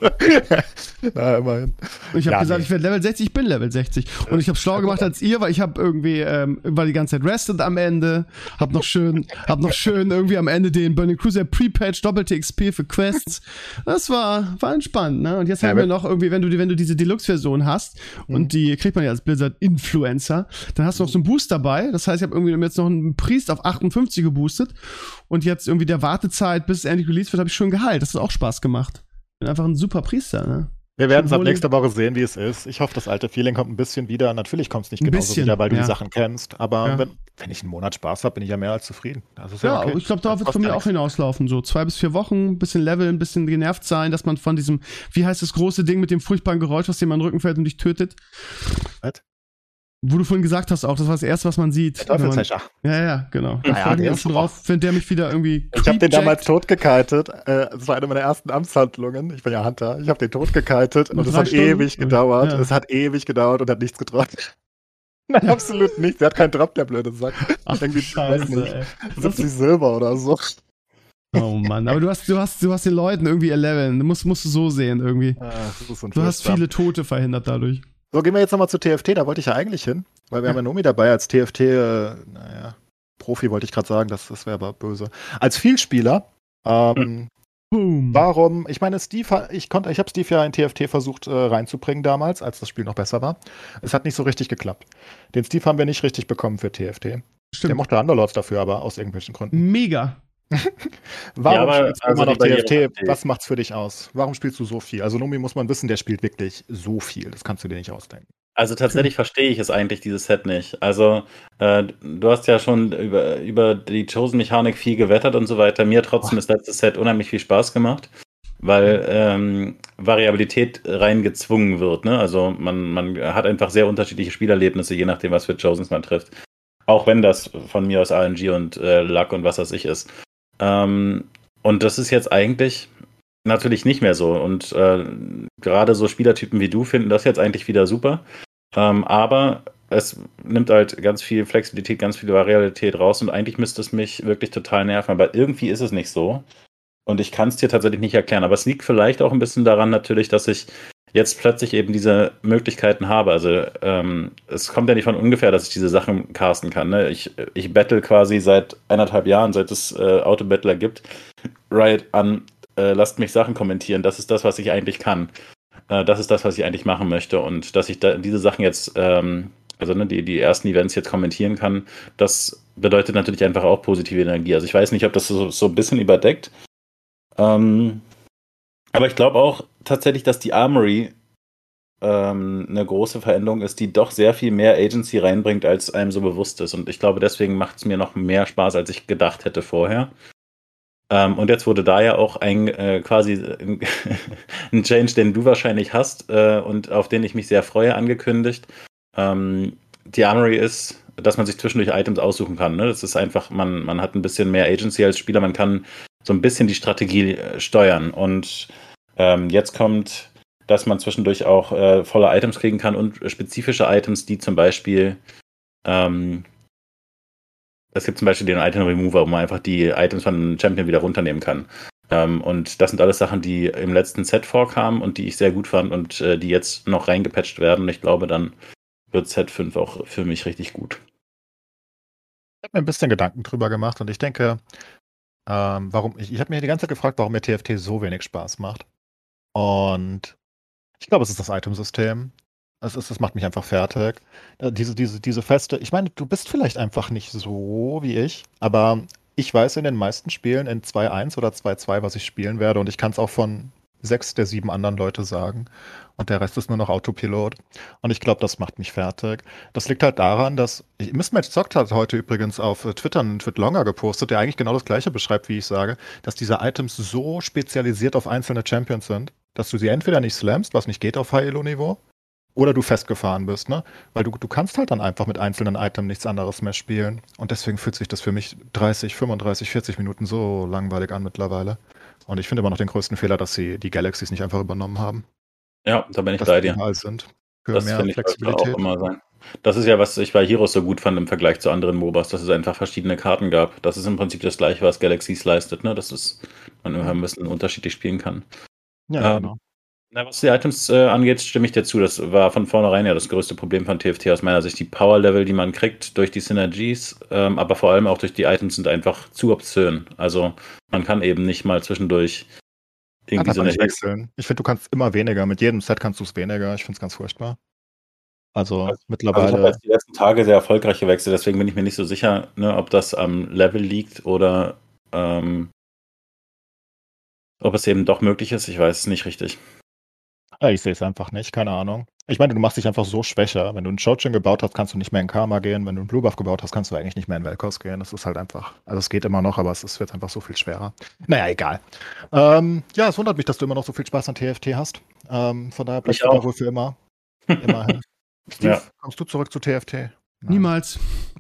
Speaker 3: na, immerhin.
Speaker 2: Und ich habe
Speaker 3: Ja,
Speaker 2: gesagt,
Speaker 3: nee.
Speaker 2: ich werde Level sechzig, ich bin Level sechzig. Und ich habe schlauer gemacht als ihr, weil ich habe irgendwie, ähm, war die ganze Zeit rested am Ende, hab noch schön, hab noch schön irgendwie am Ende den Burning Crusader Pre-Patch, doppelte X P für Quests. Das war, war entspannt, ne? Und jetzt
Speaker 3: Ja,
Speaker 2: haben wir
Speaker 3: aber-
Speaker 2: noch irgendwie, wenn du, die- wenn du diese Deluxe-Version hast,
Speaker 3: Mhm.
Speaker 2: und die kriegt man ja als Blizzard-Influencer, dann hast du noch so einen Boost dabei. Das heißt, ich habe irgendwie jetzt noch einen Priest auf achtundfünfzig geboostet. Und jetzt irgendwie der Wartezeit, bis es endlich released wird, habe ich schon geheilt. Das hat auch Spaß gemacht. Bin einfach ein super Priester, ne?
Speaker 3: Wir werden es ab
Speaker 2: Obwohl-
Speaker 3: nächster Woche sehen, wie es ist. Ich hoffe, das alte Feeling kommt ein bisschen wieder. Natürlich kommt es nicht
Speaker 2: Ein
Speaker 3: genauso
Speaker 2: bisschen,
Speaker 3: wieder, weil du
Speaker 2: ja.
Speaker 3: die Sachen kennst. Aber
Speaker 2: Ja.
Speaker 3: wenn, wenn ich einen Monat Spaß habe, bin ich ja mehr als zufrieden. Das ist ja,
Speaker 2: Ja,
Speaker 3: okay.
Speaker 2: ich glaube, darauf
Speaker 3: Das
Speaker 2: wird von mir
Speaker 3: kostet
Speaker 2: auch hinauslaufen. So zwei bis vier Wochen, ein bisschen leveln, ein bisschen genervt sein, dass man von diesem, wie heißt das große Ding mit dem furchtbaren Geräusch, was dir in den Rücken fällt und dich tötet?
Speaker 3: Was?
Speaker 2: Wo du vorhin gesagt hast auch, das war das Erste, was man sieht.
Speaker 3: Der Teufelshecher.
Speaker 2: Ja, ja, genau. Da
Speaker 3: Ja,
Speaker 2: freue ich mich
Speaker 3: der
Speaker 2: auch
Speaker 3: ist
Speaker 2: schon
Speaker 3: super.
Speaker 2: drauf, wenn der mich wieder irgendwie
Speaker 3: Ich habe den
Speaker 2: creepjackt.
Speaker 3: damals totgekitet. Äh, Das war eine meiner ersten Amtshandlungen. Ich bin ja Hunter. Ich habe den totgekitet
Speaker 2: Nach
Speaker 3: und es
Speaker 2: drei
Speaker 3: hat
Speaker 2: Stunden?
Speaker 3: ewig gedauert.
Speaker 2: Ja.
Speaker 3: Es hat ewig gedauert und hat nichts getroffen. Nein, absolut nichts. Er hat keinen Drop, der blöde Sack.
Speaker 2: Ach,
Speaker 3: Irgendwie, weiß
Speaker 2: scheiße,
Speaker 3: nicht,
Speaker 2: ey.
Speaker 3: siebzig Silber oder so.
Speaker 2: Oh Mann, aber du hast, du hast, du hast den Leuten irgendwie erleveln. Du musst, musst du so sehen irgendwie.
Speaker 3: Ah, das ist
Speaker 2: Du hast
Speaker 3: unfassbar.
Speaker 2: viele Tote verhindert dadurch.
Speaker 3: So, gehen wir jetzt nochmal zu T F T. Da wollte ich ja eigentlich hin, weil wir haben ja Nomi dabei als T F T, äh, naja, Profi wollte ich gerade sagen, das, das wäre aber böse. Als Vielspieler, ähm,
Speaker 2: Boom.
Speaker 3: warum, ich meine, Steve, hat- ich konnte, ich habe Steve ja in T F T versucht äh, reinzubringen damals, als das Spiel noch besser war. Es hat nicht so richtig geklappt. Den Steve haben wir nicht richtig bekommen für T F T. Der
Speaker 2: Stimmt.
Speaker 3: mochte Underlords dafür, aber aus irgendwelchen Gründen.
Speaker 2: Mega.
Speaker 3: Warum
Speaker 4: Ja, aber
Speaker 3: spielst du
Speaker 4: also
Speaker 3: immer noch
Speaker 4: die Barriere
Speaker 3: T F T?
Speaker 4: verstehe ich.
Speaker 3: Was macht's für dich aus? Warum spielst du so viel? Also Nomi muss man wissen, der spielt wirklich so viel. Das kannst du dir nicht ausdenken.
Speaker 4: Also tatsächlich verstehe ich es eigentlich, dieses Set nicht. Also äh, du hast ja schon über, über die Chosen-Mechanik viel gewettert und so weiter. Mir hat trotzdem das letzte Set unheimlich viel Spaß gemacht, weil ähm, Variabilität reingezwungen wird. Ne? Also man, man hat einfach sehr unterschiedliche Spielerlebnisse, je nachdem, was für Chosens man trifft. Auch wenn das von mir aus R N G und äh, Luck und was weiß ich ist. Ähm, und das ist jetzt eigentlich natürlich nicht mehr so. Und äh, gerade so Spielertypen wie du finden das jetzt eigentlich wieder super. Ähm, aber es nimmt halt ganz viel Flexibilität, ganz viel Variabilität raus und eigentlich müsste es mich wirklich total nerven. Aber irgendwie ist es nicht so. Und ich kann es dir tatsächlich nicht erklären. Aber es liegt vielleicht auch ein bisschen daran natürlich, dass ich jetzt plötzlich eben diese Möglichkeiten habe. Also ähm, es kommt ja nicht von ungefähr, dass ich diese Sachen casten kann. Ne? Ich, ich battle quasi seit eineinhalb Jahren, seit es äh, Autobattler gibt, Riot an, äh, lasst mich Sachen kommentieren. Das ist das, was ich eigentlich kann. Äh, das ist das, was ich eigentlich machen möchte. Und dass ich da diese Sachen jetzt, ähm, also ne, die, die ersten Events jetzt kommentieren kann, das bedeutet natürlich einfach auch positive Energie. Also ich weiß nicht, ob das so, so ein bisschen überdeckt. Ähm, aber ich glaube auch tatsächlich, dass die Armory ähm, eine große Veränderung ist, die doch sehr viel mehr Agency reinbringt, als einem so bewusst ist. Und ich glaube, deswegen macht es mir noch mehr Spaß, als ich gedacht hätte vorher. Ähm, und jetzt wurde da ja auch ein äh, quasi ein, ein Change, den du wahrscheinlich hast äh, und auf den ich mich sehr freue, angekündigt. Ähm, die Armory ist, dass man sich zwischendurch Items aussuchen kann. Ne? Das ist einfach, man, man hat ein bisschen mehr Agency als Spieler, man kann so ein bisschen die Strategie äh, steuern. Und ähm, jetzt kommt, dass man zwischendurch auch äh, volle Items kriegen kann und spezifische Items, die zum Beispiel ähm, es gibt zum Beispiel den Item Remover, wo man einfach die Items von einem Champion wieder runternehmen kann. Ähm, und das sind alles Sachen, die im letzten Set vorkamen und die ich sehr gut fand und äh, die jetzt noch reingepatcht werden. Und ich glaube, dann wird Set fünf auch für mich richtig gut.
Speaker 3: Ich habe mir ein bisschen Gedanken drüber gemacht und ich denke, ähm, warum, ich, ich habe mir die ganze Zeit gefragt, warum mir T F T so wenig Spaß macht. Und ich glaube, es ist das Itemsystem. Es ist, das macht mich einfach fertig. Äh, Diese, diese, diese Feste, ich meine, du bist vielleicht einfach nicht so wie ich, aber ich weiß in den meisten Spielen in zwei eins oder zwei zwei, was ich spielen werde und ich kann es auch von sechs der sieben anderen Leute sagen und der Rest ist nur noch Autopilot und ich glaube, das macht mich fertig. Das liegt halt daran, dass, Mismatch Zockt hat heute übrigens auf äh, Twitter einen Twitlonger gepostet, der eigentlich genau das gleiche beschreibt, wie ich sage, dass diese Items so spezialisiert auf einzelne Champions sind, dass du sie entweder nicht slammst, was nicht geht auf High-Elo-Niveau, oder du festgefahren bist, ne? Weil du, du kannst halt dann einfach mit einzelnen Items nichts anderes mehr spielen. Und deswegen fühlt sich das für mich dreißig, fünfunddreißig, vierzig Minuten so langweilig an mittlerweile. Und ich finde immer noch den größten Fehler, dass sie die Galaxies nicht einfach übernommen haben.
Speaker 4: Ja, da bin ich
Speaker 3: Dass
Speaker 4: bei
Speaker 3: die
Speaker 4: dir.
Speaker 3: überall sind. Für
Speaker 4: Das
Speaker 3: mehr
Speaker 4: finde ich sollte
Speaker 3: Flexibilität.
Speaker 4: auch immer sein. Das ist ja, was ich bei Heroes so gut fand im Vergleich zu anderen MOBAs, dass es einfach verschiedene Karten gab. Das ist im Prinzip das gleiche, was Galaxies leistet, ne? Dass es, man immer ein bisschen unterschiedlich spielen kann.
Speaker 3: Ja,
Speaker 4: Ähm,
Speaker 3: genau.
Speaker 4: Na, was die Items äh, angeht, stimme ich dir zu. Das war von vornherein ja das größte Problem von T F T aus meiner Sicht. Die Power-Level, die man kriegt durch die Synergies, ähm, aber vor allem auch durch die Items sind einfach zu obszön. Also man kann eben nicht mal zwischendurch irgendwie
Speaker 3: Kann
Speaker 4: so
Speaker 3: man
Speaker 4: eine
Speaker 3: nicht wechseln. Ich finde, du kannst immer weniger. Mit jedem Set kannst du es weniger. Ich finde es ganz furchtbar. Also,
Speaker 4: Also, also ich
Speaker 3: mittlerweile.
Speaker 4: habe jetzt die letzten Tage sehr erfolgreich gewechselt, deswegen bin ich mir nicht so sicher, ne, ob das am Level liegt oder ähm, ob es eben doch möglich ist. Ich weiß es nicht richtig.
Speaker 3: Ja, ich sehe es einfach nicht, keine Ahnung. Ich meine, du machst dich einfach so schwächer. Wenn du einen Shojin gebaut hast, kannst du nicht mehr in Karma gehen. Wenn du einen Blue Buff gebaut hast, kannst du eigentlich nicht mehr in Vel'Koz gehen. Das ist halt einfach, also es geht immer noch, aber es ist, wird einfach so viel schwerer. Naja, egal. Ähm, ja, es wundert mich, dass du immer noch so viel Spaß an T F T hast. Ähm, von daher bleibst
Speaker 4: Ich
Speaker 3: du da
Speaker 4: auch.
Speaker 3: wohl für immer. Immerhin. Steve,
Speaker 4: Ja.
Speaker 3: kommst du zurück zu T F T? Nein.
Speaker 2: Niemals.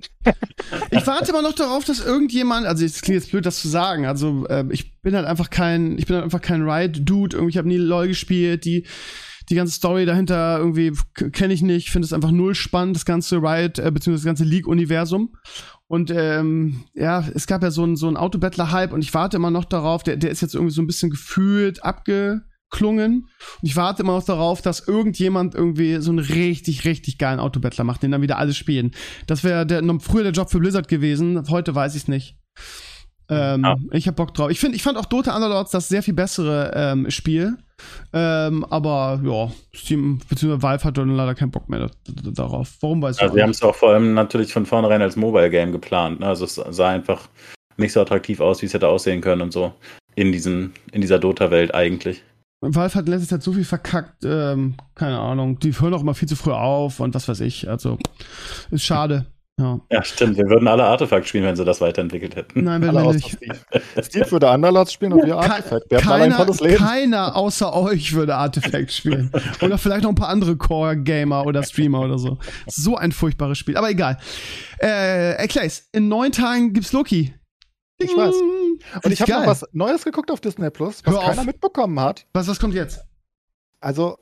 Speaker 2: Ich warte immer noch darauf, dass irgendjemand, also es klingt jetzt blöd, das zu sagen, also äh, ich bin halt einfach kein, ich bin halt einfach kein Riot-Dude, irgendwie, ich habe nie LoL gespielt, die die ganze Story dahinter irgendwie kenne ich nicht, finde es einfach null spannend, das ganze Riot, äh, beziehungsweise das ganze League-Universum. Und ähm, ja, es gab ja so einen so einen Autobattler-Hype und ich warte immer noch darauf, der, der ist jetzt irgendwie so ein bisschen gefühlt abgeklungen. Und ich warte immer noch darauf, dass irgendjemand irgendwie so einen richtig, richtig geilen Autobattler macht, den dann wieder alle spielen. Das wäre der, noch früher der Job für Blizzard gewesen, heute weiß ich es nicht. Ähm,
Speaker 4: Ja.
Speaker 2: Ich hab Bock drauf. Ich finde, ich fand auch Dota Underlords das sehr viel bessere ähm, Spiel. Ähm, aber ja, Steam bzw. Valve hat dann leider keinen Bock mehr da, da, darauf. Warum weiß ich
Speaker 4: Also,
Speaker 2: auch
Speaker 4: sie haben
Speaker 2: nicht.
Speaker 4: es auch vor allem natürlich von vornherein als Mobile-Game geplant. Ne? Also, es sah einfach nicht so attraktiv aus, wie es hätte aussehen können und so. In, diesen, in dieser Dota-Welt eigentlich.
Speaker 2: Valve hat in letzter Zeit so viel verkackt, ähm, keine Ahnung. Die hören auch immer viel zu früh auf und was weiß ich. Also, ist schade. Ja.
Speaker 4: Ja, stimmt. Wir würden alle Artefakt spielen, wenn sie das weiterentwickelt hätten.
Speaker 2: Nein, wenn
Speaker 3: Alle
Speaker 2: wir
Speaker 3: außer
Speaker 2: nicht.
Speaker 3: Steve. Steve würde Underlords spielen und wir
Speaker 2: Ke-
Speaker 3: Artifact. Wir haben alle ein
Speaker 2: keiner,
Speaker 3: tolles Leben.
Speaker 2: keiner außer euch würde Artifact spielen. Oder vielleicht noch ein paar andere Core-Gamer oder Streamer oder so. So ein furchtbares Spiel. Aber egal. Äh, erklär's. In neun Tagen gibt's Loki.
Speaker 3: Ich weiß. Und ich habe
Speaker 2: Geil.
Speaker 3: noch was Neues geguckt auf Disney Plus, was
Speaker 2: Hör auf.
Speaker 3: keiner mitbekommen hat.
Speaker 2: Was, was kommt jetzt?
Speaker 3: Also,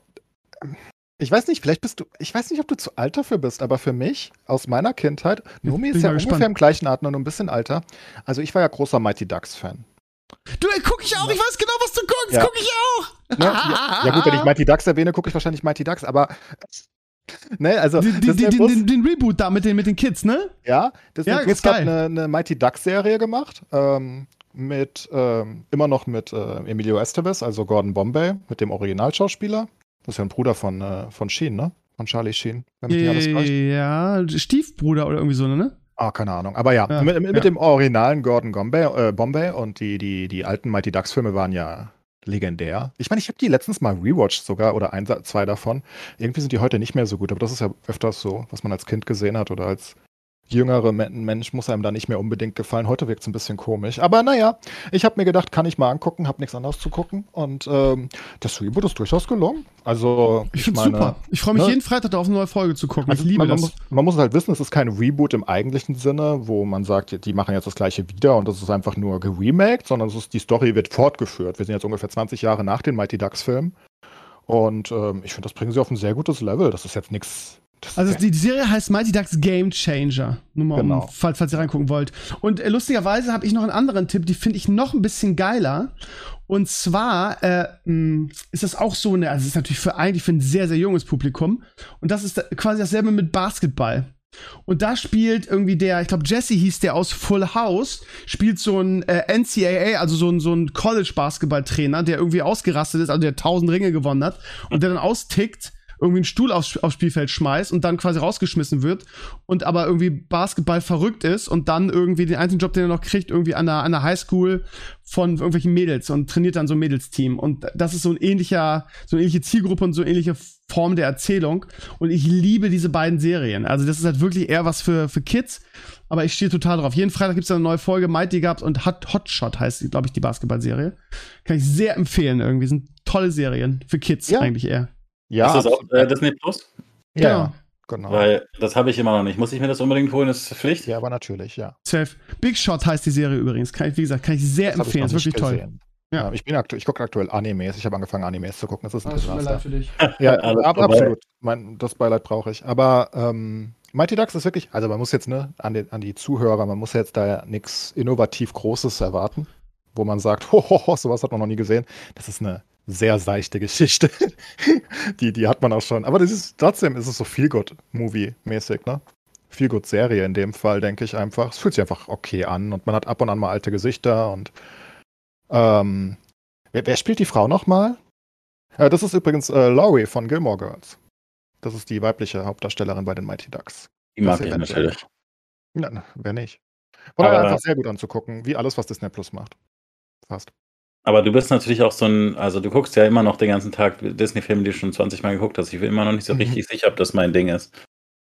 Speaker 3: ich weiß nicht, vielleicht bist du, ich weiß nicht, ob du zu alt dafür bist, aber für mich, aus meiner Kindheit, Nomi
Speaker 2: bin
Speaker 3: ist ja
Speaker 2: mal
Speaker 3: ungefähr
Speaker 2: gespannt.
Speaker 3: im gleichen Alter, nur ein bisschen älter. Also ich war ja großer Mighty Ducks-Fan.
Speaker 2: Du, ey, guck ich auch. Ich weiß genau, was du guckst.
Speaker 3: Ja.
Speaker 2: Guck ich auch.
Speaker 3: Ne? Ja, ja gut, wenn ich Mighty Ducks erwähne, gucke ich wahrscheinlich Mighty Ducks, aber ne, also
Speaker 2: Den, den,
Speaker 3: Disney
Speaker 2: den,
Speaker 3: Plus,
Speaker 2: den, den Reboot da mit den, mit den Kids, ne?
Speaker 3: ja, Disney
Speaker 2: Ja,
Speaker 3: Plus
Speaker 2: ist
Speaker 3: hat
Speaker 2: geil.
Speaker 3: eine, eine Mighty Ducks-Serie gemacht, ähm, mit, ähm, immer noch mit äh, Emilio Estevez, also Gordon Bombay, mit dem Originalschauspieler. Das ist ja ein Bruder von, äh, von Sheen, ne? Von Charlie Sheen, wenn mich nicht alles täuscht.
Speaker 2: Ja, Stiefbruder oder irgendwie so, ne?
Speaker 3: Ah, keine Ahnung. Aber ja,
Speaker 2: Ja,
Speaker 3: mit, mit
Speaker 2: ja.
Speaker 3: dem originalen Gordon Bombay, äh, Bombay und die, die, die alten Mighty Ducks-Filme waren ja legendär. Ich meine, ich habe die letztens mal rewatcht sogar oder ein, zwei davon. Irgendwie sind die heute nicht mehr so gut, aber das ist ja öfters so, was man als Kind gesehen hat oder als jüngere Men- Mensch muss einem da nicht mehr unbedingt gefallen. Heute wirkt es ein bisschen komisch. Aber naja, ich habe mir gedacht, kann ich mal angucken, habe nichts anderes zu gucken. Und ähm, das Reboot ist durchaus gelungen. Also,
Speaker 2: Ich
Speaker 3: ich,
Speaker 2: find's
Speaker 3: meine,
Speaker 2: super. Ich freue mich
Speaker 3: ne?
Speaker 2: jeden Freitag darauf, eine neue Folge zu gucken.
Speaker 3: Also
Speaker 2: ich liebe
Speaker 3: man,
Speaker 2: das.
Speaker 3: Man muss, man muss halt wissen, es ist kein Reboot im eigentlichen Sinne, wo man sagt, die machen jetzt das gleiche wieder und das ist einfach nur geremaked, sondern es ist, die Story wird fortgeführt. Wir sind jetzt ungefähr zwanzig Jahre nach den Mighty Ducks-Filmen. Und ähm, ich finde, das bringen sie auf ein sehr gutes Level. Das ist jetzt nichts.
Speaker 2: Also die, die Serie heißt Mighty Ducks Game Changer. Nur mal,
Speaker 3: Genau.
Speaker 2: um, falls, falls ihr reingucken wollt. Und äh, lustigerweise habe ich noch einen anderen Tipp, die finde ich noch ein bisschen geiler. Und zwar äh, mh, ist das auch so eine, also es ist natürlich für eigentlich für ein sehr, sehr junges Publikum. Und das ist da, quasi dasselbe mit Basketball. Und da spielt irgendwie der, ich glaube Jesse hieß der aus Full House, spielt so ein äh, N C A A, also so ein, so ein College-Basketball-Trainer, der irgendwie ausgerastet ist, also der tausend Ringe gewonnen hat und der dann austickt, irgendwie einen Stuhl aufs, aufs Spielfeld schmeißt und dann quasi rausgeschmissen wird und aber irgendwie Basketball verrückt ist und dann irgendwie den einzigen Job, den er noch kriegt, irgendwie an der, an der Highschool von irgendwelchen Mädels und trainiert dann so ein Mädelsteam. Und das ist so ein ähnlicher, so eine ähnliche Zielgruppe und so eine ähnliche Form der Erzählung. Und ich liebe diese beiden Serien. Also das ist halt wirklich eher was für, für Kids, aber ich stehe total drauf. Jeden Freitag gibt es eine neue Folge, Mighty Ducks und Hot, Hotshot heißt, glaube ich, die Basketballserie. Kann ich sehr empfehlen irgendwie. Sind tolle Serien für Kids
Speaker 3: Ja.
Speaker 2: eigentlich eher.
Speaker 3: Ja,
Speaker 4: ist das auch
Speaker 3: absolut.
Speaker 4: äh, Disney Plus?
Speaker 3: ja,
Speaker 2: Genau.
Speaker 3: genau.
Speaker 4: Weil das habe ich immer noch nicht. Muss ich mir das unbedingt holen? Ist das Pflicht?
Speaker 3: Ja, aber natürlich, ja.
Speaker 2: Safe. Big Shot heißt die Serie übrigens. Kann ich, wie gesagt, kann ich sehr
Speaker 3: Das hab ich
Speaker 2: empfehlen.
Speaker 3: noch
Speaker 2: Ist
Speaker 3: nicht
Speaker 2: wirklich toll.
Speaker 3: gesehen.
Speaker 2: Ja.
Speaker 3: Ja, ich bin aktu- ich gucke aktuell Animes. Ich habe angefangen, Animes zu gucken. Das ist ein Desaster.
Speaker 2: für dich.
Speaker 3: Ja,
Speaker 4: Alles
Speaker 3: ab,
Speaker 4: vorbei.
Speaker 3: absolut. Mein, das Beileid brauche ich. Aber ähm, Mighty Ducks ist wirklich, also man muss jetzt, ne, an, den, an die Zuhörer, man muss jetzt da nichts innovativ Großes erwarten, wo man sagt, hohoho, sowas hat man noch nie gesehen. Das ist eine sehr seichte Geschichte. die, die hat man auch schon. Aber das ist, trotzdem ist es so Feel-Good-Movie-mäßig, ne? Feel-Good-Serie in dem Fall, denke ich einfach. Es fühlt sich einfach okay an und man hat ab und an mal alte Gesichter und ähm, wer, wer spielt die Frau nochmal? Ja, das ist übrigens äh, Laurie von Gilmore Girls. Das ist die weibliche Hauptdarstellerin bei den Mighty Ducks.
Speaker 4: Die mag ich natürlich.
Speaker 3: Ja, wer nicht? Von daher einfach sehr gut anzugucken, wie alles, was Disney Plus macht. Fast.
Speaker 4: Aber du bist natürlich auch so ein, also du guckst ja immer noch den ganzen Tag Disney-Filme, die du schon zwanzig Mal geguckt hast. Ich bin immer noch nicht so richtig sicher, ob das mein Ding ist.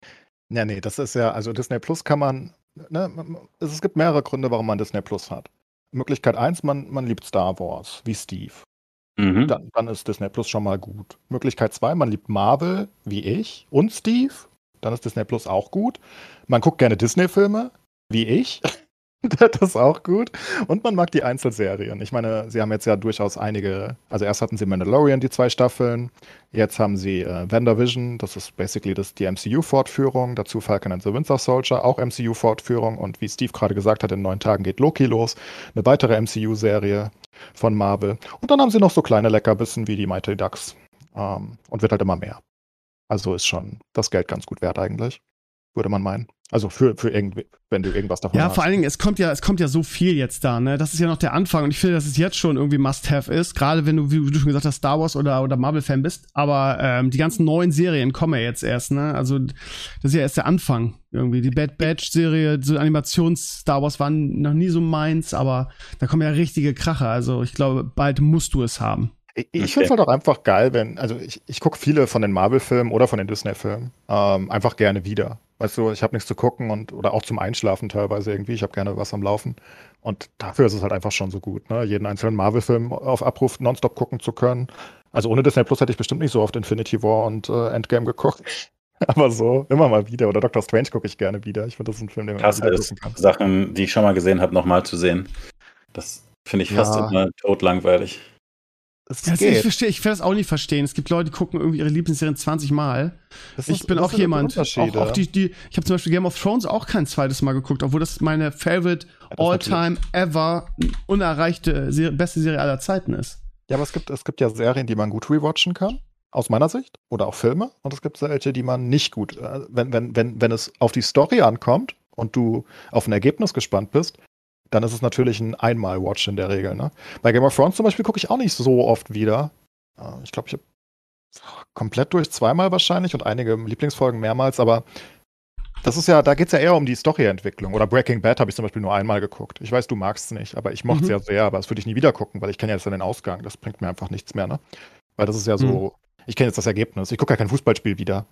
Speaker 3: Ja, nee, das ist ja, also Disney Plus kann man, ne, es, es gibt mehrere Gründe, warum man Disney Plus hat. Möglichkeit eins, man, man liebt Star Wars, wie Steve.
Speaker 4: Mhm.
Speaker 3: Dann, dann ist Disney Plus schon mal gut. Möglichkeit zwei, man liebt Marvel, wie ich und Steve. Dann ist Disney Plus auch gut. Man guckt gerne Disney-Filme, wie ich. Das ist auch gut. Und man mag die Einzelserien. Ich meine, sie haben jetzt ja durchaus einige, also erst hatten sie Mandalorian, die zwei Staffeln. Jetzt haben sie äh, WandaVision, das ist basically das, die M C U-Fortführung. Dazu Falcon and the Winter Soldier, auch M C U-Fortführung. Und wie Steve gerade gesagt hat, in neun Tagen geht Loki los. Eine weitere M C U-Serie von Marvel. Und dann haben sie noch so kleine Leckerbissen wie die Mighty Ducks. Ähm, und wird halt immer mehr. Also ist schon das Geld ganz gut wert eigentlich, würde man meinen. Also für, für irgendwie, wenn du irgendwas davon
Speaker 2: ja,
Speaker 3: hast.
Speaker 2: vor allen Dingen, es kommt ja, es kommt ja so viel jetzt da, ne? Das ist ja noch der Anfang und ich finde, dass es jetzt schon irgendwie Must-Have ist, gerade wenn du, wie du schon gesagt hast, Star Wars oder, oder Marvel-Fan bist, aber ähm, die ganzen neuen Serien kommen ja jetzt erst, ne? Also das ist ja erst der Anfang irgendwie. Die Bad Batch-Serie, so Animations-Star Wars waren noch nie so meins, aber da kommen ja richtige Kracher, also ich glaube, bald musst du es haben.
Speaker 3: Ich, ich finde es halt auch einfach geil, wenn, also ich, ich gucke viele von den Marvel-Filmen oder von den Disney-Filmen ähm, einfach gerne wieder. Weißt du, ich habe nichts zu gucken und oder auch zum Einschlafen teilweise irgendwie. Ich habe gerne was am Laufen. Und dafür ist es halt einfach schon so gut, ne? Jeden einzelnen Marvel-Film auf Abruf nonstop gucken zu können. Also ohne Disney Plus hätte ich bestimmt nicht so oft Infinity War und äh, Endgame geguckt. Aber so, immer mal wieder. Oder Doctor Strange gucke ich gerne wieder. Ich finde, das ist ein Film, den man
Speaker 4: Krass
Speaker 3: wieder
Speaker 4: ist,
Speaker 3: gucken kann.
Speaker 4: Sachen, die ich schon mal gesehen habe, nochmal zu sehen. Das finde ich fast
Speaker 3: Ja.
Speaker 4: immer totlangweilig.
Speaker 3: Es
Speaker 2: Ja, also ich
Speaker 3: geht.
Speaker 2: verstehe, ich werde das auch nicht verstehen. Es gibt Leute, die gucken irgendwie ihre Lieblingsserien zwanzig Mal.
Speaker 3: Das
Speaker 2: Ich
Speaker 3: ist-
Speaker 2: bin
Speaker 3: das
Speaker 2: auch
Speaker 3: sind
Speaker 2: jemand, auch,
Speaker 3: Unterschiede.
Speaker 2: auch die, die, ich habe zum Beispiel Game of Thrones auch kein zweites Mal geguckt, obwohl das meine favorite
Speaker 3: das
Speaker 2: all-time ever unerreichte Serie, beste Serie aller Zeiten ist.
Speaker 3: Ja, aber es gibt, es gibt ja Serien, die man gut rewatchen kann, aus meiner Sicht, oder auch Filme. Und es gibt welche, die man nicht gut, äh, wenn, wenn, wenn, wenn es auf die Story ankommt und du auf ein Ergebnis gespannt bist, dann ist es natürlich ein Einmal-Watch in der Regel. Ne? Bei Game of Thrones zum Beispiel gucke ich auch nicht so oft wieder. Äh, Ich glaube, ich habe komplett durch zweimal wahrscheinlich und einige Lieblingsfolgen mehrmals, aber das ist ja, da geht es ja eher um die Storyentwicklung. Oder Breaking Bad habe ich zum Beispiel nur einmal geguckt. Ich weiß, du magst es nicht, aber ich mochte es
Speaker 2: Mhm.
Speaker 3: ja sehr, aber das würde ich nie wieder gucken, weil ich kenne ja jetzt dann den Ausgang. Das bringt mir einfach nichts mehr, ne? Weil das ist ja so, ich kenne jetzt das Ergebnis. Ich gucke ja kein Fußballspiel wieder.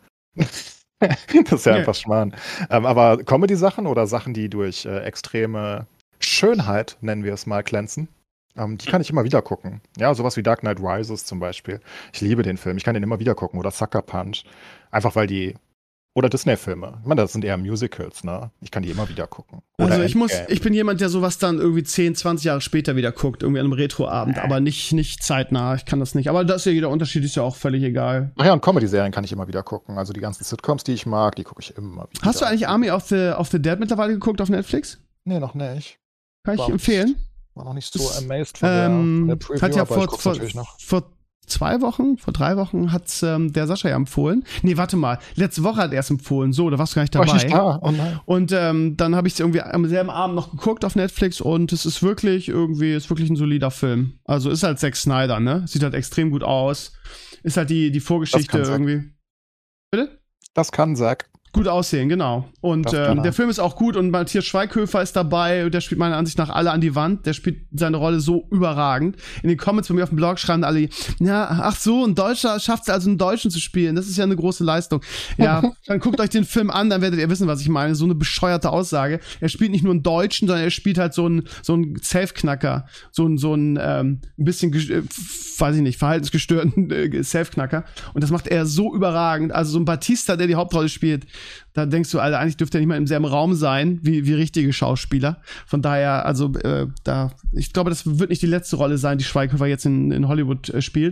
Speaker 3: Das ist ja
Speaker 2: Nee.
Speaker 3: einfach Schmarrn. Ähm, aber Comedy-Sachen oder Sachen, die durch äh, extreme Schönheit, nennen wir es mal, glänzen, ähm, die kann ich immer wieder gucken. Ja, sowas wie Dark Knight Rises zum Beispiel. Ich liebe den Film. Ich kann den immer wieder gucken. Oder Sucker Punch. Einfach weil die. Oder Disney-Filme. Ich meine, das sind eher Musicals, ne? Ich kann die immer wieder gucken. Oder
Speaker 2: Also ich muss,
Speaker 3: Endgame.
Speaker 2: ich bin jemand, der sowas dann irgendwie zehn, zwanzig Jahre später wieder guckt, irgendwie an einem Retro-Abend, aber nicht, nicht zeitnah. Ich kann das nicht. Aber das ist ja jeder Unterschied, ist ja auch völlig egal.
Speaker 3: Ach ja, und Comedy-Serien kann ich immer wieder gucken. Also die ganzen Sitcoms, die ich mag, die gucke ich immer wieder.
Speaker 2: Hast du eigentlich Army of the, of the Dead mittlerweile geguckt auf Netflix?
Speaker 3: Nee, noch nicht.
Speaker 2: Kann ich
Speaker 3: Warum?
Speaker 2: empfehlen.
Speaker 3: War noch nicht so
Speaker 2: Das,
Speaker 3: amazed von der, von
Speaker 2: Ähm,
Speaker 3: der Preview,
Speaker 2: hat ja
Speaker 3: aber ich
Speaker 2: vor,
Speaker 3: guck's
Speaker 2: vor,
Speaker 3: natürlich noch.
Speaker 2: vor zwei Wochen, vor drei Wochen hat's ähm, der Sascha ja empfohlen. Nee, warte mal. Letzte Woche hat er es empfohlen. So, da warst du gar nicht
Speaker 3: War
Speaker 2: dabei.
Speaker 3: ich nicht da? Oh nein.
Speaker 2: Und ähm, dann habe ich es irgendwie am selben Abend noch geguckt auf Netflix und es ist wirklich irgendwie, ist wirklich ein solider Film. Also ist halt Zack Snyder, ne? Sieht halt extrem gut aus. Ist halt die, die Vorgeschichte
Speaker 3: Das kann Zack.
Speaker 2: irgendwie. Bitte?
Speaker 3: Das kann Zack.
Speaker 2: Gut aussehen, genau. Und
Speaker 3: Das kann
Speaker 2: ähm,
Speaker 3: er.
Speaker 2: der Film ist auch gut und Matthias Schweighöfer ist dabei. Der spielt meiner Ansicht nach alle an die Wand. Der spielt seine Rolle so überragend. In den Comments bei mir auf dem Blog schreiben alle, ja, ach so, ein Deutscher schafft es also, einen Deutschen zu spielen. Das ist ja eine große Leistung. Ja, dann guckt euch den Film an, dann werdet ihr wissen, was ich meine. So eine bescheuerte Aussage. Er spielt nicht nur einen Deutschen, sondern er spielt halt so einen, so einen Safe-Knacker. So einen, so einen, ähm, ein bisschen, ges- äh, weiß ich nicht, verhaltensgestörten äh, Safe-Knacker. Und das macht er so überragend. Also so ein Batista, der die Hauptrolle spielt, da denkst du, Alter, eigentlich dürfte er nicht mal im selben Raum sein, wie, wie richtige Schauspieler. Von daher, also, äh, da, ich glaube, das wird nicht die letzte Rolle sein, die Schweighöfer jetzt in, in Hollywood äh, spielt.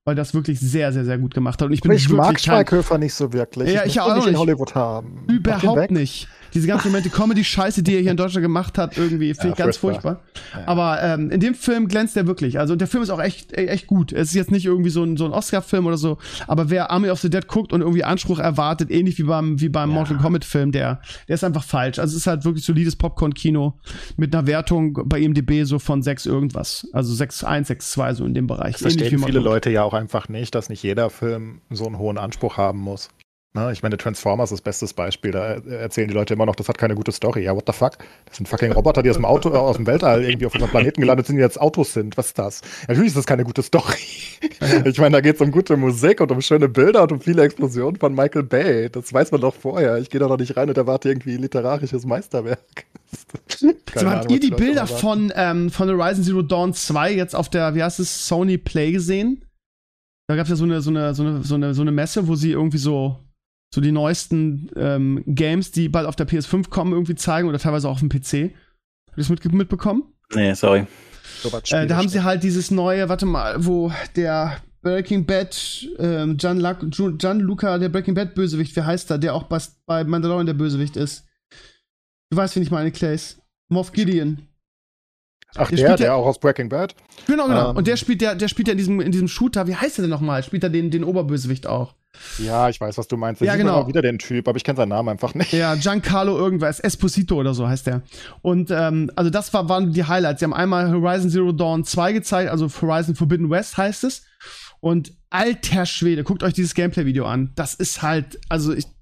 Speaker 2: weil das wirklich sehr, sehr, sehr gut gemacht hat. Und ich bin
Speaker 3: Aber ich
Speaker 2: wirklich
Speaker 3: mag
Speaker 2: kein,
Speaker 3: Schweighöfer nicht so wirklich.
Speaker 2: Ja, ich
Speaker 3: muss
Speaker 2: auch
Speaker 3: den nicht in
Speaker 2: nicht.
Speaker 3: Hollywood haben. Mach den
Speaker 2: Überhaupt
Speaker 3: weg.
Speaker 2: nicht. Diese ganze Momente Comedy-Scheiße, die er hier in Deutschland gemacht hat, irgendwie finde
Speaker 3: Ja,
Speaker 2: ich ganz
Speaker 3: furchtbar.
Speaker 2: furchtbar.
Speaker 3: Ja.
Speaker 2: Aber ähm, in dem Film glänzt er wirklich. Also und der Film ist auch echt, e- echt gut. Es ist jetzt nicht irgendwie so ein, so ein Oscar-Film oder so, aber wer Army of the Dead guckt und irgendwie Anspruch erwartet, ähnlich wie beim, wie beim
Speaker 3: Ja.
Speaker 2: Mortal Kombat-Film, der, der ist einfach falsch. Also es ist halt wirklich solides Popcorn-Kino mit einer Wertung bei I M D B so von sechs irgendwas. Also sechs Komma eins, sechs Komma zwei so in dem Bereich.
Speaker 3: Das
Speaker 2: Ähnlich
Speaker 3: verstehen
Speaker 2: wie
Speaker 3: viele
Speaker 2: Mortal-
Speaker 3: Leute ja auch einfach nicht, dass nicht jeder Film so einen hohen Anspruch haben muss. Ne? Ich meine, Transformers ist das bestes Beispiel. Da erzählen die Leute immer noch, das hat keine gute Story. Ja, what the fuck? Das sind fucking Roboter, die aus dem Auto, äh, aus dem Weltall irgendwie auf unserem Planeten gelandet sind, die jetzt Autos sind. Was ist das? Natürlich ist das keine gute Story. Ich meine, da geht es um gute Musik und um schöne Bilder und um viele Explosionen von Michael Bay. Das weiß man doch vorher. Ich gehe da noch nicht rein und erwarte irgendwie literarisches Meisterwerk.
Speaker 2: So,
Speaker 3: Keine
Speaker 2: habt
Speaker 3: Ahnung,
Speaker 2: ihr
Speaker 3: was
Speaker 2: die
Speaker 3: Leute
Speaker 2: Bilder
Speaker 3: immer sagen.
Speaker 2: von, ähm, von Horizon Zero Dawn zwei jetzt auf der, wie heißt es, Sony Play gesehen? Da gab es ja so eine, so, eine, so, eine, so, eine, so eine Messe, wo sie irgendwie so, so die neuesten ähm, Games, die bald auf der P S fünf kommen, irgendwie zeigen oder teilweise auch auf dem P C. Habt ihr das mit, mitbekommen?
Speaker 4: Nee, sorry.
Speaker 3: So was
Speaker 2: Äh, da haben
Speaker 3: Spiele
Speaker 2: sie halt dieses neue, warte mal, wo der Breaking Bad, ähm, Gianluca, Gianluca, der Breaking Bad Bösewicht, wie heißt er, der auch bei, bei Mandalorian der Bösewicht ist. Du weißt, wen ich meine, Clays. Moff Gideon.
Speaker 3: Ach,
Speaker 2: der
Speaker 3: der,
Speaker 2: spielt
Speaker 3: der,
Speaker 2: ja-
Speaker 3: auch aus Breaking Bad?
Speaker 2: Genau, genau.
Speaker 3: Ähm.
Speaker 2: Und der spielt, der, der spielt ja in diesem, in diesem Shooter, wie heißt er denn nochmal? Spielt er den, den Oberbösewicht auch?
Speaker 3: Ja, ich weiß, was du meinst.
Speaker 2: Ja,
Speaker 3: Ich sieht man
Speaker 2: genau.
Speaker 3: auch wieder den Typ, aber ich kenne seinen Namen einfach nicht.
Speaker 2: Ja, Giancarlo irgendwas, Esposito oder so heißt der. Und ähm, also das war, waren die Highlights. Sie haben einmal Horizon Zero Dawn zwei gezeigt, also Horizon Forbidden West heißt es. Und alter Schwede, guckt euch dieses Gameplay-Video an. Das ist halt, also ich,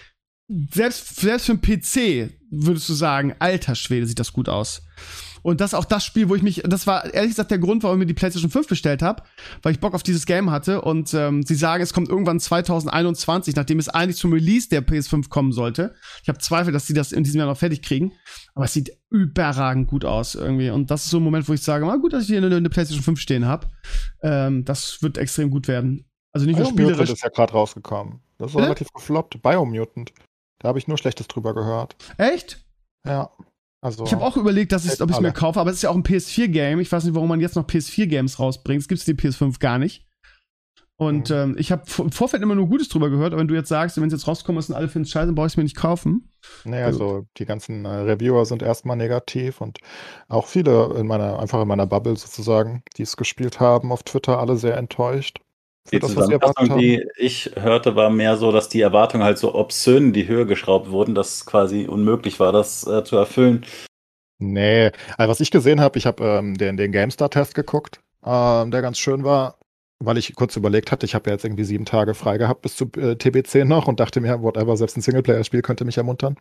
Speaker 2: selbst, selbst für einen P C würdest du sagen, alter Schwede, sieht das gut aus. Und das ist auch das Spiel, wo ich mich, das war ehrlich gesagt der Grund, warum ich mir die PlayStation fünf bestellt habe, weil ich Bock auf dieses Game hatte. Und ähm, sie sagen, es kommt irgendwann zwanzig einundzwanzig, nachdem es eigentlich zum Release der P S fünf kommen sollte. Ich habe Zweifel, dass sie das in diesem Jahr noch fertig kriegen. Aber es sieht überragend gut aus irgendwie. Und das ist so ein Moment, wo ich sage, mal gut, dass ich hier eine, eine PlayStation fünf stehen habe. Ähm, das wird extrem gut werden. Also nicht nur
Speaker 3: Biomutant
Speaker 2: spielerisch.
Speaker 3: ist ja gerade rausgekommen. Das ist
Speaker 2: Bitte?
Speaker 3: relativ gefloppt. Biomutant. Da habe ich nur Schlechtes drüber gehört.
Speaker 2: Echt?
Speaker 3: Ja. Also,
Speaker 2: Ich habe auch überlegt, dass ich, ob ich es mir
Speaker 3: Alle.
Speaker 2: kaufe, aber es ist ja auch ein P S vier Game. Ich weiß nicht, warum man jetzt noch P S vier Games rausbringt. Es gibt die P S fünf gar nicht. Und
Speaker 3: Mhm.
Speaker 2: ähm, ich habe im Vorfeld immer nur Gutes drüber gehört, aber wenn du jetzt sagst, wenn es jetzt rauskommt, ist und alle finden es scheiße, dann brauche ich es mir nicht kaufen.
Speaker 3: nee, also die ganzen äh, Reviewer sind erstmal negativ und auch viele in meiner, einfach in meiner Bubble sozusagen, die es gespielt haben, auf Twitter alle sehr enttäuscht. Für
Speaker 4: Die
Speaker 3: das, was sie erwartet
Speaker 4: Zusammenfassung,
Speaker 3: haben.
Speaker 4: die ich hörte, war mehr so, dass die Erwartungen halt so obszön in die Höhe geschraubt wurden, dass es quasi unmöglich war, das äh, zu erfüllen.
Speaker 3: Nee, also was ich gesehen habe, ich habe ähm, den, den GameStar-Test geguckt, ähm, der ganz schön war, weil ich kurz überlegt hatte, ich habe ja jetzt irgendwie sieben Tage frei gehabt bis zu äh, T B C noch und dachte mir, whatever, selbst ein Singleplayer-Spiel könnte mich ermuntern.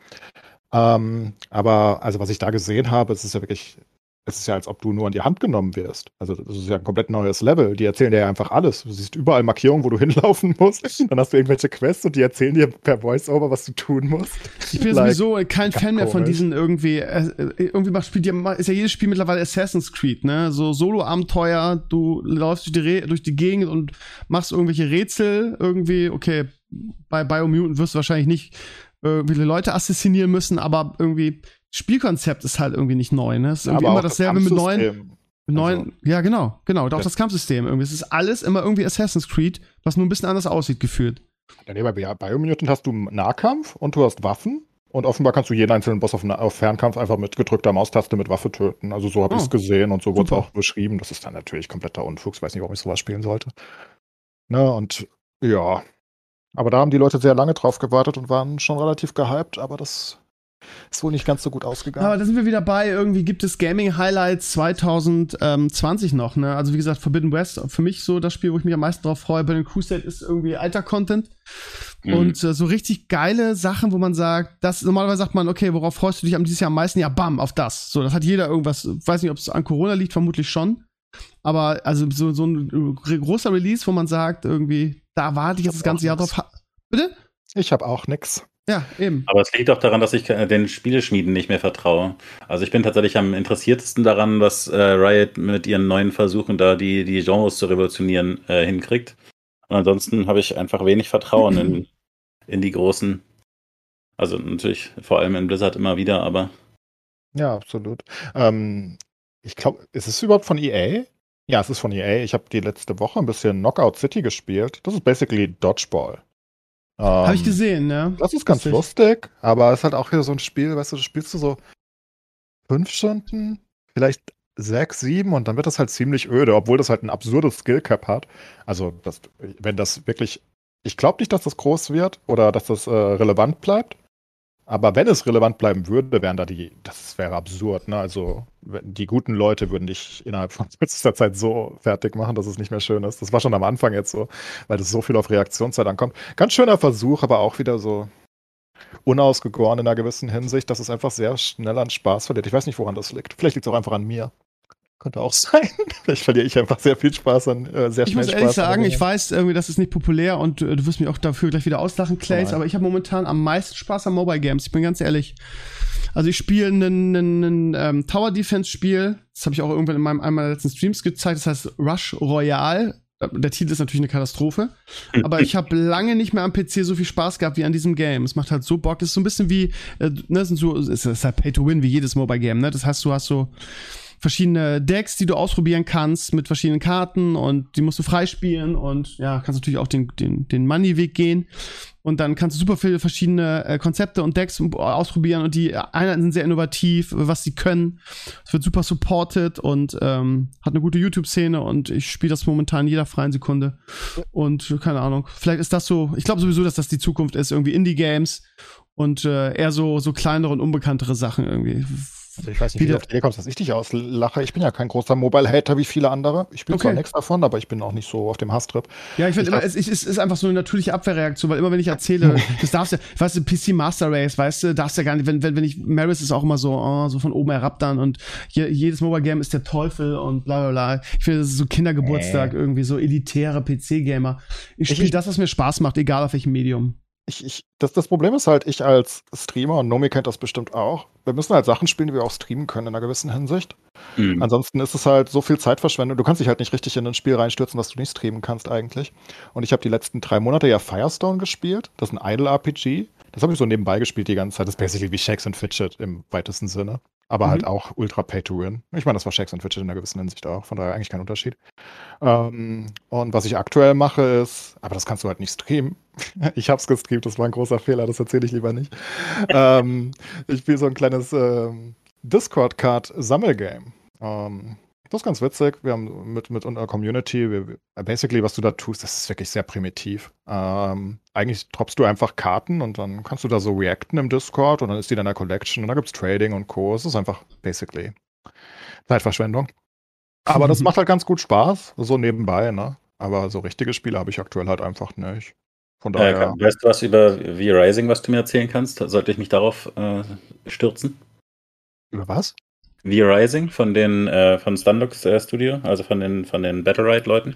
Speaker 3: Ähm, aber also was ich da gesehen habe, es ist ja wirklich, es ist ja, als ob du nur in die Hand genommen wirst. Also das ist ja ein komplett neues Level. Die erzählen dir ja einfach alles. Du siehst überall Markierungen, wo du hinlaufen musst. Dann hast du irgendwelche Quests und die erzählen dir per Voice-Over, was du tun musst.
Speaker 2: Ich bin
Speaker 3: Like,
Speaker 2: sowieso kein
Speaker 3: ganz
Speaker 2: Fan mehr von
Speaker 3: komisch.
Speaker 2: diesen irgendwie, äh, irgendwie macht spielt ja, ist ja jedes Spiel mittlerweile Assassin's Creed, ne? So Solo-Abenteuer, du läufst durch die, Re durch die Gegend und machst irgendwelche Rätsel irgendwie, okay, bei Biomutant wirst du wahrscheinlich nicht äh, viele Leute assassinieren müssen, aber irgendwie Spielkonzept ist halt irgendwie nicht neu, ne? Es ist irgendwie
Speaker 3: aber
Speaker 2: immer
Speaker 3: auch das
Speaker 2: dasselbe mit neuen,
Speaker 3: Kampfsystem.
Speaker 2: mit neuen,
Speaker 3: Also-
Speaker 2: ja genau, genau, und auch
Speaker 3: Ja.
Speaker 2: das Kampfsystem irgendwie. Es ist alles immer irgendwie Assassin's Creed, was nur ein bisschen anders aussieht, gefühlt.
Speaker 3: Ja, nee, bei Biomutant hast du Nahkampf und du hast Waffen. Und offenbar kannst du jeden einzelnen Boss auf, auf Fernkampf einfach mit gedrückter Maustaste mit Waffe töten. Also so habe
Speaker 2: Oh.
Speaker 3: ich es gesehen und so wurde es
Speaker 2: Super.
Speaker 3: auch beschrieben. Das ist dann natürlich kompletter Unfug. Ich weiß nicht, warum ich sowas spielen sollte. Ne, und ja. Aber da haben die Leute sehr lange drauf gewartet und waren schon relativ gehypt, aber das ist wohl nicht ganz so gut ausgegangen.
Speaker 2: Aber da sind wir wieder bei, irgendwie gibt es Gaming-Highlights zwanzig zwanzig noch, ne? Also wie gesagt, Forbidden West, für mich so das Spiel, wo ich mich am meisten drauf freue. Burning Crusade ist irgendwie alter Content.
Speaker 4: Mhm.
Speaker 2: Und äh, so richtig geile Sachen, wo man sagt, das normalerweise sagt man, okay, worauf freust du dich am dieses Jahr am meisten? Ja, bam, auf das. So, das hat jeder irgendwas, weiß nicht, ob es an Corona liegt, vermutlich schon. Aber also so, so ein äh, großer Release, wo man sagt, irgendwie, da warte ich jetzt das ganze Jahr drauf. Ha- Bitte?
Speaker 3: Ich habe auch nix.
Speaker 2: Ja, eben.
Speaker 4: Aber es liegt auch daran, dass ich äh, den Spieleschmieden nicht mehr vertraue. Also ich bin tatsächlich am interessiertesten daran, was äh, Riot mit ihren neuen Versuchen, da die, die Genres zu revolutionieren, äh, hinkriegt. Und ansonsten habe ich einfach wenig Vertrauen in, in die großen. Also natürlich vor allem in Blizzard immer wieder, aber
Speaker 3: Ja, absolut. Ähm, ich glaube, ist es überhaupt von E A? Ja, es ist von E A. Ich habe die letzte Woche ein bisschen Knockout City gespielt. Das ist basically Dodgeball. Ähm,
Speaker 2: Habe ich gesehen, ne?
Speaker 3: Das ist ganz lustig, aber es ist halt auch wieder so ein Spiel, weißt du, du spielst du so fünf Stunden, vielleicht sechs, sieben und dann wird das halt ziemlich öde, obwohl das halt ein absurdes Skillcap hat. Also, das, wenn das wirklich, ich glaube nicht, dass das groß wird oder dass das äh, relevant bleibt. Aber wenn es relevant bleiben würde, wären da die, das wäre absurd, ne? Also, die guten Leute würden dich innerhalb von kürzester Zeit so fertig machen, dass es nicht mehr schön ist. Das war schon am Anfang jetzt so, weil das so viel auf Reaktionszeit ankommt. Ganz schöner Versuch, aber auch wieder so unausgegoren in einer gewissen Hinsicht, dass es einfach sehr schnell an Spaß verliert. Ich weiß nicht, woran das liegt. Vielleicht liegt es auch einfach an mir. Könnte auch sein. Vielleicht verliere ich einfach sehr viel Spaß an, äh, sehr
Speaker 2: Ich
Speaker 3: schnell
Speaker 2: muss ehrlich
Speaker 3: Spaß
Speaker 2: sagen,
Speaker 3: an
Speaker 2: ich weiß irgendwie, das ist nicht populär und äh, du wirst mich auch dafür gleich wieder auslachen, Clays,
Speaker 3: Nein.
Speaker 2: aber ich habe momentan am meisten Spaß an Mobile Games. Ich bin ganz ehrlich. Also ich spiele ein ähm, Tower Defense Spiel. Das habe ich auch irgendwann in meinem einem meiner letzten Streams gezeigt. Das heißt Rush Royale. Der Titel ist natürlich eine Katastrophe. Aber ich habe lange nicht mehr am P C so viel Spaß gehabt wie an diesem Game. Es macht halt so Bock. Es ist so ein bisschen wie, äh, ne, sind so, es ist halt Pay to Win wie jedes Mobile Game. Ne? Das heißt, du hast so verschiedene Decks, die du ausprobieren kannst mit verschiedenen Karten und die musst du freispielen und ja, kannst natürlich auch den, den, den Money-Weg gehen und dann kannst du super viele verschiedene äh, Konzepte und Decks ausprobieren und die Einheiten sind sehr innovativ, was sie können. Es wird super supported und ähm, hat eine gute YouTube-Szene und ich spiele das momentan in jeder freien Sekunde und keine Ahnung, vielleicht ist das so, ich glaube sowieso, dass das die Zukunft ist, irgendwie Indie-Games und äh, eher so, so kleinere und unbekanntere Sachen irgendwie.
Speaker 3: Also ich weiß nicht, wie du auf die Idee kommst, dass ich dich auslache. Ich bin ja kein großer Mobile-Hater wie viele andere. Ich spiele
Speaker 2: Okay.
Speaker 3: zwar nichts davon, aber ich bin auch nicht so auf dem Hasstrip.
Speaker 2: Ja, ich finde
Speaker 3: Ich
Speaker 2: immer, es, es ist einfach so eine natürliche Abwehrreaktion, weil immer wenn ich erzähle, das darfst du, weißt du, P C Master Race, weißt du, darfst du ja gar nicht, wenn, wenn, wenn ich, Maris ist auch immer so, oh, so von oben herab dann und je, jedes Mobile Game ist der Teufel und bla bla bla. Ich finde, das ist so Kindergeburtstag,
Speaker 3: Nee.
Speaker 2: irgendwie so elitäre P C-Gamer. Ich
Speaker 3: Ich-
Speaker 2: spiele das, was mir Spaß macht, egal auf welchem Medium.
Speaker 3: Ich, ich, das, das Problem ist halt, ich als Streamer, und Nomi kennt das bestimmt auch, wir müssen halt Sachen spielen, die wir auch streamen können in einer gewissen Hinsicht.
Speaker 4: Mhm.
Speaker 3: Ansonsten ist es halt so viel Zeitverschwendung. Du kannst dich halt nicht richtig in ein Spiel reinstürzen, was du nicht streamen kannst eigentlich. Und ich habe die letzten drei Monate ja Firestone gespielt. Das ist ein Idle-R P G. Das habe ich so nebenbei gespielt die ganze Zeit. Das ist basically wie Shakes and Fidget im weitesten Sinne. Aber
Speaker 2: Mhm.
Speaker 3: halt auch ultra pay-to-win. Ich meine, das war Shakes and Fidget in einer gewissen Hinsicht auch. Von daher eigentlich kein Unterschied. Ähm, und was ich aktuell mache ist, aber das kannst du halt nicht streamen. Ich hab's gestreamt, das war ein großer Fehler, das erzähle ich lieber nicht. ähm, ich spiele so ein kleines ähm, Discord-Card-Sammelgame. Ähm, das ist ganz witzig. Wir haben mit, mit unserer Community, wir, wir- basically, was du da tust, das ist wirklich sehr primitiv. Ähm, eigentlich droppst du einfach Karten und dann kannst du da so reacten im Discord und dann ist die in deiner Collection und dann gibt's Trading und Co. Es ist einfach basically Zeitverschwendung. Aber das macht halt ganz gut Spaß, so nebenbei, ne? Aber so richtige Spiele habe ich aktuell halt einfach nicht. Von
Speaker 4: Äh,
Speaker 3: daher.
Speaker 4: kann, weißt du was über V-Rising, was du mir erzählen kannst? Sollte ich mich darauf äh, stürzen?
Speaker 3: Über was?
Speaker 4: V-Rising von den äh, von Stunlock äh, Studio, also von den von den Battle-Ride-Leuten?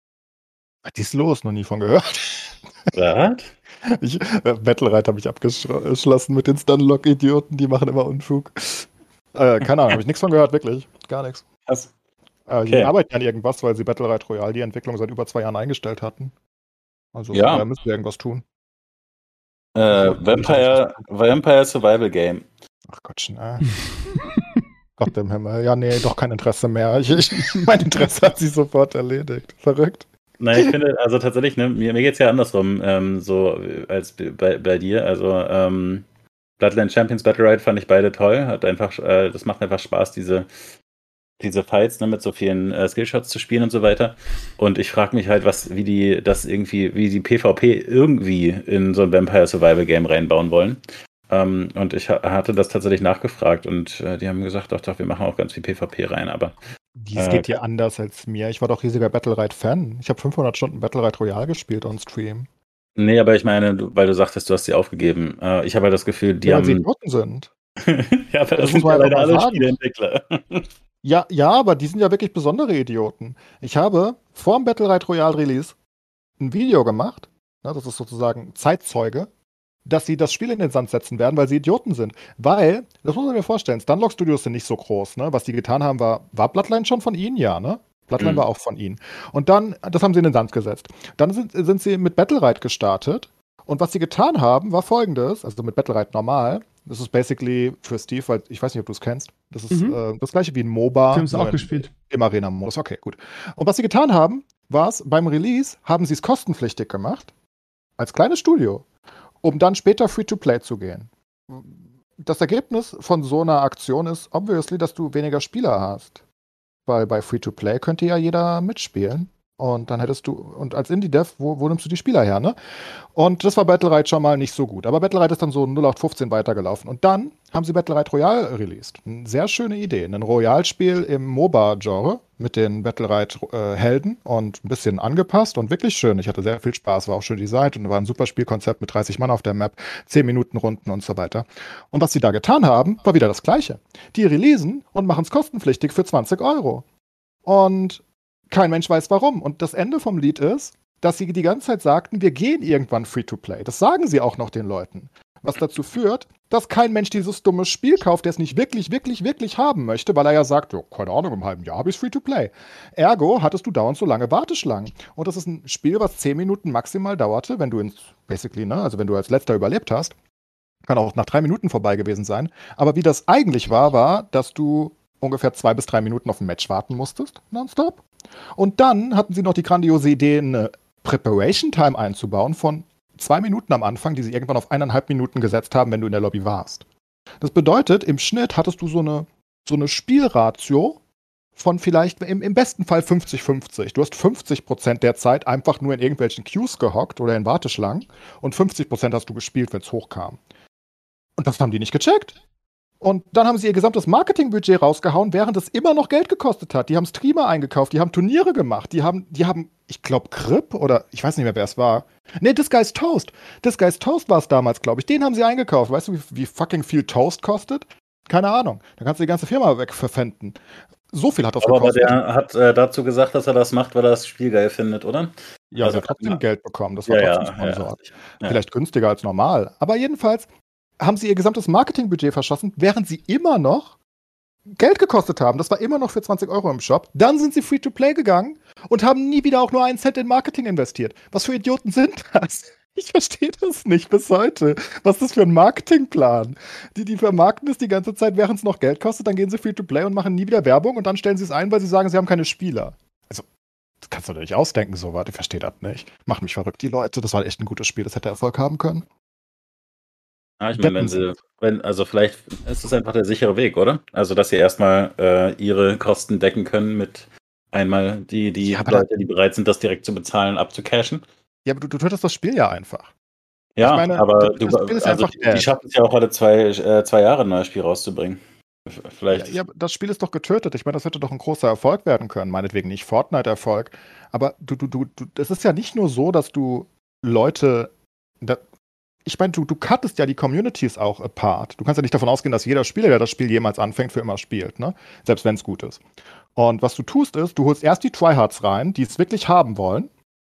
Speaker 3: Was ist los? Noch nie von gehört.
Speaker 4: Was?
Speaker 3: Ich, äh, Battlerite habe ich abgeschlossen mit den Stunlock-Idioten, die machen immer Unfug. Äh, keine Ahnung, habe ich nichts von gehört, wirklich. Gar nichts.
Speaker 4: Was?
Speaker 3: Äh, Die
Speaker 4: Okay.
Speaker 3: arbeiten an irgendwas, weil sie Battlerite Royale die Entwicklung seit über zwei Jahren eingestellt hatten. Also
Speaker 4: Ja.
Speaker 3: da müssen wir irgendwas tun.
Speaker 4: Äh, Vampire, Vampire Survival Game.
Speaker 3: Ach Gottchen, äh. Gott im Himmel. Ja, nee, doch kein Interesse mehr. Ich, ich, mein Interesse hat sich sofort erledigt. Verrückt.
Speaker 4: Nein, ich finde, also tatsächlich, ne, mir, mir geht es ja andersrum, ähm, so äh, als bei, bei dir. Also, ähm, Bloodline Champions Battle Ride fand ich beide toll. Hat einfach, äh, das macht einfach Spaß, diese, diese Fights, ne, mit so vielen äh, Skillshots zu spielen und so weiter. Und ich frage mich halt, was, wie die das irgendwie, wie die PvP irgendwie in so ein Vampire Survival Game reinbauen wollen. Ähm, und ich ha- hatte das tatsächlich nachgefragt und äh, die haben gesagt, doch, doch, wir machen auch ganz viel PvP rein, aber
Speaker 3: Dies
Speaker 4: Äh,
Speaker 3: geht dir anders als mir. Ich war doch riesiger Battlerite-Fan. Ich habe fünfhundert Stunden Battlerite Royale gespielt on Stream.
Speaker 4: nee, aber ich meine, du, weil du sagtest, du hast sie aufgegeben. Äh, ich habe halt das Gefühl, die
Speaker 3: Ja, weil sie
Speaker 4: haben.
Speaker 3: Idioten sind.
Speaker 4: ja, aber das,
Speaker 3: Das
Speaker 4: sind
Speaker 3: muss man
Speaker 4: ja
Speaker 3: einfach
Speaker 4: leider
Speaker 3: mal
Speaker 4: alle
Speaker 3: sagen.
Speaker 4: Spieleentwickler.
Speaker 3: Ja, ja, aber die sind ja wirklich besondere Idioten. Ich habe vor dem Battlerite Royale Release ein Video gemacht, ne, das ist sozusagen Zeitzeuge, dass sie das Spiel in den Sand setzen werden, weil sie Idioten sind. Weil, das muss man mir vorstellen, Stunlock Studios sind nicht so groß, ne? Was die getan haben, war, war Bloodline schon von ihnen? Ja, ne? Bloodline
Speaker 4: Mhm.
Speaker 3: war auch von ihnen. Und dann, das haben sie in den Sand gesetzt. Dann sind, sind sie mit Battlerite gestartet. Und was sie getan haben, war folgendes, also mit Battlerite normal, Das ist basically für Steve, weil ich weiß nicht, ob du es kennst. Das ist
Speaker 2: Mhm.
Speaker 3: äh, das gleiche wie ein MOBA.
Speaker 2: Wir haben es
Speaker 3: nur
Speaker 2: auch
Speaker 3: in-
Speaker 2: gespielt.
Speaker 3: Im Arena-Modus. Okay, gut. Und was sie getan haben, war es, beim Release haben sie es kostenpflichtig gemacht, als kleines Studio, um dann später Free-to-Play zu gehen. Das Ergebnis von so einer Aktion ist obviously, dass du weniger Spieler hast. Weil bei Free-to-Play könnte ja jeder mitspielen. Und dann hättest du, und als Indie-Dev, wo, wo nimmst du die Spieler her, ne? Und das war Battlerite schon mal nicht so gut. Aber Battlerite ist dann so null acht fünfzehn weitergelaufen. Und dann haben sie Battlerite Royale released. Eine sehr schöne Idee. Ein Royalspiel im MOBA-Genre mit den Battlerite-Helden und ein bisschen angepasst und wirklich schön. Ich hatte sehr viel Spaß, war auch schön designt und war ein super Spielkonzept mit dreißig Mann auf der Map, zehn Minuten Runden und so weiter. Und was sie da getan haben, war wieder das Gleiche. Die releasen und machen es kostenpflichtig für zwanzig Euro. Und kein Mensch weiß warum. Und das Ende vom Lied ist, dass sie die ganze Zeit sagten, wir gehen irgendwann Free-to-Play. Das sagen sie auch noch den Leuten. Was dazu führt, dass kein Mensch dieses dumme Spiel kauft, der es nicht wirklich, wirklich, wirklich haben möchte, weil er ja sagt, oh, keine Ahnung, im halben Jahr habe ich es Free-to-Play. Ergo hattest du dauernd so lange Warteschlangen. Und das ist ein Spiel, was zehn Minuten maximal dauerte, wenn du ins, basically, ne, also wenn du als Letzter überlebt hast. Kann auch nach drei Minuten vorbei gewesen sein. Aber wie das eigentlich war, war, dass du ungefähr zwei bis drei Minuten auf ein Match warten musstest, nonstop. Und dann hatten sie noch die grandiose Idee, eine Preparation Time einzubauen von zwei Minuten am Anfang, die sie irgendwann auf eineinhalb Minuten gesetzt haben, wenn du in der Lobby warst. Das bedeutet, im Schnitt hattest du so eine, so eine Spielratio von vielleicht im, im besten Fall fünfzig fünfzig. Du hast fünfzig Prozent der Zeit einfach nur in irgendwelchen Queues gehockt oder in Warteschlangen und fünfzig Prozent hast du gespielt, wenn es hochkam. Und das haben die nicht gecheckt. Und dann haben sie ihr gesamtes Marketingbudget rausgehauen, während es immer noch Geld gekostet hat. Die haben Streamer eingekauft, die haben Turniere gemacht, die haben, die haben, ich glaube, Grip oder ich weiß nicht mehr, wer es war. Nee, This Guy's Toast. This Guy's Toast war es damals, glaube ich. Den haben sie eingekauft. Weißt du, wie, wie fucking viel Toast kostet? Keine Ahnung. Da kannst du die ganze Firma wegverpfänden. So viel hat das
Speaker 4: Aber, aber
Speaker 3: gekostet.
Speaker 4: der hat äh, dazu gesagt, dass er das macht, weil er das Spiel geil findet, oder?
Speaker 3: Ja,
Speaker 4: also,
Speaker 3: also trotzdem
Speaker 4: ja.
Speaker 3: Geld bekommen. Das war
Speaker 4: Ja,
Speaker 3: trotzdem
Speaker 4: ja,
Speaker 3: Sponsor.
Speaker 4: ja.
Speaker 3: Vielleicht günstiger als normal. Aber jedenfalls haben sie ihr gesamtes Marketingbudget verschossen, während sie immer noch Geld gekostet haben. Das war immer noch für zwanzig Euro im Shop. Dann sind sie Free-to-Play gegangen und haben nie wieder auch nur einen Cent in Marketing investiert. Was für Idioten sind das? Ich verstehe das nicht bis heute. Was ist das für ein Marketingplan? Die, die vermarkten es die ganze Zeit, während es noch Geld kostet, dann gehen sie Free-to-Play und machen nie wieder Werbung und dann stellen sie es ein, weil sie sagen, sie haben keine Spieler. Also, das kannst du dir nicht ausdenken, so was. Ich verstehe das nicht. Macht mich verrückt, die Leute. Das war echt ein gutes Spiel. Das hätte Erfolg haben können.
Speaker 4: Ja, ich meine, wenn sie, wenn, also vielleicht ist es einfach der sichere Weg, oder? Also, dass sie erstmal äh, ihre Kosten decken können mit einmal die, die
Speaker 3: Ja, aber
Speaker 4: Leute, die bereit sind, das direkt zu bezahlen, abzucashen.
Speaker 3: Ja, aber du, du tötest das Spiel ja einfach.
Speaker 4: Ja,
Speaker 3: Ich meine,
Speaker 4: aber
Speaker 3: das-
Speaker 4: du,
Speaker 3: das Spiel ist
Speaker 4: also
Speaker 3: einfach
Speaker 4: die,
Speaker 3: dead.
Speaker 4: die schaffen es ja auch alle zwei, äh, zwei Jahre ein neues Spiel rauszubringen. F- Vielleicht.
Speaker 3: Ja, ja, das Spiel ist doch getötet. Ich meine, das hätte doch ein großer Erfolg werden können. Meinetwegen nicht Fortnite-Erfolg. Aber du, du, du, du, das ist ja nicht nur so, dass du Leute. Da, ich meine, du, du cuttest ja die Communities auch apart. Du kannst ja nicht davon ausgehen, dass jeder Spieler, der das Spiel jemals anfängt, für immer spielt, ne? Selbst wenn es gut ist. Und was du tust, ist, du holst erst die Tryhards rein, die es wirklich haben wollen,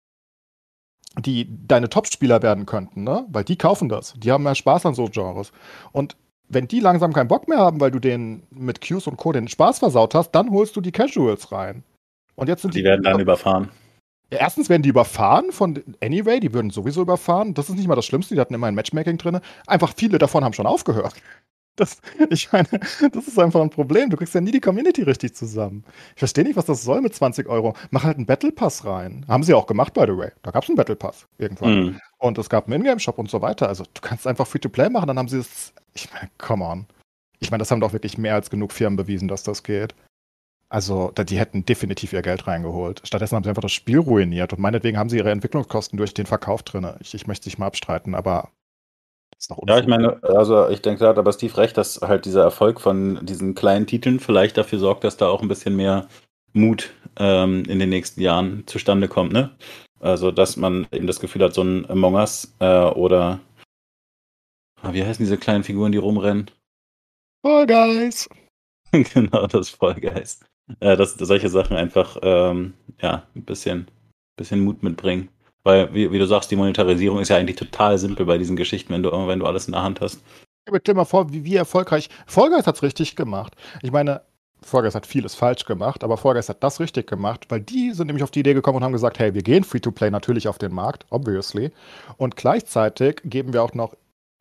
Speaker 3: die deine Top-Spieler werden könnten, ne? Weil die kaufen das. Die haben mehr Spaß an so Genres. Und wenn die langsam keinen Bock mehr haben, weil du denen mit Qs und Co. den Spaß versaut hast, dann holst du die Casuals rein. Und jetzt sind
Speaker 4: Die werden dann überfahren.
Speaker 3: Ja, erstens werden die überfahren von Anyway, die würden sowieso überfahren. Das ist nicht mal das Schlimmste, die hatten immer ein Matchmaking drin. Einfach viele davon haben schon aufgehört. Das, ich meine, das ist einfach ein Problem. Du kriegst ja nie die Community richtig zusammen. Ich verstehe nicht, was das soll mit zwanzig Euro. Mach halt einen Battle Pass rein. Haben sie auch gemacht, by the way. Da gab es einen Battle Pass irgendwann.
Speaker 4: Mhm.
Speaker 3: Und es gab einen Ingame-Shop und so weiter. Also du kannst einfach Free-to-Play machen, dann haben sie es. Ich meine, come on. Ich meine, das haben doch wirklich mehr als genug Firmen bewiesen, dass das geht. Also, da- die hätten definitiv ihr Geld reingeholt. Stattdessen haben sie einfach das Spiel ruiniert und meinetwegen haben sie ihre Entwicklungskosten durch den Verkauf drin. Ich, ich möchte dich mal abstreiten, aber das ist doch
Speaker 4: Ja, ich
Speaker 3: Unfug.
Speaker 4: meine, also ich denke, da hat aber Steve recht, dass halt dieser Erfolg von diesen kleinen Titeln vielleicht dafür sorgt, dass da auch ein bisschen mehr Mut ähm, in den nächsten Jahren zustande kommt, ne? Also, dass man eben das Gefühl hat, so ein Among Us äh, oder ah, wie heißen diese kleinen Figuren, die rumrennen?
Speaker 3: Fall Guys.
Speaker 4: Genau, das Vollgeist. Äh, dass, dass solche Sachen einfach ähm, ja, ein bisschen, bisschen Mut mitbringen. Weil, wie, wie du sagst, die Monetarisierung ist ja eigentlich total simpel bei diesen Geschichten, wenn du, wenn du alles in der Hand hast.
Speaker 3: Aber stell dir mal vor, wie, wie erfolgreich. Fall Guys hat es richtig gemacht. Ich meine, Fall Guys hat vieles falsch gemacht, aber Fall Guys hat das richtig gemacht, weil die sind nämlich auf die Idee gekommen und haben gesagt, hey, wir gehen Free-to-Play natürlich auf den Markt, obviously. Und gleichzeitig geben wir auch noch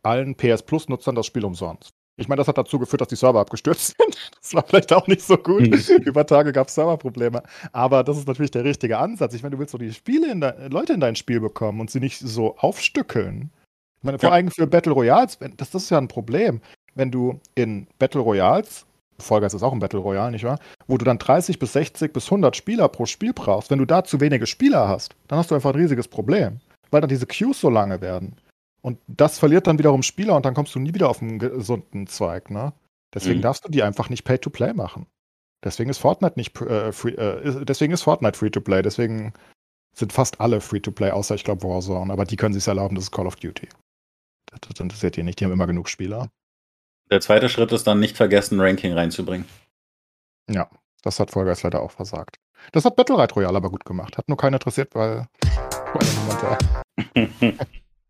Speaker 3: allen P S Plus-Nutzern das Spiel umsonst. Ich meine, das hat dazu geführt, dass die Server abgestürzt sind. Das war vielleicht auch nicht so gut. Über Tage gab es Serverprobleme. Aber das ist natürlich der richtige Ansatz. Ich meine, du willst doch die Spiele in de- Leute in dein Spiel bekommen und sie nicht so aufstückeln. Ich meine, vor
Speaker 4: Ja.
Speaker 3: allem für Battle Royals, wenn- das, das ist ja ein Problem. Wenn du in Battle Royals, Fall Guys ist auch ein Battle Royale, nicht wahr? Wo du dann dreißig bis sechzig bis hundert Spieler pro Spiel brauchst. Wenn du da zu wenige Spieler hast, dann hast du einfach ein riesiges Problem. Weil dann diese Queues so lange werden. Und das verliert dann wiederum Spieler und dann kommst du nie wieder auf einen gesunden Zweig, ne? Deswegen
Speaker 4: Mhm.
Speaker 3: darfst du die einfach nicht Pay-to-Play machen. Deswegen ist Fortnite nicht äh, free, äh, deswegen ist Fortnite Free-to-Play. Deswegen sind fast alle Free-to-Play, außer ich glaube Warzone. Aber die können sich erlauben, das ist Call of Duty. Das, das interessiert die nicht, die haben immer genug Spieler.
Speaker 4: Der zweite Schritt ist dann nicht vergessen, Ranking reinzubringen.
Speaker 3: Ja, das hat Fall Guys leider auch versagt. Das hat Battle Royale aber gut gemacht. Hat nur keinen interessiert, weil, weil niemand da.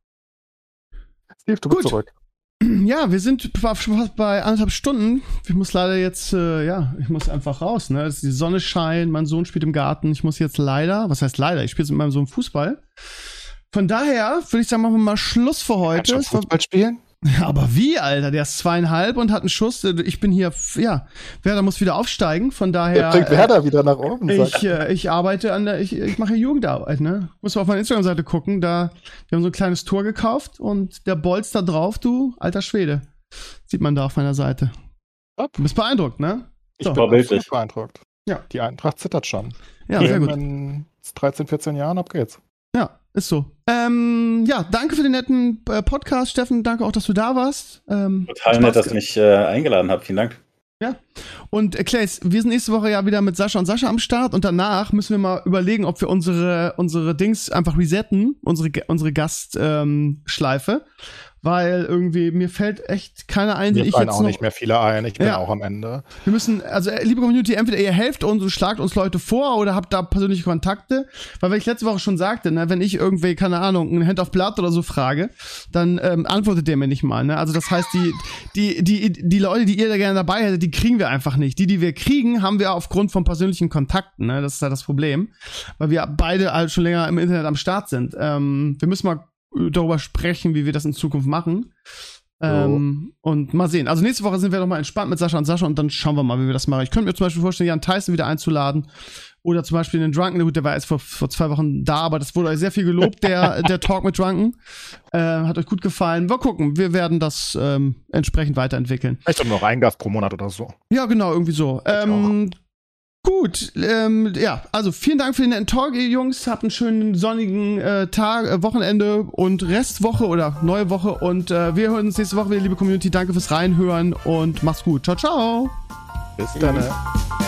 Speaker 3: Steve, du bist
Speaker 2: Gut.
Speaker 3: zurück.
Speaker 2: Ja, wir sind fast bei anderthalb Stunden. Ich muss leider jetzt, äh, ja, ich muss einfach raus, ne? Die Sonne scheint, mein Sohn spielt im Garten. Ich muss jetzt leider, was heißt leider? Ich spiele mit meinem Sohn Fußball. Von daher würde ich sagen, machen wir mal Schluss für heute.
Speaker 3: Kannst du Fußball spielen?
Speaker 2: Ja, aber wie, Alter? Der ist zweieinhalb und hat einen Schuss. Ich bin hier, ja, Werder muss wieder aufsteigen. Von daher.
Speaker 3: Der bringt Werder wieder nach oben.
Speaker 2: Ich, äh, ich arbeite an der, ich, ich mache Jugendarbeit, ne? Muss mal auf meine Instagram-Seite gucken, da, wir haben so ein kleines Tor gekauft und der Bolz da drauf, du, alter Schwede. Sieht man da auf meiner Seite. Du bist beeindruckt, ne?
Speaker 3: Ich
Speaker 2: So.
Speaker 3: bin
Speaker 4: Vorbildlich.
Speaker 3: absolut beeindruckt.
Speaker 2: Ja.
Speaker 3: Die Eintracht zittert schon.
Speaker 2: Ja, sehr gut.
Speaker 3: In dreizehn, vierzehn Jahren, ab geht's.
Speaker 2: Ja, ist so. Ähm, ja, danke für den netten äh, Podcast, Steffen. Danke auch, dass du da warst. Ähm,
Speaker 4: Total
Speaker 2: Spaß
Speaker 4: nett, dass
Speaker 2: ge-
Speaker 4: ihr mich äh, eingeladen habt. Vielen Dank.
Speaker 2: Und äh, Claes, wir sind nächste Woche ja wieder mit Sascha und Sascha am Start und danach müssen wir mal überlegen, ob wir unsere, unsere Dings einfach resetten, unsere, unsere Gastschleife, ähm, Schleife. Weil irgendwie mir fällt echt keiner ein, den
Speaker 3: Mir
Speaker 2: ich
Speaker 3: fallen
Speaker 2: jetzt
Speaker 3: auch
Speaker 2: noch.
Speaker 3: nicht mehr viele ein. Ich bin
Speaker 2: Ja.
Speaker 3: auch am Ende.
Speaker 2: Wir müssen, also äh, liebe Community, entweder ihr helft uns und schlagt uns Leute vor oder habt da persönliche Kontakte. Weil, wie ich letzte Woche schon sagte, ne, wenn ich irgendwie, keine Ahnung, ein Hand of Blood oder so frage, dann ähm, antwortet der mir nicht mal. Ne? Also das heißt, die, die, die, die Leute, die ihr da gerne dabei hättet, die kriegen wir einfach nicht. Die, die wir kriegen, haben wir aufgrund von persönlichen Kontakten. Ne? Das ist halt das Problem. Weil wir beide halt schon länger im Internet am Start sind. Ähm, wir müssen mal darüber sprechen, wie wir das in Zukunft machen. Ähm, und mal sehen. Also nächste Woche sind wir noch mal entspannt mit Sascha und Sascha und dann schauen wir mal, wie wir das machen. Ich könnte mir zum Beispiel vorstellen, Jan Tyson wieder einzuladen. Oder zum Beispiel den Drunken. Gut, der war jetzt vor, vor zwei Wochen da, aber das wurde euch sehr viel gelobt, der, der Talk mit Drunken. Äh, hat euch gut gefallen. Mal gucken. Wir werden das ähm, entsprechend weiterentwickeln.
Speaker 3: Vielleicht nur noch ein Gast pro Monat oder so.
Speaker 2: Ja, genau, irgendwie so. Ähm, gut, ähm, ja, also vielen Dank für den netten Talk, ihr Jungs. Habt einen schönen sonnigen äh, Tag, äh, Wochenende und Restwoche oder neue Woche. Und äh, wir hören uns nächste Woche wieder, liebe Community. Danke fürs Reinhören und macht's gut. Ciao, ciao.
Speaker 3: Bis dann.